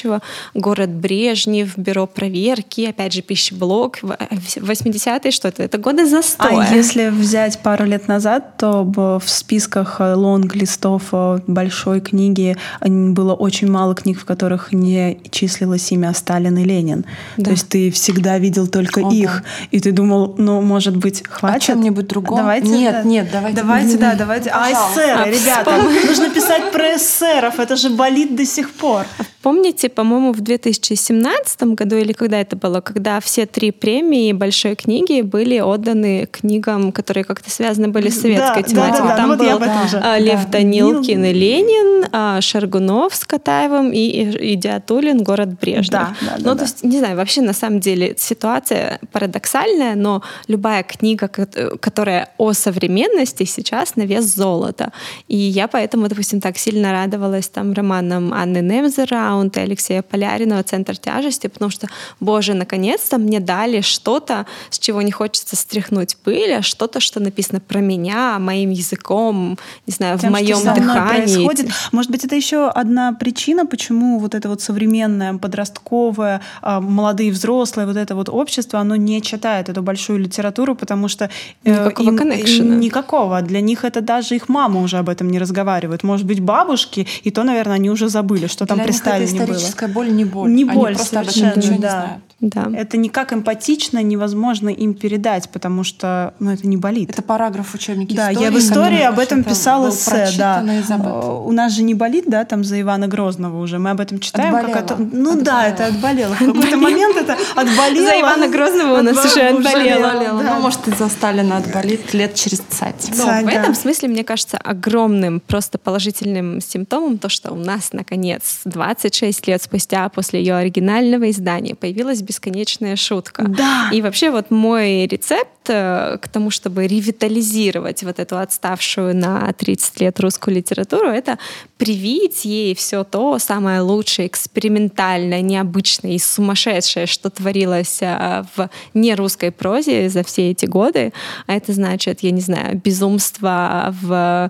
Speaker 3: «Город Брежнев», «Бюро проверки», опять же, «Пищеблок», восьмидесятые, что это? Это годы застоя.
Speaker 1: А если взять пару лет назад, то в списках лонг-листов большой книги было очень мало книг, в которых не числилось имя Сталин и Ленин. Да. То есть ты всегда видел только О, их, да. и ты думал, ну, может быть, хватит?
Speaker 2: О чем-нибудь другом?
Speaker 1: Давайте,
Speaker 2: нет,
Speaker 1: да.
Speaker 2: нет, давайте.
Speaker 1: Давайте, да, давайте. А эсеры,
Speaker 3: а,
Speaker 1: ребята, нужно писать про эсеров, это же болит до сих пор.
Speaker 3: Помните, по-моему, в две тысячи семнадцатом году, или когда это было, когда все три премии большой книги были отданы книгам, которые как-то связаны были с советской
Speaker 1: да,
Speaker 3: тематикой.
Speaker 1: Да, да,
Speaker 3: Там
Speaker 1: ну,
Speaker 3: был
Speaker 1: вот да.
Speaker 3: Лев
Speaker 1: да.
Speaker 3: Данилкин и Ленин, Шаргунов с Катаевым и Идиатуллин «Город Брежнев».
Speaker 1: Да, да,
Speaker 3: ну,
Speaker 1: да,
Speaker 3: то
Speaker 1: да.
Speaker 3: есть, не знаю, вообще на самом деле ситуация парадоксальная, но любая книга, которая о современности, сейчас на вес золота. И я поэтому, допустим, так сильно радовалась там романам Анны Немзер-Раунд и Алексея Поляринова «Центр тяжести», потому что, боже, наконец-то мне дали что-то, с чего не хочется стряхнуть пыль, а что-то, что написано про меня, моим языком, не знаю,
Speaker 1: Тем,
Speaker 3: в моем
Speaker 1: что
Speaker 3: дыхании.
Speaker 1: Происходит. Может быть, это еще одна причина, почему вот это вот современное, подростковое, молодые, взрослые, вот это вот общество, оно не читает эту большую литературу, потому что
Speaker 3: никакого
Speaker 1: им,
Speaker 3: коннекшена.
Speaker 1: Никакого. Для них это даже их мама уже об этом не разговаривает. Может быть, бабушки, и то, наверное, они уже забыли, что там
Speaker 2: Для
Speaker 1: при
Speaker 2: них
Speaker 1: Сталине
Speaker 2: это
Speaker 1: было.
Speaker 2: историческая боль, не боль.
Speaker 1: Не
Speaker 2: Они
Speaker 1: боль,
Speaker 2: просто об этом
Speaker 1: совершенно,
Speaker 2: ничего не
Speaker 1: да.
Speaker 2: знают.
Speaker 3: Да.
Speaker 1: Это никак эмпатично невозможно им передать, потому что ну, это не болит.
Speaker 2: Это параграф в учебнике
Speaker 1: да,
Speaker 2: истории.
Speaker 1: Я в истории об этом писала эссе. Да.
Speaker 2: У
Speaker 1: нас же не болит, да, там за Ивана Грозного уже. Мы об этом читаем.
Speaker 2: Отболело.
Speaker 1: Как это... Ну
Speaker 2: отболело.
Speaker 1: Да, это отболело. В какой-то момент это отболело.
Speaker 3: За Ивана Грозного у нас уже отболело.
Speaker 2: Ну, может, и за Сталина отболит лет через тридцать.
Speaker 3: Но в этом смысле, мне кажется, огромным просто положительным симптомом то, что у нас, наконец, двадцать шесть лет спустя после ее оригинального издания появилась бесконечная шутка.
Speaker 1: Да.
Speaker 3: И вообще вот мой рецепт к тому, чтобы ревитализировать вот эту отставшую на тридцать лет русскую литературу, это привить ей все то самое лучшее, экспериментальное, необычное и сумасшедшее, что творилось в нерусской прозе за все эти годы. А это значит, я не знаю, безумство в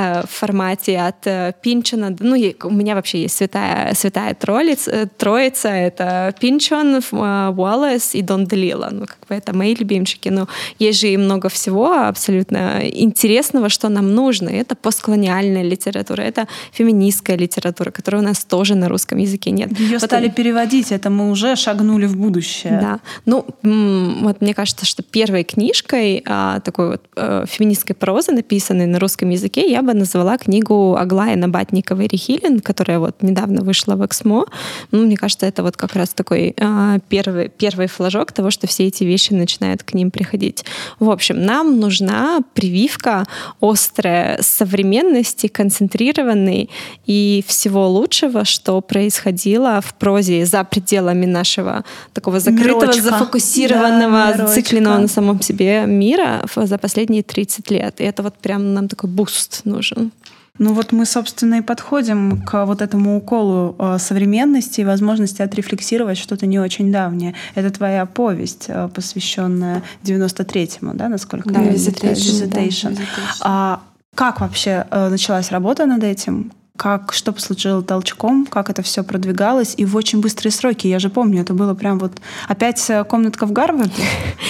Speaker 3: формате от Пинчона. Ну, у меня вообще есть святая, святая троица, троица. Это Пинчон, Уоллес и Дон Делило. Ну, как бы это мои любимчики. Но есть же и много всего абсолютно интересного, что нам нужно. Это постколониальная литература, это феминистская литература, которой у нас тоже на русском языке нет.
Speaker 1: Ее
Speaker 3: вот
Speaker 1: стали это... переводить, это мы уже шагнули в будущее.
Speaker 3: Да. Ну, вот мне кажется, что первой книжкой такой вот феминистской прозы, написанной на русском языке, я бы назвала книгу Аглаи Набатниковой «Рехилин», которая вот недавно вышла в Эксмо. Ну, мне кажется, это вот как раз такой первый, первый флажок того, что все эти вещи начинают к ним приходить. В общем, нам нужна прививка острая современности, концентрированной и всего лучшего, что происходило в прозе за пределами нашего такого закрытого,
Speaker 1: мирочка.
Speaker 3: Зафокусированного,
Speaker 1: да,
Speaker 3: зацикленного на самом себе мира за последние тридцать лет. И это вот прям нам такой буст нужен.
Speaker 1: Ну вот мы, собственно, и подходим к вот этому уколу современности и возможности отрефлексировать что-то не очень давнее. Это твоя повесть, посвященная девяносто третьему, да, насколько
Speaker 2: да,
Speaker 1: я
Speaker 2: Visitation.
Speaker 1: Visitation. Да, а как вообще началась работа над этим? Как, что послужило толчком, как это все продвигалось, и в очень быстрые сроки. Я же помню, это было прям вот опять комнатка в Гарварде.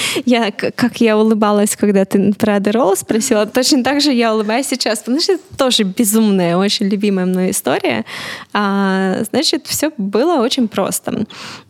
Speaker 3: Я, как я улыбалась, когда ты про Адderall спросила, точно так же я улыбаюсь сейчас, потому что это тоже безумная, очень любимая мной история. А, значит, все было очень просто.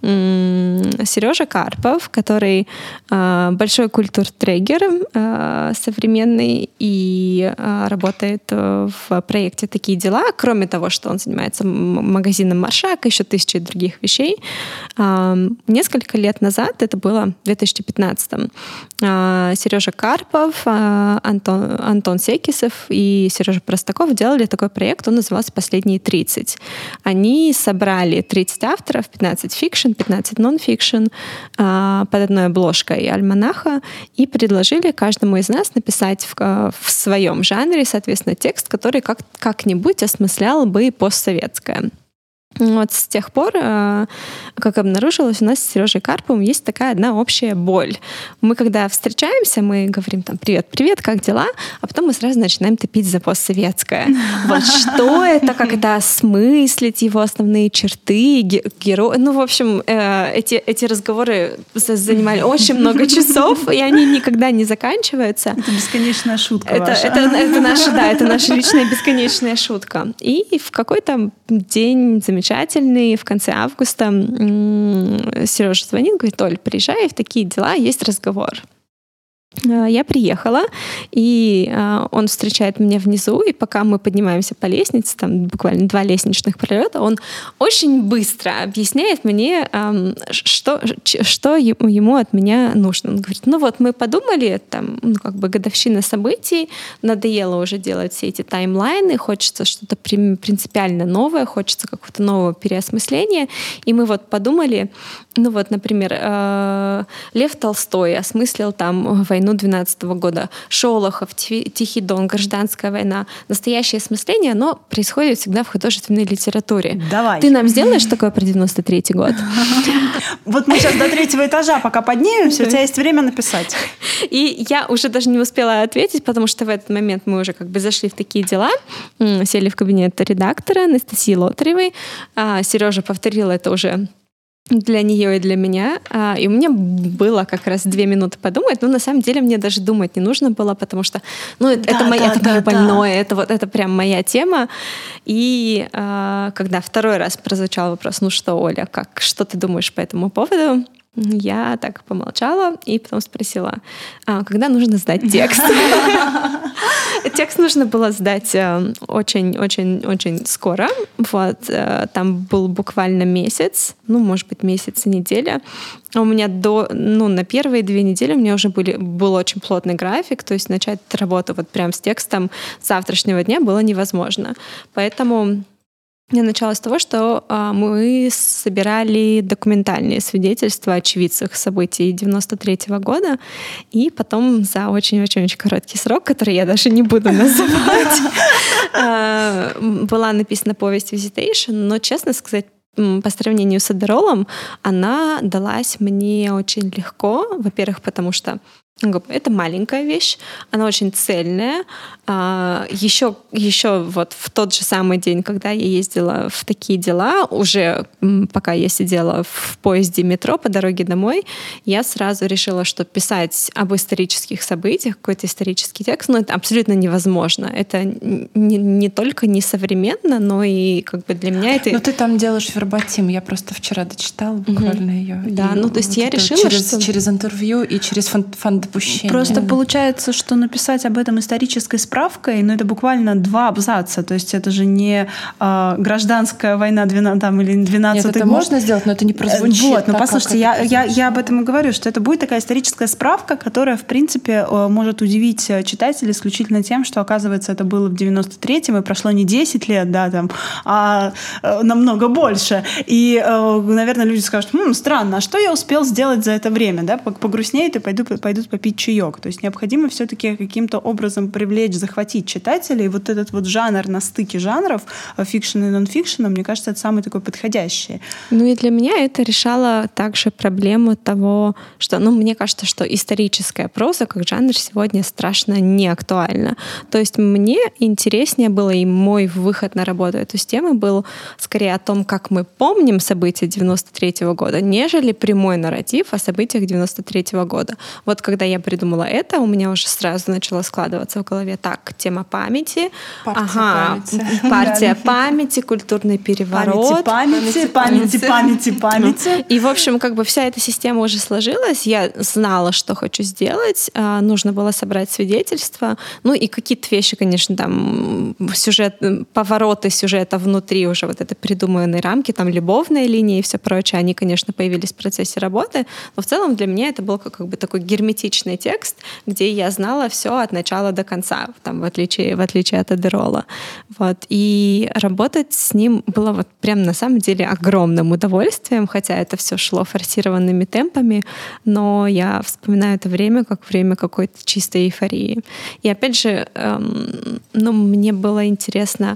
Speaker 3: Сережа Карпов, который а, большой культуртрегер а, современный и а, работает в проекте «Такие дела», кроме того, что он занимается магазином «Маршак», еще тысячи других вещей. Несколько лет назад, это было в две тысячи пятнадцатом, Сережа Карпов, Антон, Антон Секисов и Сережа Простаков делали такой проект, он назывался «Последние тридцать». Они собрали тридцать авторов, пятнадцать фикшн, пятнадцать нон-фикшн под одной обложкой альманаха и предложили каждому из нас написать в, в своем жанре, соответственно, текст, который как, как-нибудь осмыслял бы постсоветское. Вот с тех пор э, как обнаружилось, у нас с Сережей Карповым есть такая одна общая боль. Мы, когда встречаемся, мы говорим там «Привет, привет, как дела?», а потом мы сразу начинаем топить за постсоветское. Вот что это, как это осмыслить, его основные черты, герои. Ну, в общем, эти, эти разговоры занимали очень много часов, и они никогда не заканчиваются.
Speaker 1: Это бесконечная шутка
Speaker 3: это,
Speaker 1: ваша.
Speaker 3: Это, это наша, да, это наша личная бесконечная шутка. И в какой-то день замечательный, в конце августа, Сережа звонит, говорит: Оль, приезжай, в такие дела, есть разговор. Я приехала, и он встречает меня внизу, и пока мы поднимаемся по лестнице, там буквально два лестничных пролета, он очень быстро объясняет мне, что, что ему от меня нужно. Он говорит: ну вот, мы подумали, там, ну, как бы годовщина событий, надоело уже делать все эти таймлайны, хочется что-то принципиально новое, хочется какого-то нового переосмысления, и мы вот подумали, ну вот, например, Лев Толстой осмыслил там войну двенадцатого года, Шолохов, Тихий Дон, гражданская война. Настоящее осмысление, оно происходит всегда в художественной литературе.
Speaker 1: Давай.
Speaker 3: Ты нам сделаешь такое про девяносто третий год?
Speaker 1: Вот мы сейчас до третьего этажа пока поднимемся, у тебя есть время написать.
Speaker 3: И я уже даже не успела ответить, потому что в этот момент мы уже как бы зашли в такие дела, сели в кабинет редактора Анастасии Лотаревой. Сережа повторил это уже для нее и для меня. И у меня было как раз две минуты подумать, но на самом деле мне даже думать не нужно было, потому что ну, это, да, это, моя, да, это да, мое да. больное, это, вот, это прям моя тема. И а, когда второй раз прозвучал вопрос: ну что, Оля, как, что ты думаешь по этому поводу? Я так помолчала и потом спросила: а когда нужно сдать текст? Текст нужно было сдать очень-очень-очень скоро. Вот. Там был буквально месяц, ну, может быть, месяц и неделя. У меня до, ну, на первые две недели у меня уже были, был очень плотный график, то есть начать работу вот прям с текстом с завтрашнего дня было невозможно. Поэтому я начала с того, что а, мы собирали документальные свидетельства очевидцев событий девяносто третьего года, и потом за очень-очень-очень короткий срок, который я даже не буду называть, была написана повесть «Visitation», но, честно сказать, по сравнению с Адероллом, она далась мне очень легко. Во-первых, потому что это маленькая вещь, она очень цельная. Еще, еще вот в тот же самый день, когда я ездила в такие дела, уже пока я сидела в поезде метро по дороге домой, я сразу решила, что писать об исторических событиях, какой-то исторический текст, ну, это абсолютно невозможно. Это не, не только несовременно, но и как бы для меня это...
Speaker 2: Но ты там делаешь вербатим. Я просто вчера дочитала буквально mm-hmm. ее.
Speaker 3: Да, ну то есть вот я решила,
Speaker 2: через,
Speaker 3: что...
Speaker 2: Через интервью и через фан-допущение.
Speaker 1: Просто получается, что написать об этом исторической справкой, ну это буквально два абзаца, то есть это же не э, гражданская война двенадцатый, там, или двенадцатый
Speaker 2: Нет, это
Speaker 1: год.
Speaker 2: можно сделать, но это не прозвучит.
Speaker 1: Вот, ну
Speaker 2: так,
Speaker 1: послушайте, я, я, я об этом и говорю, что это будет такая историческая справка, которая, в принципе, может удивить читателей исключительно тем, что, оказывается, это было в девяносто третьем, и прошло не десять лет, да, там, а намного больше. И, наверное, люди скажут: хм, странно, а что я успел сделать за это время? Да? Погрустнеют и пойдут, пойдут попить чаек. То есть необходимо все-таки каким-то образом привлечь, захватить читателей. И вот этот вот жанр на стыке жанров, фикшн и нон-фикшн, мне кажется, это самый такой подходящий.
Speaker 3: Ну и для меня это решало также проблему того, что, ну, мне кажется, что историческая проза как жанр сегодня страшно не актуальна. То есть мне интереснее было, и мой выход на работу эту тему был скорее о том, как мы помним события девяносто третьего года, нежели прямой нарратив о событиях девяносто третьего года. Вот когда я придумала это, у меня уже сразу начало складываться в голове: так, тема памяти,
Speaker 2: партия
Speaker 3: ага,
Speaker 2: памяти,
Speaker 3: партия памяти, культурный переворот,
Speaker 1: памяти, памяти, памяти, памяти.
Speaker 3: И, в общем, как бы вся эта система уже сложилась, я знала, что хочу сделать, нужно было собрать свидетельства, ну и какие-то вещи, конечно, там сюжет, повороты сюжета внутри уже вот этой придуманной рамки, там любовные линии и все прочее, они, конечно, появились в процессе работы, но в целом для меня это был как бы такой герметичный текст, где я знала все от начала до конца, там, в отличие, в отличие от Адеролла. Вот. И работать с ним было вот прям на самом деле огромным удовольствием, хотя это все шло форсированными темпами, но я вспоминаю это время как время какой-то чистой эйфории. И опять же, эм, ну, мне было интересно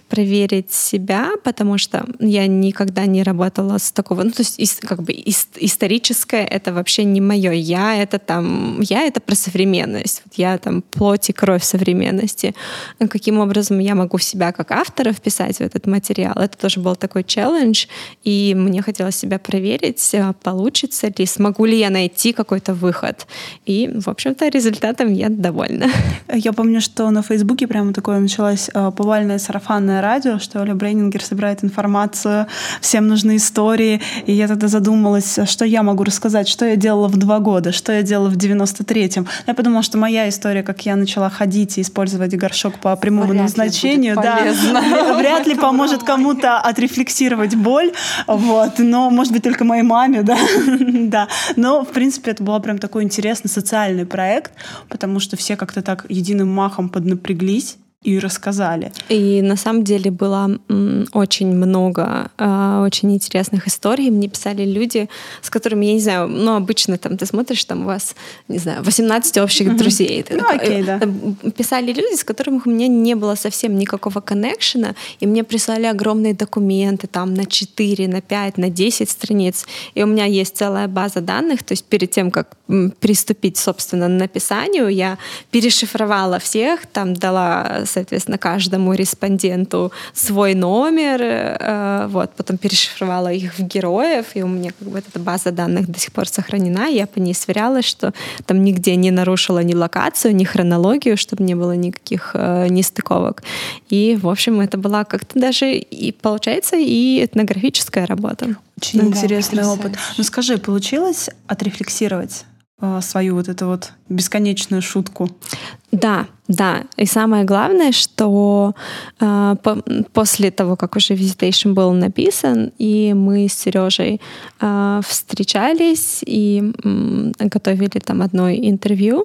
Speaker 3: проверить себя, потому что я никогда не работала с такого, ну то есть как бы историческое это вообще не мое. Я это там, я это про современность. Вот я там плоть и кровь современности. Каким образом я могу себя как автора вписать в этот материал? Это тоже был такой челлендж, и мне хотелось себя проверить, получится ли, смогу ли я найти какой-то выход. И, в общем-то, результатом я довольна.
Speaker 1: Я помню, что на Фейсбуке прямо такое началось повальное сарафанное радио, что Оля Брейнингер собирает информацию, всем нужны истории. И я тогда задумалась, что я могу рассказать, что я делала в два года, что я делала в девяносто третьем. Я подумала, что моя история, как я начала ходить и использовать горшок по прямому
Speaker 2: вряд
Speaker 1: назначению,
Speaker 2: ли
Speaker 1: да, вряд ли поможет кому-то отрефлексировать боль, вот, но, может быть, только моей маме, да, да. Но, в принципе, это был прям такой интересный социальный проект, потому что все как-то так единым махом поднапряглись и рассказали.
Speaker 3: И на самом деле было м, очень много э, очень интересных историй. Мне писали люди, с которыми, я не знаю, ну, обычно там ты смотришь, там у вас, не знаю, восемнадцать общих mm-hmm. друзей.
Speaker 1: Ну,
Speaker 3: такой,
Speaker 1: окей, да.
Speaker 3: Писали люди, с которыми у меня не было совсем никакого коннекшена, и мне прислали огромные документы там на четыре, на пять, на десять страниц. И у меня есть целая база данных, то есть перед тем, как приступить, собственно, к написанию, я перешифровала всех, там дала, соответственно, каждому респонденту свой номер, э, вот, потом перешифровала их в героев, и у меня как бы эта база данных до сих пор сохранена, я по ней сверялась, что там нигде не нарушила ни локацию, ни хронологию, чтобы не было никаких э, нестыковок. И, в общем, это была как-то даже, и получается, и этнографическая работа.
Speaker 1: Очень
Speaker 2: да,
Speaker 1: интересный
Speaker 2: да,
Speaker 1: опыт. Ну скажи, получилось отрефлексировать свою вот эту вот бесконечную шутку?
Speaker 3: Да, да. И самое главное, что э, по, после того, как уже Visitation был написан, и мы с Сережей э, встречались и э, готовили там одно интервью,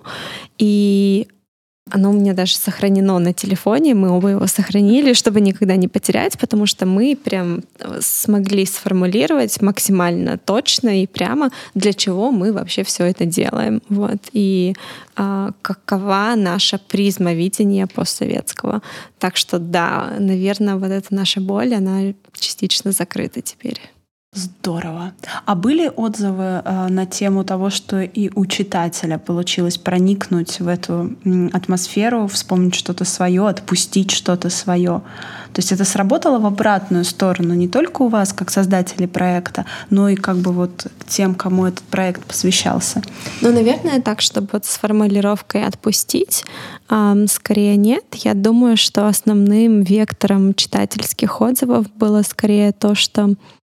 Speaker 3: и оно у меня даже сохранено на телефоне, мы оба его сохранили, чтобы никогда не потерять, потому что мы прям смогли сформулировать максимально точно и прямо, для чего мы вообще все это делаем. Вот. И а, какова наша призма видения постсоветского. Так что да, наверное, вот эта наша боль, она частично закрыта теперь.
Speaker 1: Здорово. А были отзывы э, на тему того, что и у читателя получилось проникнуть в эту м, атмосферу, вспомнить что-то свое, отпустить что-то свое? То есть это сработало в обратную сторону не только у вас, как создателей проекта, но и как бы вот тем, кому этот проект посвящался?
Speaker 3: Ну, наверное, так, чтобы вот с формулировкой «отпустить», эм, скорее нет. Я думаю, что основным вектором читательских отзывов было скорее то, что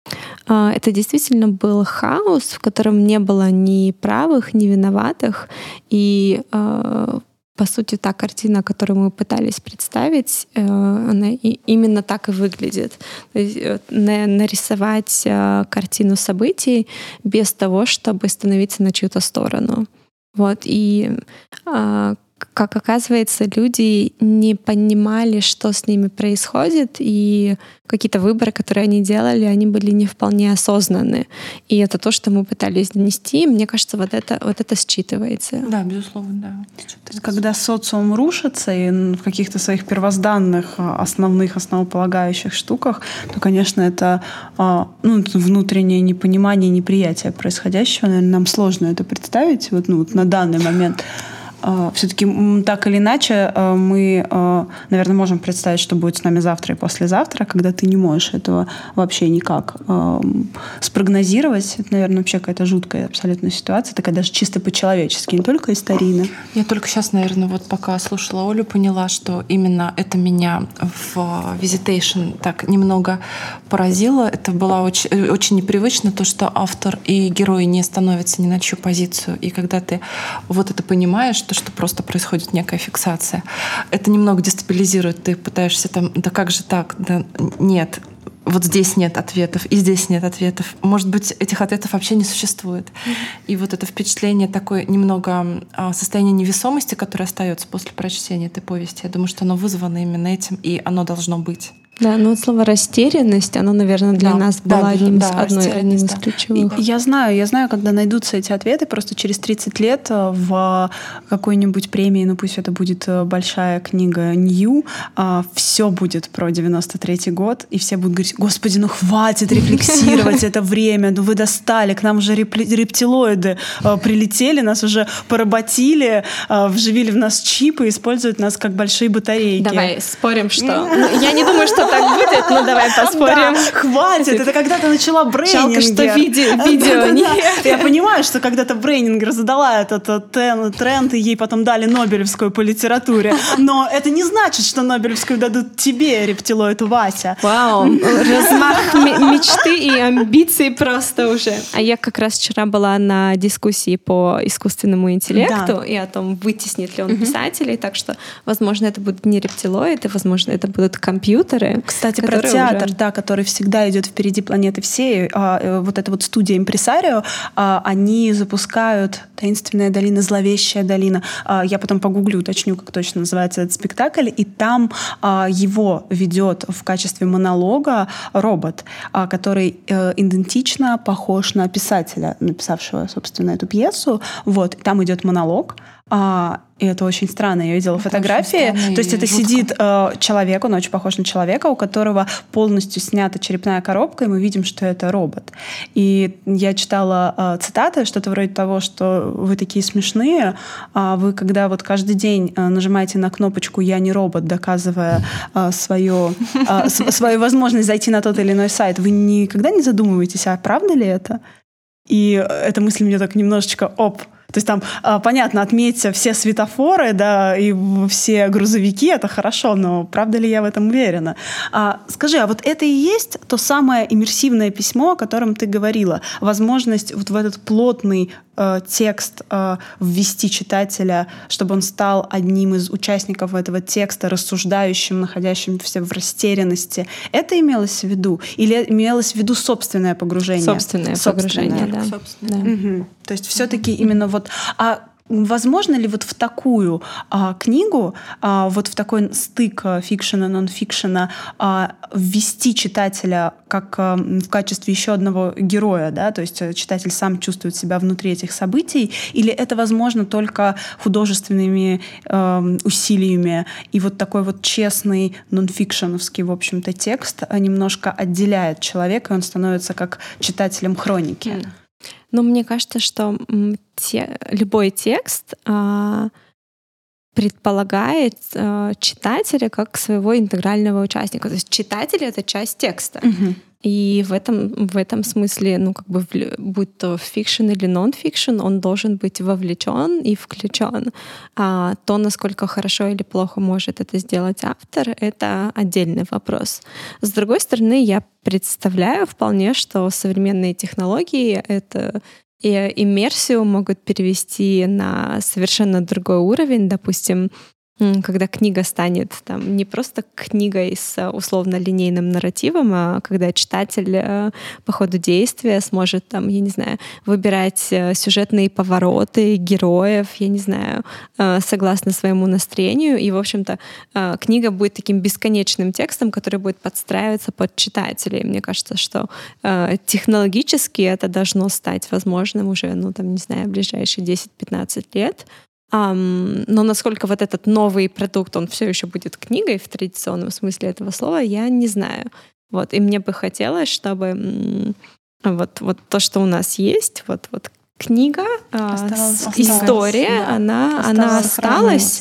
Speaker 3: это действительно был хаос, в котором не было ни правых, ни виноватых. И, по сути, та картина, которую мы пытались представить, она именно так и выглядит. То есть нарисовать картину событий без того, чтобы становиться на чью-то сторону. Вот. И как оказывается, люди не понимали, что с ними происходит, и какие-то выборы, которые они делали, они были не вполне осознанны. И это то, что мы пытались донести. Мне кажется, вот это, вот это считывается.
Speaker 2: Да, безусловно, да.
Speaker 1: То есть, когда социум рушится и в каких-то своих первозданных, основных, основополагающих штуках, то, конечно, это ну, внутреннее непонимание, неприятие происходящего. Наверное, нам сложно это представить вот, ну, вот на данный момент. Все-таки так или иначе мы, наверное, можем представить, что будет с нами завтра и послезавтра, когда ты не можешь этого вообще никак спрогнозировать. Это, наверное, вообще какая-то жуткая абсолютно ситуация, такая даже чисто по-человечески, не только историйно.
Speaker 2: Я только сейчас, наверное, вот пока слушала Олю, поняла, что именно это меня в Visitation так немного поразило. Это было очень, очень непривычно, то, что автор и герой не становятся ни на чью позицию. И когда ты вот это понимаешь, то, что просто происходит некая фиксация. Это немного дестабилизирует. Ты пытаешься там, да как же так? Да нет, вот здесь нет ответов, и здесь нет ответов. Может быть, этих ответов вообще не существует. Mm-hmm. И вот это впечатление, такое немного состояние невесомости, которое остается после прочтения этой повести, я думаю, что оно вызвано именно этим, и оно должно быть.
Speaker 3: Да, ну вот слово «растерянность», оно, наверное, для
Speaker 2: да,
Speaker 3: нас
Speaker 2: да,
Speaker 3: было одним,
Speaker 2: да,
Speaker 3: из, одной, одним из ключевых.
Speaker 1: Я знаю, я знаю, когда найдутся эти ответы, просто через тридцать лет в какой-нибудь премии, ну пусть это будет большая книга Нью, все будет про девяносто третий год, и все будут говорить: господи, ну хватит рефлексировать это время, ну вы достали, к нам уже рептилоиды прилетели, нас уже поработили, вживили в нас чипы, используют нас как большие батарейки.
Speaker 3: Давай спорим, что... Я не думаю, что так будет, но давай поспорим.
Speaker 1: Да, хватит, это когда ты начала Брейнингер.
Speaker 3: Жалко, что видео, видео нет.
Speaker 1: Я понимаю, что когда-то Брейнингер задала этот тренд, и ей потом дали Нобелевскую по литературе, но это не значит, что Нобелевскую дадут тебе, рептилоид Вася.
Speaker 3: Вау, размах мечты и амбиций просто уже. А я как раз вчера была на дискуссии по искусственному интеллекту, да, и о том, вытеснит ли он писателей, так что, возможно, это будут не рептилоиды, возможно, это будут компьютеры.
Speaker 1: Кстати, про театр, уже... да, который всегда идет впереди планеты всей. А, вот эта вот студия Импресарио, а, они запускают «Таинственная долина», «Зловещая долина». А, я потом погуглю, уточню, как точно называется этот спектакль. И там а, его ведет в качестве монолога робот, а, который а, идентично похож на писателя, написавшего, собственно, эту пьесу. Вот, там идет монолог. А, и это очень странно. Я видела это фотографии. То есть это жутко. Сидит э, человек, он очень похож на человека, у которого полностью снята черепная коробка, и мы видим, что это робот. И я читала э, цитаты, что-то вроде того, что вы такие смешные, а вы когда вот каждый день э, нажимаете на кнопочку «Я не робот», доказывая э, свою, э, свою возможность зайти на тот или иной сайт, вы никогда не задумываетесь, а правда ли это? И эта мысль мне так немножечко оп. То есть там, понятно, отметьте все светофоры, да, и все грузовики, это хорошо, но правда ли я в этом уверена? А, скажи, а вот это и есть то самое иммерсивное письмо, о котором ты говорила? Возможность вот в этот плотный э, текст э, ввести читателя, чтобы он стал одним из участников этого текста, рассуждающим, находящимся в растерянности. Это имелось в виду? Или имелось в виду собственное погружение?
Speaker 3: Собственное, собственное погружение, да.
Speaker 2: Собственное.
Speaker 3: да.
Speaker 1: Угу. То есть все-таки именно вот... А возможно ли вот в такую а, книгу, а, вот в такой стык фикшена, нон-фикшена а, ввести читателя как а, в качестве еще одного героя, да? То есть читатель сам чувствует себя внутри этих событий, или это возможно только художественными а, усилиями, и вот такой вот честный нон-фикшеновский, в общем-то, текст немножко отделяет человека, и он становится как читателем хроники? Mm.
Speaker 3: Но мне кажется, что те, любой текст а, предполагает а, читателя как своего интегрального участника. То есть читатель — это часть текста.
Speaker 1: Угу.
Speaker 3: И в этом, в этом смысле, ну, как бы, будь то фикшн или нон-фикшн, он должен быть вовлечен и включен. А то, насколько хорошо или плохо может это сделать автор, это отдельный вопрос. С другой стороны, я представляю вполне, что современные технологии — это и иммерсию могут перевести на совершенно другой уровень. Допустим, когда книга станет там не просто книгой с условно-линейным нарративом, а когда читатель по ходу действия сможет там, я не знаю, выбирать сюжетные повороты героев, я не знаю, согласно своему настроению. И, в общем-то, книга будет таким бесконечным текстом, который будет подстраиваться под читателей. Мне кажется, что технологически это должно стать возможным уже, ну, там, не знаю, в ближайшие десять-пятнадцать лет. Um, но насколько вот этот новый продукт, он все еще будет книгой в традиционном смысле этого слова, я не знаю. Вот. И мне бы хотелось, чтобы м- вот, вот то, что у нас есть, вот, вот книга, осталась, осталась, история, да, она, осталась, она осталась,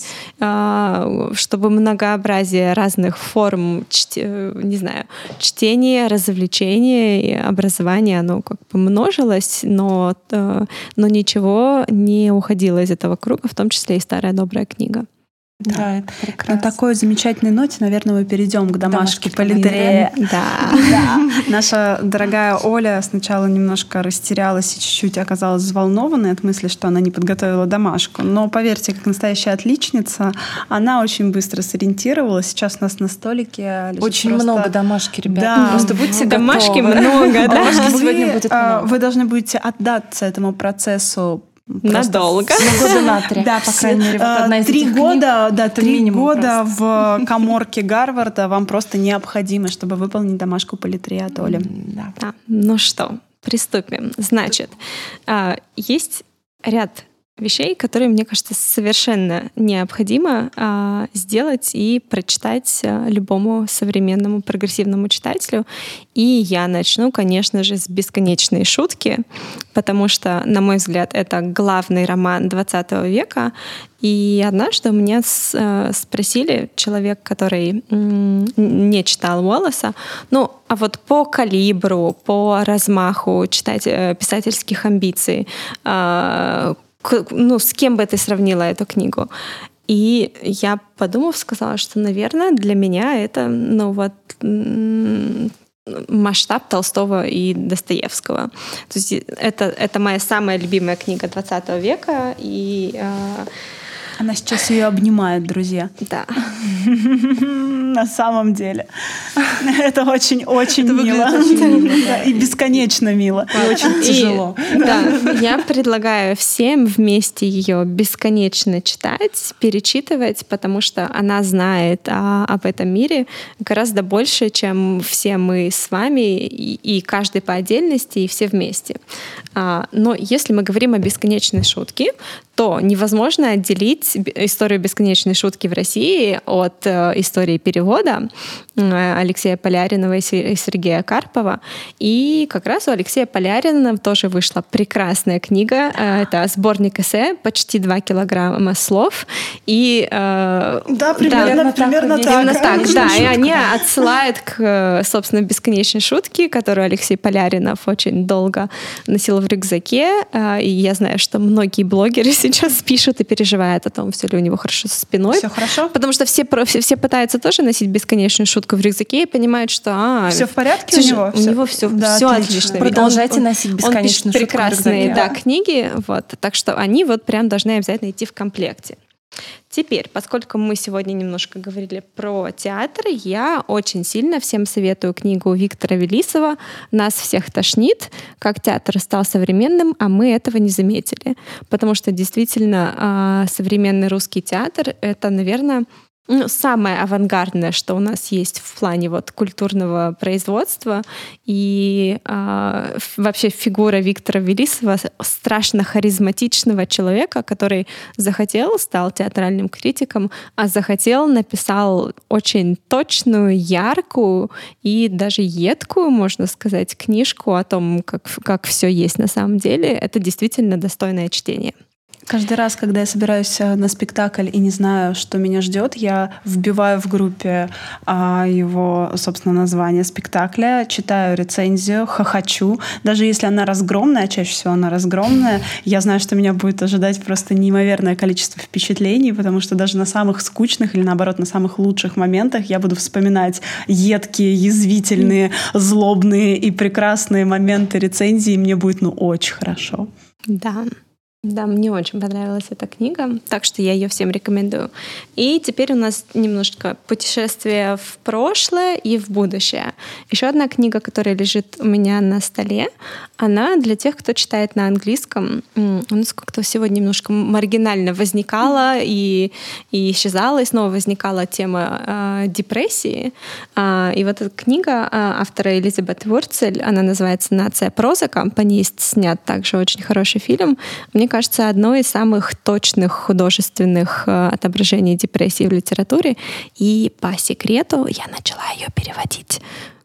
Speaker 3: а, чтобы многообразие разных форм, чте, не знаю, чтения, развлечения и образования, оно как бы множилось, но, но ничего не уходило из этого круга, в том числе и старая добрая книга.
Speaker 2: Да, да, это прекрасно.
Speaker 1: На такой замечательной ноте, наверное, мы перейдем к домашке по литере.
Speaker 3: Да.
Speaker 1: Да. Наша дорогая Оля сначала немножко растерялась и чуть-чуть оказалась взволнованной от мысли, что она не подготовила домашку. Но поверьте, как настоящая отличница, она очень быстро сориентировалась. Сейчас у нас на столике лежит
Speaker 2: очень
Speaker 1: просто...
Speaker 2: много домашки, ребята.
Speaker 1: Да.
Speaker 2: Просто будьте
Speaker 3: домашки
Speaker 2: готовы.
Speaker 3: много. Да?
Speaker 2: Домашки
Speaker 1: вы,
Speaker 2: сегодня будет много.
Speaker 1: Вы должны будете отдаться этому процессу
Speaker 3: Надолго.
Speaker 2: На года на три.
Speaker 1: Да,
Speaker 2: по крайней мере, вот одна из
Speaker 1: три
Speaker 2: этих
Speaker 1: года,
Speaker 2: книг,
Speaker 1: да, три
Speaker 2: минимум
Speaker 1: года
Speaker 2: просто.
Speaker 1: в каморке Гарварда вам просто необходимы, чтобы выполнить домашку по литере от Оли.
Speaker 2: Да.
Speaker 3: Да. Ну что, приступим. Значит, а, есть ряд вещей, которые, мне кажется, совершенно необходимо а, сделать и прочитать а, любому современному прогрессивному читателю. И я начну, конечно же, с «Бесконечной шутки», потому что, на мой взгляд, это главный роман двадцатого века. И однажды у меня с, э, спросили, человек, который м, не читал Уоллеса, ну, а вот по калибру, по размаху читать, э, писательских амбиций, э, к, ну, с кем бы ты сравнила эту книгу? И я, подумав, сказала, что, наверное, для меня это, ну, вот... М- масштаб Толстого и Достоевского. То есть это, это моя самая любимая книга двадцатого века. И, э...
Speaker 1: Она сейчас ее обнимает, друзья.
Speaker 3: Да.
Speaker 1: На самом деле. Это очень-очень мило.
Speaker 2: Очень мило
Speaker 1: да. И бесконечно мило. И очень тяжело.
Speaker 3: И, да, я предлагаю всем вместе ее бесконечно читать, перечитывать, потому что она знает о, об этом мире гораздо больше, чем все мы с вами, и, и каждый по отдельности, и все вместе. А, но если мы говорим о «Бесконечной шутке», то невозможно отделить историю «Бесконечной шутки» в России от э, истории перевода э, Алексея Поляринова и Сергея Карпова. И как раз у Алексея Поляринова тоже вышла прекрасная книга. Э, это сборник эссе, почти два килограмма слов. И, э,
Speaker 1: да, примерно,
Speaker 3: да,
Speaker 1: примерно так.
Speaker 3: Именно так, да.
Speaker 1: Шутка.
Speaker 3: И они отсылают к, собственно, «Бесконечной шутке», которую Алексей Поляринов очень долго носил в рюкзаке. Э, и я знаю, что многие блогеры сейчас пишут и переживают о том, все ли у него хорошо со спиной.
Speaker 1: Все хорошо?
Speaker 3: Потому что все, все, все пытаются тоже носить «Бесконечную шутку» в рюкзаке и понимают, что... А,
Speaker 1: все в порядке
Speaker 3: все
Speaker 1: у него?
Speaker 3: У все, него все,
Speaker 1: да,
Speaker 3: все
Speaker 1: отлично.
Speaker 3: отлично.
Speaker 2: Продолжайте
Speaker 3: он,
Speaker 2: носить «Бесконечную
Speaker 3: он пишет
Speaker 2: шутку»
Speaker 3: прекрасные,
Speaker 2: в
Speaker 3: да,
Speaker 2: рюкзаке.
Speaker 3: книги. Вот, так что они вот прям должны обязательно идти в комплекте. Теперь, поскольку мы сегодня немножко говорили про театр, я очень сильно всем советую книгу Виктора Велисова «Нас всех тошнит. Как театр стал современным, а мы этого не заметили». Потому что действительно современный русский театр — это, наверное, ну, самое авангардное, что у нас есть в плане вот культурного производства. И э, вообще фигура Виктора Велисова, страшно харизматичного человека, который захотел, стал театральным критиком, а захотел, написал очень точную, яркую и даже едкую, можно сказать, книжку о том, как, как все есть на самом деле. Это действительно достойное чтение.
Speaker 1: Каждый раз, когда я собираюсь на спектакль и не знаю, что меня ждет, я вбиваю в группе а, его, собственно, название спектакля, читаю рецензию, хохочу. Даже если она разгромная, чаще всего она разгромная, я знаю, что меня будет ожидать просто неимоверное количество впечатлений, потому что даже на самых скучных или, наоборот, на самых лучших моментах я буду вспоминать едкие, язвительные, злобные и прекрасные моменты рецензии, и мне будет, ну, очень хорошо.
Speaker 3: Да. Да, мне очень понравилась эта книга, так что я ее всем рекомендую. И теперь у нас немножко путешествие в прошлое и в будущее. Еще одна книга, которая лежит у меня на столе, она для тех, кто читает на английском. У нас как-то сегодня немножко маргинально возникала и, и исчезала, и снова возникала тема э, депрессии. А, и вот эта книга э, автора Элизабет Вурцель, она называется «Нация прозака». По ней снят также очень хороший фильм. Мне кажется, одно из самых точных художественных э, отображений депрессии в литературе. И по секрету я начала ее переводить.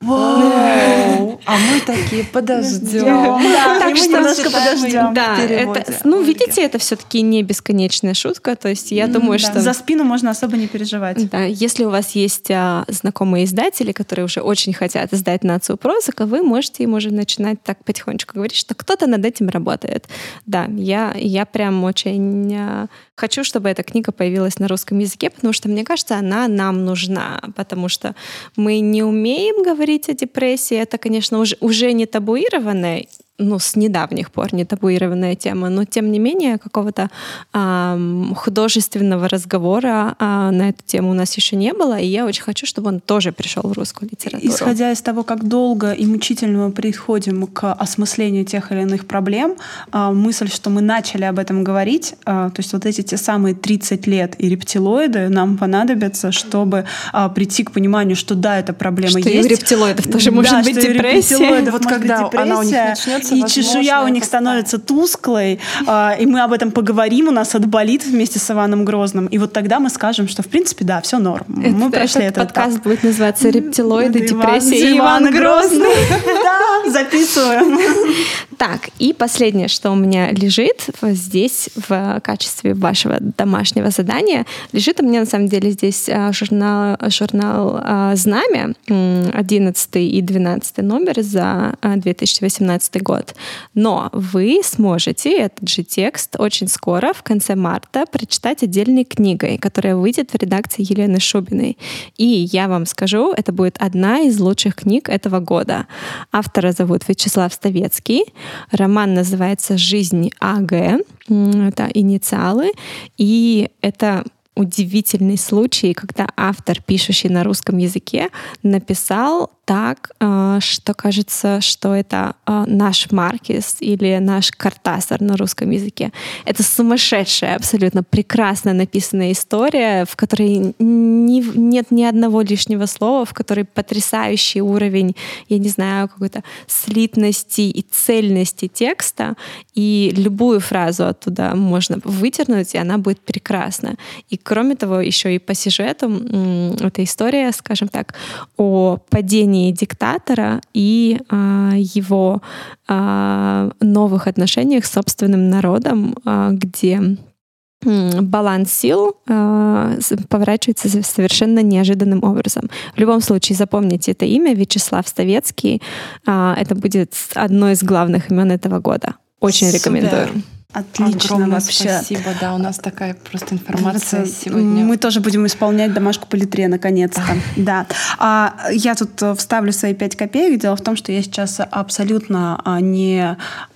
Speaker 2: Воу! А мы такие подождем.
Speaker 1: Да,
Speaker 3: Так
Speaker 1: и мы
Speaker 3: что
Speaker 1: немножко
Speaker 2: читаем
Speaker 1: подождем.
Speaker 3: Да,
Speaker 2: в переводе.
Speaker 3: это, ну,
Speaker 2: Ольги.
Speaker 3: видите, это все-таки не бесконечная шутка. То есть я думаю,
Speaker 1: Да,
Speaker 3: что...
Speaker 1: за спину можно особо не переживать.
Speaker 3: Да, если у вас есть а, знакомые издатели, которые уже очень хотят издать «Нацию прозака», вы можете им уже начинать так потихонечку говорить, что кто-то над этим работает. Да, я, я прям очень а, хочу, чтобы эта книга появилась на русском языке, потому что, мне кажется, она нам нужна, потому что мы не умеем говорить о депрессии. Это, конечно, уже, уже не табуированная ну, с недавних пор не табуированная тема, но тем не менее какого-то э, художественного разговора э, на эту тему у нас еще не было, и я очень хочу, чтобы он тоже пришел в русскую литературу.
Speaker 1: Исходя из того, как долго и мучительно мы приходим к осмыслению тех или иных проблем, э, мысль, что мы начали об этом говорить, э, то есть вот эти те самые тридцать лет и рептилоиды нам понадобятся, чтобы э, прийти к пониманию, что да, эта проблема
Speaker 3: что
Speaker 1: есть.
Speaker 3: И у рептилоидов тоже может
Speaker 1: да,
Speaker 3: быть депрессия.
Speaker 2: Вот когда она у них начнется,
Speaker 1: и чешуя у них становится тусклой, э, и мы об этом поговорим, у нас отболит вместе с Иваном Грозным, и вот тогда мы скажем, что в принципе да, все норм.
Speaker 3: Это,
Speaker 1: мы прошли
Speaker 3: этот
Speaker 1: этот
Speaker 3: подкаст
Speaker 1: этап.
Speaker 3: Будет называться «Рептилоиды,
Speaker 1: Иван,
Speaker 3: депрессия и Иван, Иван Грозный».
Speaker 1: Да, записываем.
Speaker 3: Так, и последнее, что у меня лежит здесь в качестве вашего домашнего задания, лежит у меня на самом деле здесь журнал, журнал «Знамя», одиннадцатый и двенадцатый номер за две тысячи восемнадцатый год. Но вы сможете этот же текст очень скоро, в конце марта, прочитать отдельной книгой, которая выйдет в редакции Елены Шубиной. И я вам скажу, это будет одна из лучших книг этого года. Автора зовут Вячеслав Ставецкий. Роман называется «Жизнь АГ». Это инициалы. И это удивительный случай, когда автор, пишущий на русском языке, написал так, что кажется, что это наш Маркес или наш Кортасар на русском языке. Это сумасшедшая, абсолютно прекрасно написанная история, в которой ни, нет ни одного лишнего слова, в которой потрясающий уровень, я не знаю, какой-то слитности и цельности текста, и любую фразу оттуда можно вытернуть, и она будет прекрасна. И кроме того, еще и по сюжету эта история, скажем так, о падении диктатора и а, его а, новых отношениях с собственным народом, а, где баланс сил э, поворачивается совершенно неожиданным образом. В любом случае, запомните это имя, Вячеслав Ставецкий. Э, это будет одно из главных имен этого года. Очень
Speaker 1: Супер.
Speaker 3: Рекомендую.
Speaker 1: Отлично.
Speaker 2: Огромное
Speaker 1: вообще.
Speaker 2: Спасибо, да, у нас такая просто информация сегодня.
Speaker 1: Мы тоже будем исполнять домашку по литре, наконец-то. Да. А, я тут вставлю свои пять копеек. Дело в том, что я сейчас абсолютно не...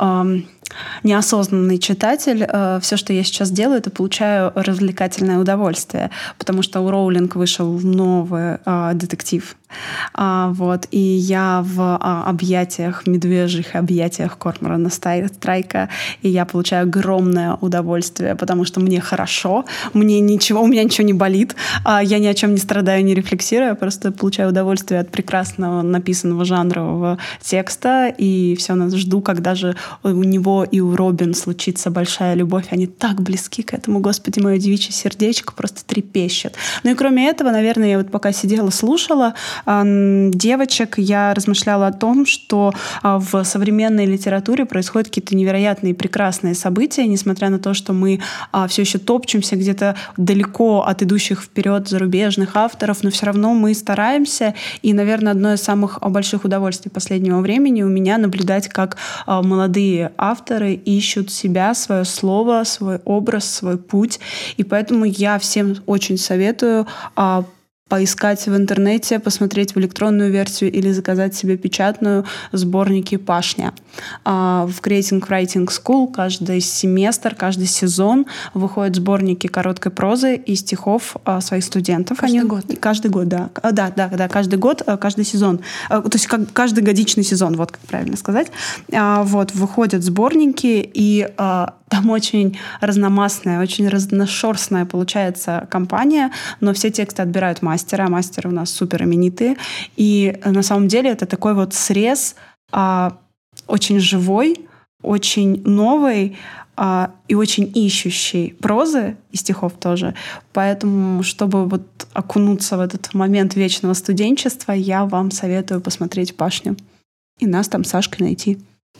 Speaker 1: неосознанный читатель. Все, что я сейчас делаю, это получаю развлекательное удовольствие, потому что у Роулинг вышел новый э, детектив. А, вот, и я в а, объятиях, медвежьих объятиях Корморана Страйка, и я получаю огромное удовольствие, потому что мне хорошо, мне ничего, у меня ничего не болит, а, я ни о чем не страдаю, не рефлексирую, я просто получаю удовольствие от прекрасного написанного жанрового текста, и все, жду, когда же у него и у Робин случится большая любовь. Они так близки к этому. Господи, мое девичье сердечко просто трепещет. Ну и кроме этого, наверное, я вот пока сидела, слушала э, девочек, я размышляла о том, что э, в современной литературе происходят какие-то невероятные прекрасные события, несмотря на то, что мы э, все еще топчемся где-то далеко от идущих вперед зарубежных авторов, но все равно мы стараемся. И, наверное, одно из самых больших удовольствий последнего времени у меня наблюдать, как э, молодые авторы ищут себя, свое слово, свой образ, свой путь. И поэтому я всем очень советую а, поискать в интернете, посмотреть в электронную версию или заказать себе печатную сборники «Пашня». А, в Creating Writing School каждый семестр, каждый сезон выходят сборники короткой прозы и стихов а, своих студентов.
Speaker 2: Каждый
Speaker 1: Они,
Speaker 2: год?
Speaker 1: Каждый год, да. Да, да, да, каждый год, каждый сезон. То есть как, каждый годичный сезон, вот как правильно сказать. А, вот, выходят сборники, и а, там очень разномастная, очень разношерстная получается компания, но все тексты отбирают мастера, а мастеры у нас супер именитые. И на самом деле это такой вот срез а, очень живой, очень новой а, и очень ищущей прозы и стихов тоже. Поэтому, чтобы вот окунуться в этот момент вечного студенчества, я вам советую посмотреть «Пашню». И нас там с Сашкой найти.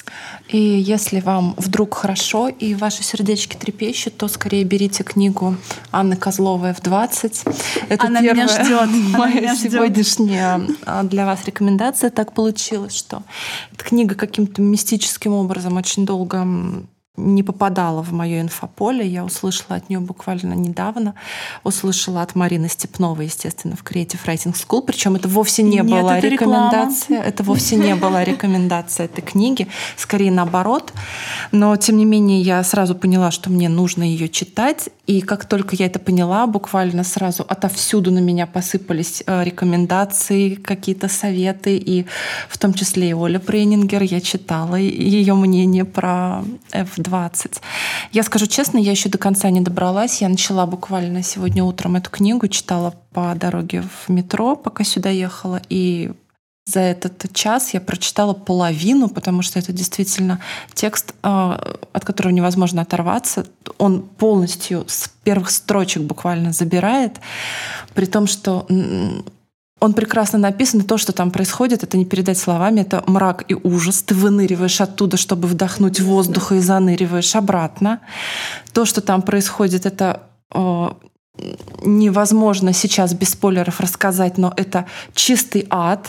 Speaker 2: И если вам вдруг хорошо и ваши сердечки трепещут, то скорее берите книгу Анны Козловой «эф двадцать». Это
Speaker 1: Она
Speaker 2: первая
Speaker 1: меня ждет.
Speaker 2: моя
Speaker 1: меня
Speaker 2: сегодняшняя ждет. Для вас рекомендация. Так получилось, что эта книга каким-то мистическим образом очень долго не попадала в мое инфополе. Я услышала от нее буквально недавно. Услышала от Марины Степновой, естественно, в Creative Writing School. Причем это вовсе не
Speaker 1: Нет,
Speaker 2: была
Speaker 1: это
Speaker 2: рекомендация. Это вовсе не была рекомендация этой книги. Скорее наоборот. Но, тем не менее, я сразу поняла, что мне нужно ее читать. И как только я это поняла, буквально сразу отовсюду на меня посыпались рекомендации, какие-то советы. И в том числе и Оля Брейнингер. Я читала ее мнение про эф двадцать. Я скажу честно, я еще до конца не добралась. Я начала буквально сегодня утром эту книгу, читала по дороге в метро, пока сюда ехала. И за этот час я прочитала половину, потому что это действительно текст, от которого невозможно оторваться. Он полностью с первых строчек буквально забирает, при том, что он прекрасно написан, и то, что там происходит, это не передать словами, это мрак и ужас. Ты выныриваешь оттуда, чтобы вдохнуть воздуха, и заныриваешь обратно. То, что там происходит, это э, невозможно сейчас без спойлеров рассказать, но это чистый ад.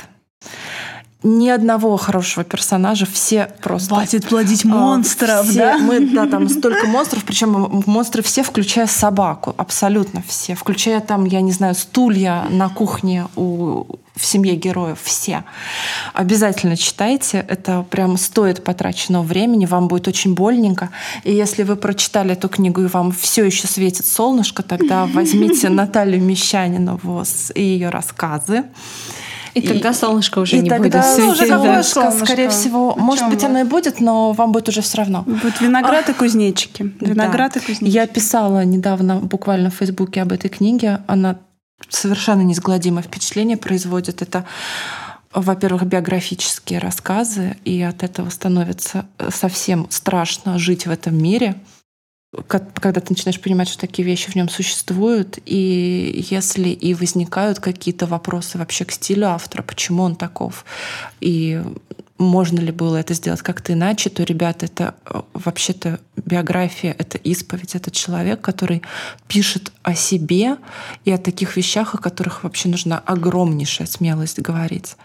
Speaker 2: Ни одного хорошего персонажа, все просто...
Speaker 1: Хватит плодить монстров,
Speaker 2: все,
Speaker 1: да?
Speaker 2: Мы, да, там столько монстров, причем монстры все, включая собаку, абсолютно все, включая там, я не знаю, стулья на кухне у, в семье героев, все. Обязательно читайте, это прям стоит потраченного времени, вам будет очень больненько. И если вы прочитали эту книгу и вам все еще светит солнышко, тогда возьмите Наталью Мещанинову и ее рассказы.
Speaker 3: И, и тогда солнышко уже
Speaker 2: и
Speaker 3: не
Speaker 2: тогда
Speaker 3: будет светить.
Speaker 2: Уже
Speaker 3: да.
Speaker 2: солнышко, скорее всего.
Speaker 1: О
Speaker 2: Может быть,
Speaker 1: вы?
Speaker 2: оно и будет, но вам будет уже все равно.
Speaker 1: Будет виноград и кузнечики. Виноград
Speaker 2: Да.
Speaker 1: и кузнечики.
Speaker 2: Я писала недавно буквально в Фейсбуке об этой книге. Она совершенно неизгладимое впечатление производит. Это, во-первых, биографические рассказы, и от этого становится совсем страшно жить в этом мире, когда ты начинаешь понимать, что такие вещи в нем существуют, и если и возникают какие-то вопросы вообще к стилю автора, почему он таков, и можно ли было это сделать как-то иначе, то, ребята, это вообще-то биография, это исповедь, это человек, который пишет о себе и о таких вещах, о которых вообще нужна огромнейшая смелость говорить.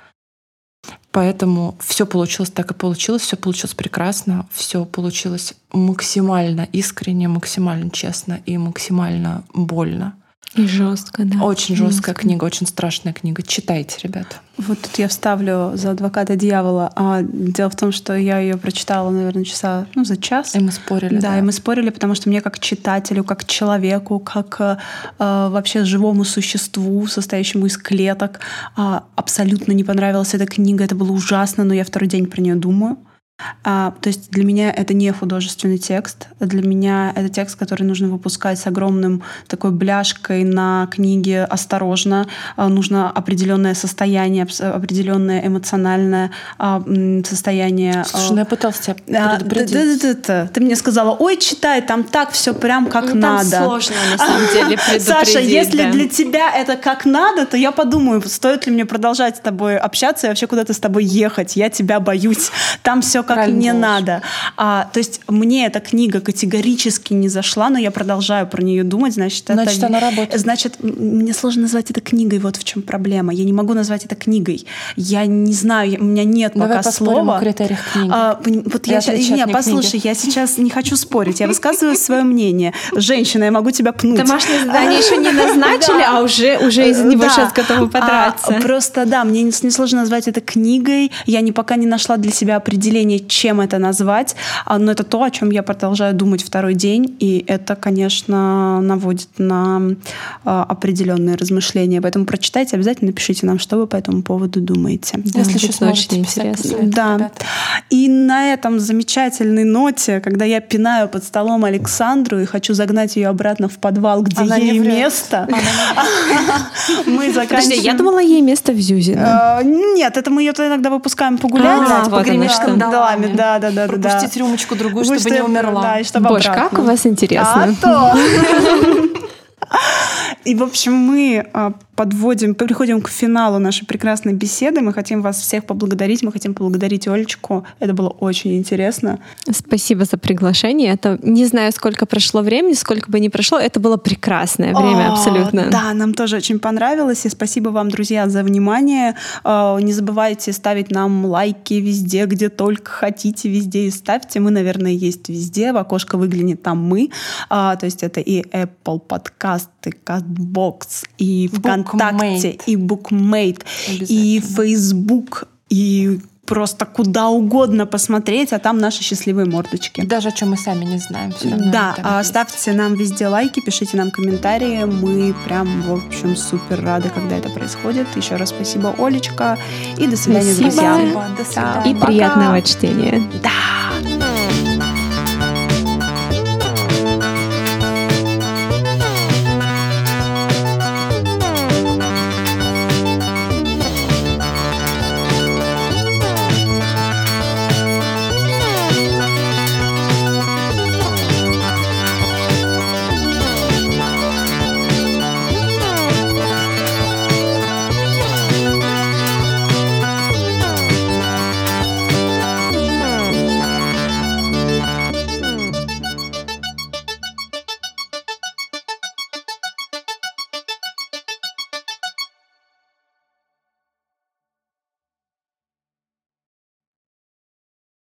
Speaker 2: Поэтому все получилось так и получилось, все получилось прекрасно, все получилось максимально искренне, максимально честно и максимально больно.
Speaker 3: И жестко, да.
Speaker 2: Очень жесткая книга, очень страшная книга. Читайте, ребята.
Speaker 1: Вот тут я вставлю за адвоката дьявола. А дело в том, что я ее прочитала, наверное, часа ну, за час.
Speaker 2: И мы спорили.
Speaker 1: Да,
Speaker 2: да,
Speaker 1: и мы спорили, потому что мне как читателю, как человеку, как э, вообще живому существу, состоящему из клеток, э, абсолютно не понравилась эта книга. Это было ужасно, но я второй день про нее думаю. А, то есть для меня это не художественный текст. Для меня это текст, который нужно выпускать с огромным такой бляшкой на книге осторожно. А, нужно определенное состояние, определенное эмоциональное а, состояние.
Speaker 2: Слушай, ну я пыталась тебя предупредить.
Speaker 1: Да, да, да, да. Ты мне сказала, ой, читай, там так все прям как
Speaker 3: ну,
Speaker 1: надо.
Speaker 3: Там сложно на самом деле предупредить.
Speaker 1: Саша, если
Speaker 3: да.
Speaker 1: для тебя это как надо, то я подумаю, стоит ли мне продолжать с тобой общаться и вообще куда-то с тобой ехать. Я тебя боюсь. Там все как
Speaker 2: Правильно
Speaker 1: не
Speaker 2: делаешь.
Speaker 1: надо. А, то есть мне эта книга категорически не зашла, но я продолжаю про нее думать, значит,
Speaker 2: значит
Speaker 1: это...
Speaker 2: она работает.
Speaker 1: Значит, мне сложно назвать это книгой, вот в чем проблема. Я не могу назвать это книгой. Я не знаю, у меня нет
Speaker 2: Давай
Speaker 1: пока
Speaker 2: поспорим
Speaker 1: слова.
Speaker 2: о критериях книги.
Speaker 1: А, вот я сейчас, не, послушай, книги. Я сейчас не хочу спорить, я высказываю свое мнение. Женщина, я могу тебя пнуть.
Speaker 3: Домашнее задание еще не назначили, а уже уже из него сейчас готовы подраться.
Speaker 1: Просто да, мне несложно назвать это книгой. Я не пока не нашла для себя определение, чем это назвать. Но это то, о чем я продолжаю думать второй день, и это, конечно, наводит на определенные размышления. Поэтому прочитайте, обязательно напишите нам, что вы по этому поводу думаете.
Speaker 3: Да,
Speaker 2: если еще сможете
Speaker 3: очень
Speaker 2: писать.
Speaker 3: интересно.
Speaker 1: Да.
Speaker 2: Ребята.
Speaker 1: И на этом замечательной ноте, когда я пинаю под столом Александру и хочу загнать ее обратно в подвал, где
Speaker 2: Она
Speaker 1: ей
Speaker 2: не врет.
Speaker 1: место, мы
Speaker 3: Подожди,
Speaker 1: заканчиваем.
Speaker 3: я думала, ей место в Зюзино.
Speaker 1: Нет, это мы ее иногда выпускаем погулять,
Speaker 3: А, вот
Speaker 1: погреметь
Speaker 3: оно что.
Speaker 1: скандалами. Да, да, да, да.
Speaker 2: Пропустить рюмочку другую,
Speaker 1: Вы
Speaker 2: чтобы не умерла.
Speaker 1: Да, и чтобы
Speaker 3: Боже,
Speaker 1: обратно.
Speaker 3: как у вас интересно.
Speaker 1: А то. И, в общем, мы подводим, приходим к финалу нашей прекрасной беседы. Мы хотим вас всех поблагодарить. Мы хотим поблагодарить Олечку. Это было очень интересно.
Speaker 3: Спасибо за приглашение. Это не знаю, сколько прошло времени, сколько бы ни прошло. Это было прекрасное время,
Speaker 1: О,
Speaker 3: абсолютно.
Speaker 1: Да, нам тоже очень понравилось. И спасибо вам, друзья, за внимание. Не забывайте ставить нам лайки везде, где только хотите, везде и ставьте. Мы, наверное, есть везде. В окошко выглянет там мы. То есть это и Apple подкасты, Castbox, и ВКонтакте,
Speaker 2: Bookmate.
Speaker 1: и Bookmate, и Facebook, и просто куда угодно посмотреть, а там наши счастливые мордочки.
Speaker 2: Даже о чем мы сами не знаем. Все равно
Speaker 1: да,
Speaker 2: а,
Speaker 1: ставьте нам везде лайки, пишите нам комментарии. Мы прям, в общем, супер рады, когда это происходит. Еще раз спасибо, Олечка. И до свидания,
Speaker 3: спасибо.
Speaker 1: друзья.
Speaker 2: До свидания.
Speaker 3: И
Speaker 1: Пока.
Speaker 3: приятного чтения.
Speaker 1: Да.